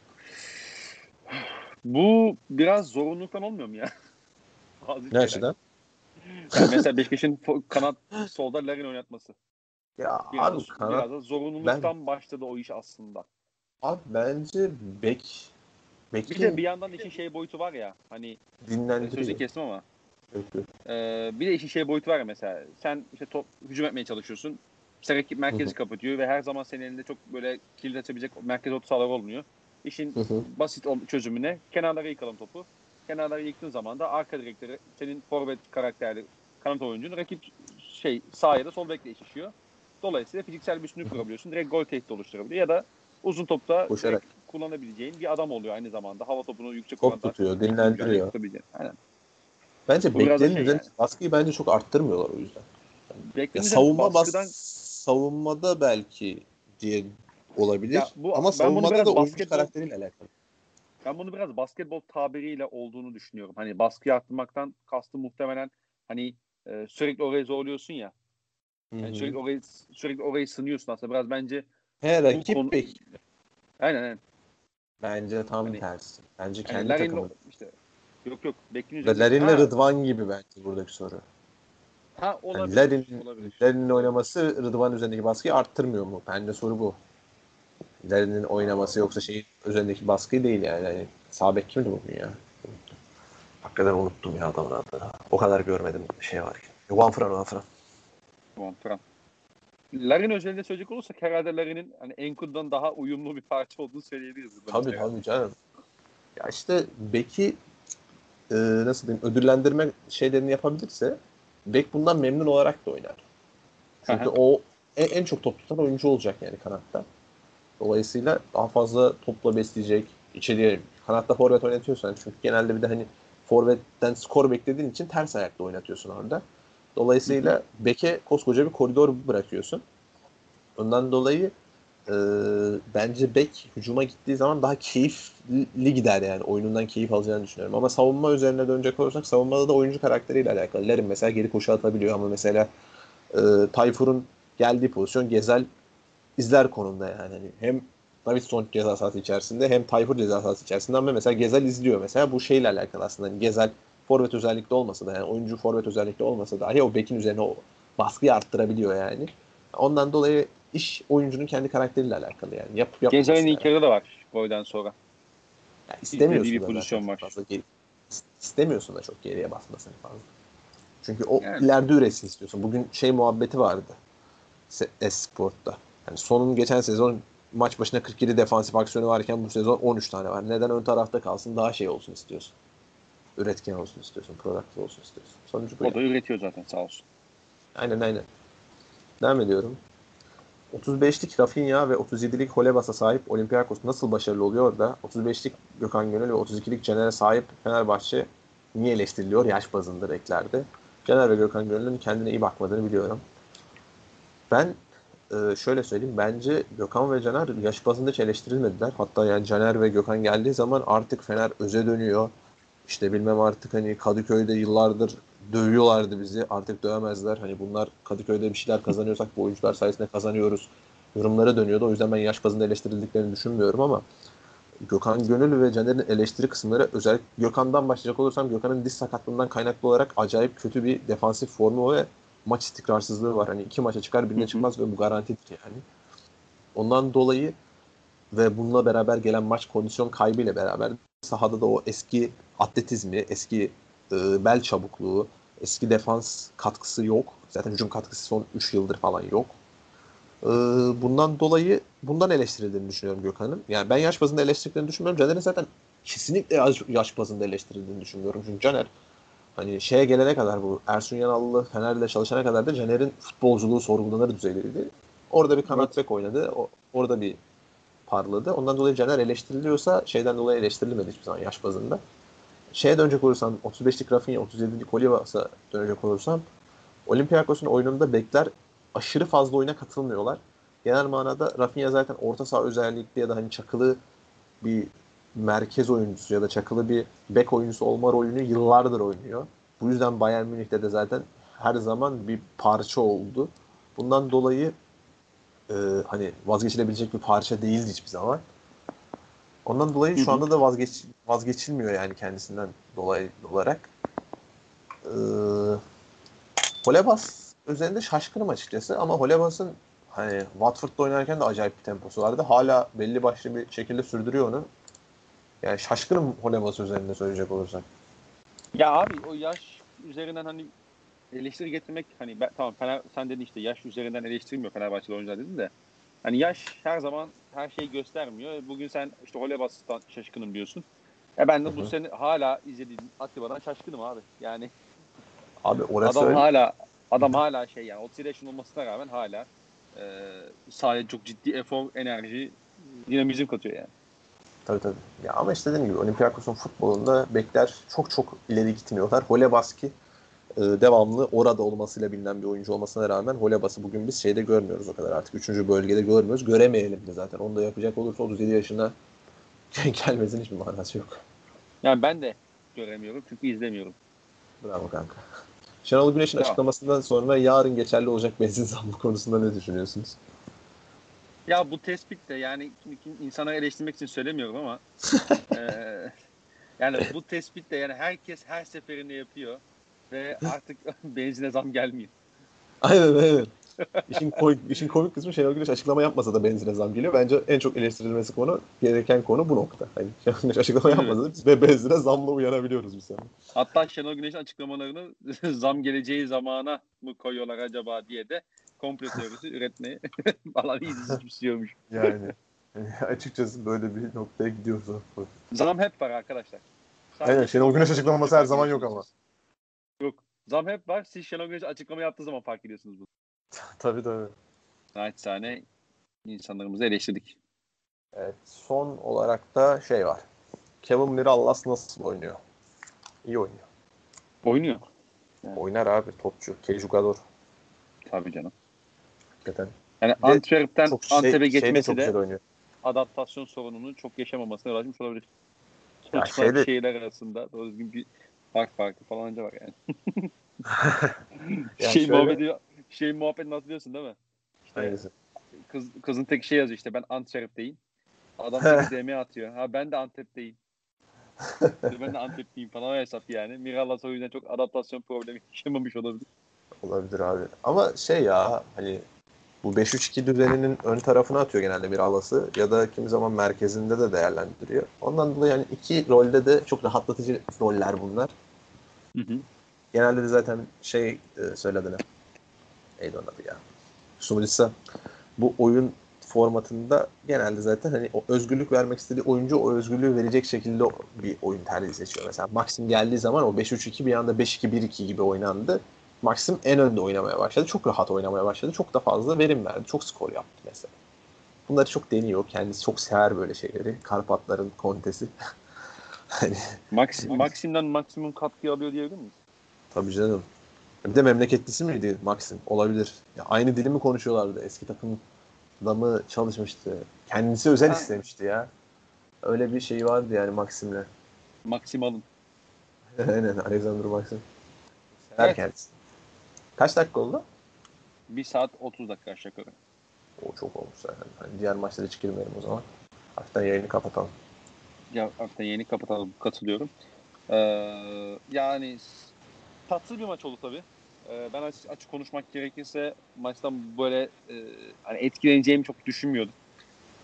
Bu biraz zorunluluktan olmuyor mu ya? Bazı Ne şeyler. açıdan? Yani mesela Beşiktaş'ın fo- kanat solda Larin oynatması. Ya Biraz da, abi kanat biraz da ben zorunluluktan başladı o iş aslında. abi bence bek Bir de bir bekin yandan işin şey boyutu var ya. Hani e, sözünü dinlendiriyor. kestim ama. Çünkü. e, bir de işin şey boyutu var ya mesela. Sen işte top hücum etmeye çalışıyorsun. Mesela rakip Hı hı, merkezi kapatıyor ve her zaman senin elinde çok böyle kilit açabilecek merkez orta sahalar olmuyor. İşin hı hı. basit ol- çözümüne kenarlara yıkalım topu. Kenarlara yıktığın zaman da arka direkleri senin forvet karakterli kanat oyuncun rakip şey sağ ya da sol bekle eşleşiyor. Dolayısıyla fiziksel bir üstünlük Hı hı. kurabiliyorsun. Direkt gol tehdidi oluşturabiliyor. Ya da uzun topta Koşarak direkt kullanabileceğin bir adam oluyor aynı zamanda. Hava topunu yüksek top oranda tutuyor, ikili mücadele dinlendiriyor. kurabileceğin. Aynen. Bence Bu biraz da beklerin şey yani. üzerindeki baskıyı bence çok arttırmıyorlar o yüzden. Ya Beklerin üzerindeki savunma bas baskıdan savunmada belki diye ya olabilir bu ama ben bunu savunmada da biraz oyuncu basketbol karakteriyle alakalı. ben bunu biraz basketbol tabiriyle olduğunu düşünüyorum. Hani baskıyı arttırmaktan kastım muhtemelen hani e, sürekli orayı zorluyorsun ya. Hı Yani hı. sürekli orayı sürekli orayı sınıyorsun aslında. Biraz bence He, bu rakip konu bek aynen aynen. bence tam Hani tersi. Bence hani kendi Larin'le takımını. işte yok yok bekin Ve üzerindeki Larin'le ha Rıdvan gibi bence buradaki soru. ha Yani olabilir. Larin, Olabilir. Larin'in Olabilir. oynaması Rıdvan üzerindeki baskıyı arttırmıyor mu? Bence soru bu. Larin'in Aa, oynaması yoksa şeyin üzerindeki baskı değil yani. yani sağ bek kimdi bugün ya? Hakikaten unuttum ya adamın adını. O kadar görmedim şey var ki. Juan Fran, Juan Fran. tamam tamam. Larin özelinde söyleyecek olursak herhalde Larin'in hani Enkudu'dan daha uyumlu bir parça olduğunu söyleyebiliriz bu Tabii noktada herhalde. tabii canım. Ya işte beki e, nasıl diyeyim ödüllendirme şeylerini yapabilirse bek bundan memnun olarak da oynar. Hı Çünkü hı. o en, en çok top tutan oyuncu olacak yani kanatta. Dolayısıyla daha fazla topla besleyecek. İçeriye kanatta forvet oynatıyorsan çünkü genelde bir de hani forvetten skor beklediğin için ters ayakta oynatıyorsun orada. Hı hı. Dolayısıyla beke koskoca bir koridor bırakıyorsun. Ondan dolayı e, bence bek hücuma gittiği zaman daha keyifli gider yani. Oyunundan keyif alacağını düşünüyorum. Ama savunma üzerine dönecek olursak savunmada da oyuncu karakteriyle alakalı. Larin mesela geri koşu atabiliyor ama mesela e, Tayfur'un geldiği pozisyon Gezel izler konumda yani. Hani hem Davidson ceza sahası içerisinde hem Tayfur ceza sahası içerisinde ama mesela Gezel izliyor mesela. Bu şeyle alakalı aslında. Hani Gezel forvet özellikle olmasa da yani oyuncu forvet özellikle olmasa dahi o bekin üzerine o baskıyı arttırabiliyor yani. Ondan dolayı iş oyuncunun kendi karakteriyle alakalı yani. Yapıp Gezal'in yapmamasıyla ilk alakalı. yarı da var golden sonra. Yani İzlediği bir istemiyorsun da zaten pozisyon çok var. fazla geri, istemiyorsun da çok geriye basmasını fazla. Çünkü o Yani ileride üretsin istiyorsun. Bugün şey muhabbeti vardı. Esport'ta. Yani sonun geçen sezon maç başına kırk yedi defansif aksiyonu varken bu sezon on üç tane var. Neden ön tarafta kalsın? Daha şey olsun istiyorsun. Üretken olsun istiyorsun. Productive olsun istiyorsun. Sonucu bu o yani. da üretiyor zaten sağ olsun. Aynen aynen. Devam ediyorum. otuz beşlik Rafinha ve otuz yedilik Holebas'a sahip Olympiakos nasıl başarılı oluyor da otuz beşlik Gökhan Gönül ve otuz ikilik Caner'e sahip Fenerbahçe niye eleştiriliyor yaş bazında reklerde? Caner ve Gökhan Gönül'ün kendine iyi bakmadığını biliyorum. Ben e, şöyle söyleyeyim. Bence Gökhan ve Caner yaş bazında hiç eleştirilmediler. Hatta yani Caner ve Gökhan geldiği zaman artık Fener öze dönüyor. İşte bilmem artık hani Kadıköy'de yıllardır dövüyorlardı bizi. Artık dövemezler. Hani bunlar Kadıköy'de bir şeyler kazanıyorsak bu oyuncular sayesinde kazanıyoruz. Yorumlara dönüyordu. O yüzden ben yaş bazında eleştirildiklerini düşünmüyorum ama Gökhan Gönül ve Caner'in eleştiri kısımları özellikle Gökhan'dan başlayacak olursam Gökhan'ın diz sakatlığından kaynaklı olarak acayip kötü bir defansif formu ve maç istikrarsızlığı var. Hani iki maça çıkar Hı birine hı. çıkmaz ve bu garantidir yani. Ondan dolayı ve bununla beraber gelen maç kondisyon kaybıyla beraber sahada da o eski atletizmi, eski e, bel çabukluğu, eski defans katkısı yok. Zaten hücum katkısı son üç yıldır falan yok. E, bundan dolayı bundan eleştirildiğini düşünüyorum Gökhan'ın. Yani ben yaş bazında eleştirdiklerini düşünmüyorum. Caner'in zaten kesinlikle yaş, yaş bazında eleştirildiğini düşünüyorum. Çünkü Caner hani şeye gelene kadar, bu Ersun Yanallı Fener'le çalışana kadar da Caner'in futbolculuğu sorgulanır düzeydeydi. Orada bir kanat Evet. bek oynadı. O, orada bir parladı. Ondan dolayı Caner eleştiriliyorsa şeyden dolayı eleştirilmedi hiçbir zaman yaş bazında. Şeye dönecek olursam, otuz beşlik Rafinha, otuz yedilik Olivas'a dönecek olursam, Olympiakos'un oyununda bekler aşırı fazla oyuna katılmıyorlar. Genel manada Rafinha zaten orta saha özellikli ya da hani çakılı bir merkez oyuncusu ya da çakılı bir bek oyuncusu olma rolünü yıllardır oynuyor. Bu yüzden Bayern Münih'te de zaten her zaman bir parça oldu. Bundan dolayı e, hani vazgeçilebilecek bir parça değildi hiçbir zaman. Ondan dolayı Hı şu hı. anda da vazgeç vazgeçilmiyor yani kendisinden dolayı olarak. Ee, Holebas üzerinde şaşkınım açıkçası ama Holebas'ın hani Watford'da oynarken de acayip bir temposu vardı. Hala belli başlı bir şekilde sürdürüyor onu. Yani şaşkınım Holebas üzerinde söyleyecek olursak. Ya abi o yaş üzerinden hani eleştiri getirmek hani ben, tamam Fener, sen dedin işte yaş üzerinden eleştirilmiyor Fenerbahçeli oyuncular dedin de hani yaş her zaman her şeyi göstermiyor. Bugün sen işte Holebas'tan şaşkınım diyorsun. Ya ben Hı de bu hı. sene hala izlediğim Atiba'dan şaşkınım abi. Yani Abi orası adam öyle. hala adam hala şey yani otuz yedi yaşında olmasına rağmen hala e, sahaya çok ciddi efor, enerji, dinamizm katıyor yani. Tabii tabii. Ya ama işte dediğim gibi Olympiakos'un futbolunda bekler çok çok ileri gitmiyorlar. Holebas ki e, devamlı orada olmasıyla bilinen bir oyuncu olmasına rağmen Holebas'ı bugün biz şeyde görmüyoruz o kadar artık. Üçüncü bölgede görmüyoruz. Göremeyelim de zaten. Onu da yapacak olursa otuz yedi yaşına gelmesinin hiçbir manası yok. Yani ben de göremiyorum çünkü izlemiyorum. Bravo kanka. Şenol Güneş'in Ya açıklamasından sonra yarın geçerli olacak benzin zammı konusunda ne düşünüyorsunuz? ya bu tespit de yani şimdi kim- insanları eleştirmek için söylemiyorum ama e, yani bu tespit de yani herkes her seferinde yapıyor ve artık benzine zam gelmiyor. Aynen aynen. İşin komik, işin komik kısmı Şenol Güneş açıklama yapmasa da benzine zam geliyor. Bence en çok eleştirilmesi konu, gereken konu bu nokta. Hani Şenol Güneş açıklama Değil mi? yapmasa da biz be- benzine zamla uyanabiliyoruz bir sene. Hatta Şenol Güneş'in açıklamalarını zam geleceği zamana mı koyuyorlar acaba diye de komplo teorisi üretmeye falan izin istiyormuş. Yani açıkçası böyle bir noktaya gidiyoruz. Zam hep var arkadaşlar. Aynen, Sadece Şenol Şenol Güneş Güneş konuşunca açıklaması her fark zaman yok ediyorsunuz ama. siz. Yok. Zam hep var. Siz Şenol Güneş açıklama yaptığı zaman fark ediyorsunuz bunu. Tabii tabii. Naçizane insanlarımızı eleştirdik. Evet, son olarak da şey var. Kevin Mirallas nasıl oynuyor? İyi oynuyor. Oynuyor. Yani, Oynar abi, topçu. Que jugador. tabii canım. Hakikaten. Yani Bir de Antwerp'ten çok şey Antep'e şey de geçmesi çok de güzel oynuyor. adaptasyon sorununu çok yaşamamasına yol açmış olabilir. Ya Sonuç şey olarak de şehirler arasında doğru düzgün bir fark farkı falan var yani. ya Şey şöyle muhabbeti şey muhabbetini hatırlıyorsun değil mi? İşte hangisi? kız kızın tek şey yazıyor işte ben Antwerp'teyim. Adam direkt D M atıyor. Ha ben de Antep'teyim. İşte ben de Antep'teyim falan o hesap yani. Mirallas o yüzden çok adaptasyon problemi yaşamamış olabilir. Olabilir abi. Ama şey ya hani bu beş üç iki düzeninin ön tarafına atıyor genelde Mirallas'ı ya da kimi zaman merkezinde de değerlendiriyor. Ondan dolayı yani iki rolde de çok rahatlatıcı roller bunlar. Hı hı. Genelde de zaten şey e, söylediğini. Neydi onun adı ya? Sumulisa bu oyun formatında genelde zaten hani o özgürlük vermek istediği oyuncu o özgürlüğü verecek şekilde bir oyun tercih seçiyor. Mesela Maxim geldiği zaman o beş üç iki bir anda beş iki bir iki gibi oynandı. Maxim en önde oynamaya başladı. Çok rahat oynamaya başladı. Çok da fazla verim verdi. Çok skor yaptı mesela. Bunları çok deniyor. Kendisi çok sever böyle şeyleri. Karpatların kontesi. Hani Max, Maxim'den maksimum katkı alıyor diyebilir miyiz? tabii canım. Bir de memleketlisi miydi Maxim? Olabilir. Ya aynı dili mi konuşuyorlardı? Eski takımda mı çalışmıştı? Kendisi özel Ha, istemişti ya. Öyle bir şey vardı yani Maxim'le. Maxim alın. Aynen, Alexander Maxim. Sever Evet. kendisi. Kaç dakika oldu? Bir saat otuz dakika aşağı yukarı. O çok olmuş zaten. Hani diğer maçlara hiç girmeyelim o zaman. Hafiften yayını kapatalım. Ya hafta yeni kapatalım. Katılıyorum. Ee, yani tatlı bir maç oldu tabii. Ee, ben açık, açık konuşmak gerekirse maçtan böyle e, hani etkileneceğimi çok düşünmüyordum.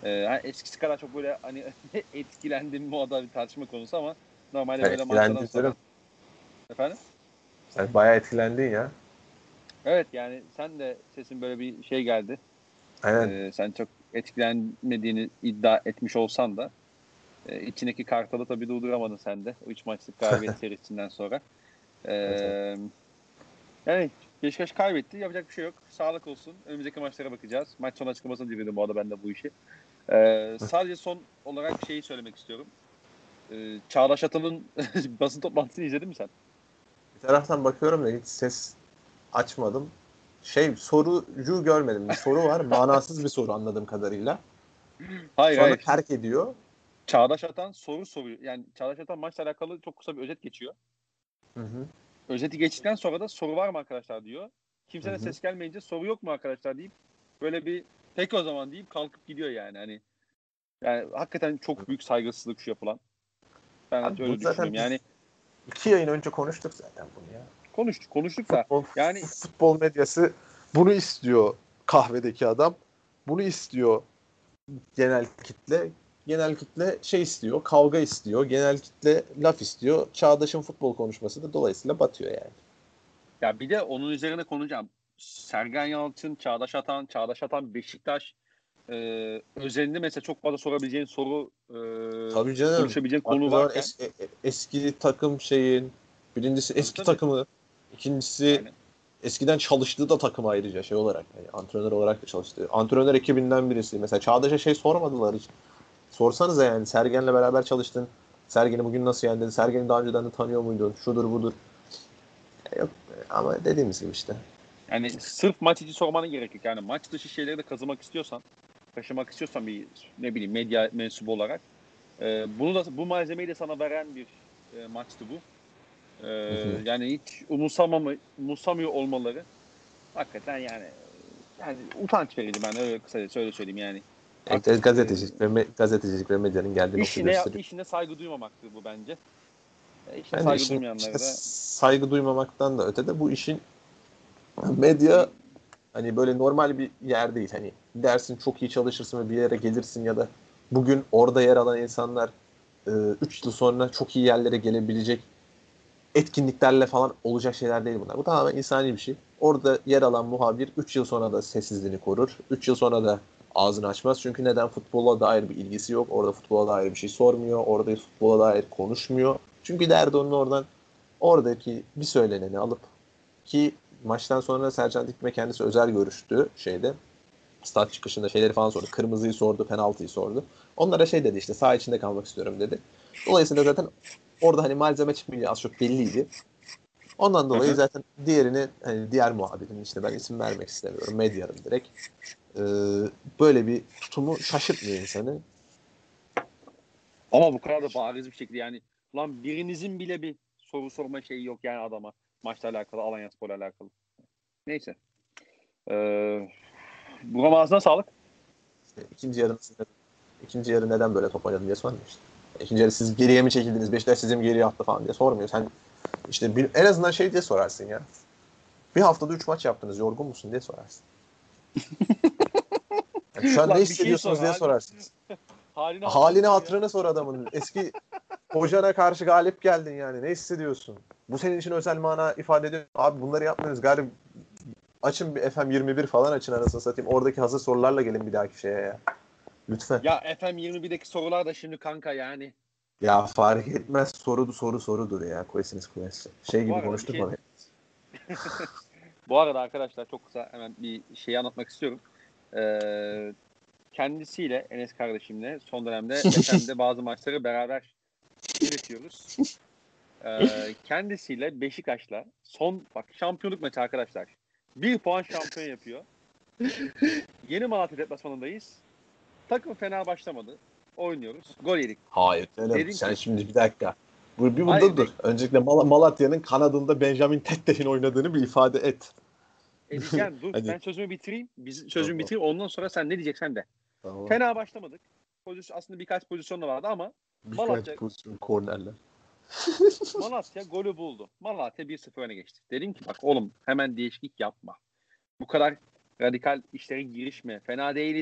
Ee, eskisi kadar çok böyle hani etkilendim mi o da bir tartışma konusu ama normalde Sen böyle maçlardan etkilendin sonra. canım. Efendim? Sen bayağı etkilendin ya. Evet yani sen de sesin böyle bir şey geldi. Aynen. Ee, sen çok etkilenmediğini iddia etmiş olsan da e, içindeki kartalı tabii durduramadın sen de. O üç maçlık galibiyet serisinden sonra. Ee, Evet. Yani Beşiktaş kaybetti. Yapacak bir şey yok. Sağlık olsun. Önümüzdeki maçlara bakacağız. Maç sonu açıklamasını dinledim bu arada ben de bu işi. Ee, sadece son olarak şeyi söylemek istiyorum. Ee, Çağdaş Atal'ın basın toplantısını izledin mi sen? Bir taraftan bakıyorum da hiç ses açmadım. Şey sorucu görmedim. Bir soru var. Manasız bir soru anladığım kadarıyla. Hayır Sonra hayır. terk ediyor. Çağdaş Atan soru soruyor. Yani Çağdaş Atan maçla alakalı çok kısa bir özet geçiyor. Hı hı. Özeti geçtikten sonra da soru var mı arkadaşlar diyor. Hı Kimsenin hı. ses gelmeyince soru yok mu arkadaşlar deyip böyle bir peki o zaman deyip kalkıp gidiyor yani. Hani yani hakikaten çok büyük saygısızlık şu yapılan. Ben Abi de bu öyle zaten düşünüyorum. biz Yani iki yayın önce konuştuk zaten bunu ya. konuştuk konuştuk da Futbol, yani futbol medyası bunu istiyor kahvedeki adam. Bunu istiyor. Genel kitle genel kitle şey istiyor, kavga istiyor. Genel kitle laf istiyor. Çağdaş'ın futbol konuşması da dolayısıyla batıyor yani. ya bir de onun üzerine konuşacağım. Sergen Yalçın, Çağdaş Atan, Çağdaş Atan Beşiktaş e, özelinde mesela çok fazla sorabileceğin soru e, Tabii canım. konuşabileceğin konu Baktığı zaman varken es- e- e- eski takım şeyin birincisi tabii eski tabii. takımı, ikincisi Yani eskiden çalıştığı da takım ayrıca şey olarak yani antrenör olarak da çalıştığı. Antrenör ekibinden birisi. Mesela Çağdaş'a şey sormadılar hiç. Sorsanıza yani Sergen'le beraber çalıştın. Sergen'i bugün nasıl yendin? Sergen'i daha önceden de tanıyor muydun? Şudur budur. E, yok ama dediğimiz gibi işte. yani sırf maç içi sormanın gerek yok. Yani maç dışı şeyleri de kazımak istiyorsan, taşımak istiyorsan bir ne bileyim medya mensubu olarak e, bunu da bu malzemeyi de sana veren bir e, maçtı bu. E, Hı hı. Yani hiç umursamama, umursamıyor olmaları hakikaten yani yani utanç verici ben öyle kısaca öyle söyleyeyim yani. E, Artık e, gazetecilik ve me- gazetecilik ve medyanın geldiği nokta işine gösteriyor. işine saygı duymamaktır bu bence. E, işine Bence saygı işin işte duymayanları da saygı duymamaktan da ötede bu işin medya hani böyle normal bir yer değil. Hani dersin çok iyi çalışırsın ve bir yere gelirsin ya da bugün orada yer alan insanlar üç yıl sonra çok iyi yerlere gelebilecek etkinliklerle falan olacak şeyler değil bunlar. Bu tamamen insani bir şey. Orada yer alan muhabir üç yıl sonra da sessizliğini korur. üç yıl sonra da ağzını açmaz. Çünkü neden? Futbola dair bir ilgisi yok. Orada futbola dair bir şey sormuyor. Orada futbola dair konuşmuyor. Çünkü derdi onun oradan oradaki bir söyleneni alıp ki maçtan sonra Sercan Dikme kendisi özel görüştü şeyde. Stat çıkışında şeyleri falan sordu. Kırmızıyı sordu, penaltıyı sordu. Onlara şey dedi işte saha içinde kalmak istiyorum dedi. Dolayısıyla zaten orada hani malzeme çıkmayacağı az çok belliydi. Ondan hı dolayı hı. zaten diğerini hani diğer muhabirin işte ben isim vermek istemiyorum. Medyanın direkt e, böyle bir tutumu şaşırtmıyor insanı. Ama bu kadar da bariz bir şekilde yani lan birinizin bile bir soru sorma şeyi yok yani adama maçla alakalı, Alanyaspor'la alakalı. Neyse. Ee, Buram ağzına sağlık. İşte ikinci yarı ikinci yarı neden böyle top oynadın diye sormuyor işte. İkinci yarı siz geriye mi çekildiniz? Beşiktaş sizi mi geriye attı falan diye sormuyor. Sen işte bir, en azından şey diye sorarsın ya. Bir haftada üç maç yaptınız. Yorgun musun diye sorarsın. Yani şu an ne Lan bir şey sor. hissediyorsunuz diye Halini, sorarsınız. halini hatırını Halini sor ya. hatırını sor adamın. Eski hocana karşı galip geldin yani. Ne hissediyorsun? Bu senin için özel mana ifade ediyor. Abi bunları yapmıyoruz. Galiba açın bir F M yirmi bir falan açın anasını satayım. Oradaki hazır sorularla gelin bir dahaki şeye ya. Lütfen. Ya F M yirmi birdeki sorular da şimdi kanka yani. Ya fark etmez. Soru soru sorudur ya. Koyesiniz koyesi. Şey Bu gibi arada bir konuştuk şey mu? bu arada arkadaşlar çok kısa hemen bir şeyi anlatmak istiyorum. Ee, Kendisiyle Enes kardeşimle son dönemde F M'de bazı maçları beraber yönetiyoruz. Ee, kendisiyle Beşiktaş'la son bak şampiyonluk maçı arkadaşlar. Bir puan şampiyon yapıyor. Yeni Malatya deplasmanındayız. Takım fena başlamadı. Oynuyoruz. Gol yedik. Hayır canım. Dedim Sen ki şimdi bir dakika. Bu bir hayır burada be, dur. Öncelikle Mal- Malatya'nın kanadında Benjamin Tetteş'in oynadığını bir ifade et. edeceğim. Dur Hani ben sözümü bitireyim. Biz sözümü tamam. bitireyim. Ondan sonra sen ne diyeceksen de. Tamam. Fena başlamadık. Pozisyon, aslında birkaç pozisyon da vardı ama Birkaç Malatya pozisyon kornerler. Malatya golü buldu. Malatya bir sıfır öne geçti. Dedim ki bak oğlum hemen değişiklik yapma. Bu kadar radikal işlere girişme. Fena değiliz.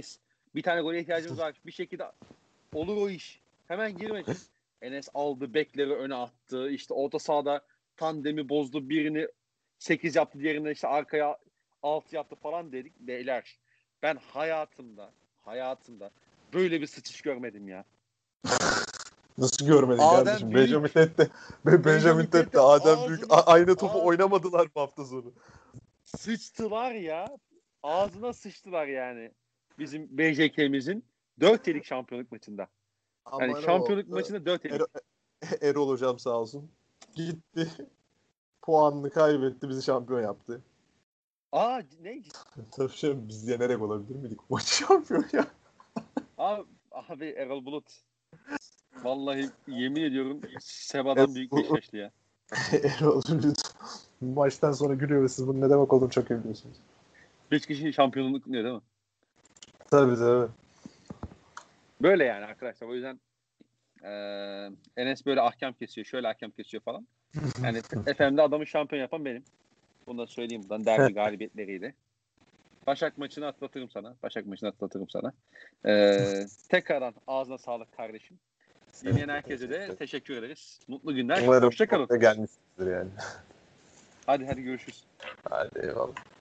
Bir tane gole ihtiyacımız var. Bir şekilde olur o iş. Hemen girmek. Enes aldı, bekleri öne attı. İşte orta sahada tandemi bozdu. Birini sekiz yaptı, diğerini işte arkaya altı yaptı falan dedik. Beyler, ben hayatımda hayatımda böyle bir sıçış görmedim ya. Nasıl görmedin Adem kardeşim? Büyük. Benjamin Tette, Benjamin Benjamin Tette, Tette Adem Büyük ağzına- a- aynı topu ağzına- oynamadılar mı hafta sonu? Sıçtılar ya. Ağzına sıçtılar yani. Bizim B J K'mizin dört yedik şampiyonluk maçında. Yani Ama şampiyonluk o- maçında dört yedik. Er- Erol hocam sağ olsun. Gitti. Puanını kaybetti. Bizi şampiyon yaptı. Aa ne? Tabii canım, biz yenerek olabilir miydik? Maçı şampiyon ya. Abi, abi Erol Bulut. Vallahi yemin ediyorum Seba'dan büyük Beşiktaşlı ya. Erol Bulut maçtan sonra gülüyor ve siz bunun ne demek olduğunu çok iyi biliyorsunuz. Beşiktaş'ın şampiyonluğunu kutluyor değil mi? Tabii tabii. Böyle yani arkadaşlar. O yüzden eee Enes böyle ahkam kesiyor. Şöyle ahkam kesiyor falan. Yani F M'de adamı şampiyon yapan benim. Bunu da söyleyeyim buradan. Derbi galibiyetleriydi. Başak maçını atlatırım sana. Başak maçını atlatırım sana. Ee, tekrardan ağzına sağlık kardeşim. Dinleyen herkese de teşekkür ederiz. Mutlu günler. Umarım Hoşça kalın. gelmişsinizdir yani. Hadi hadi görüşürüz. Hadi eyvallah.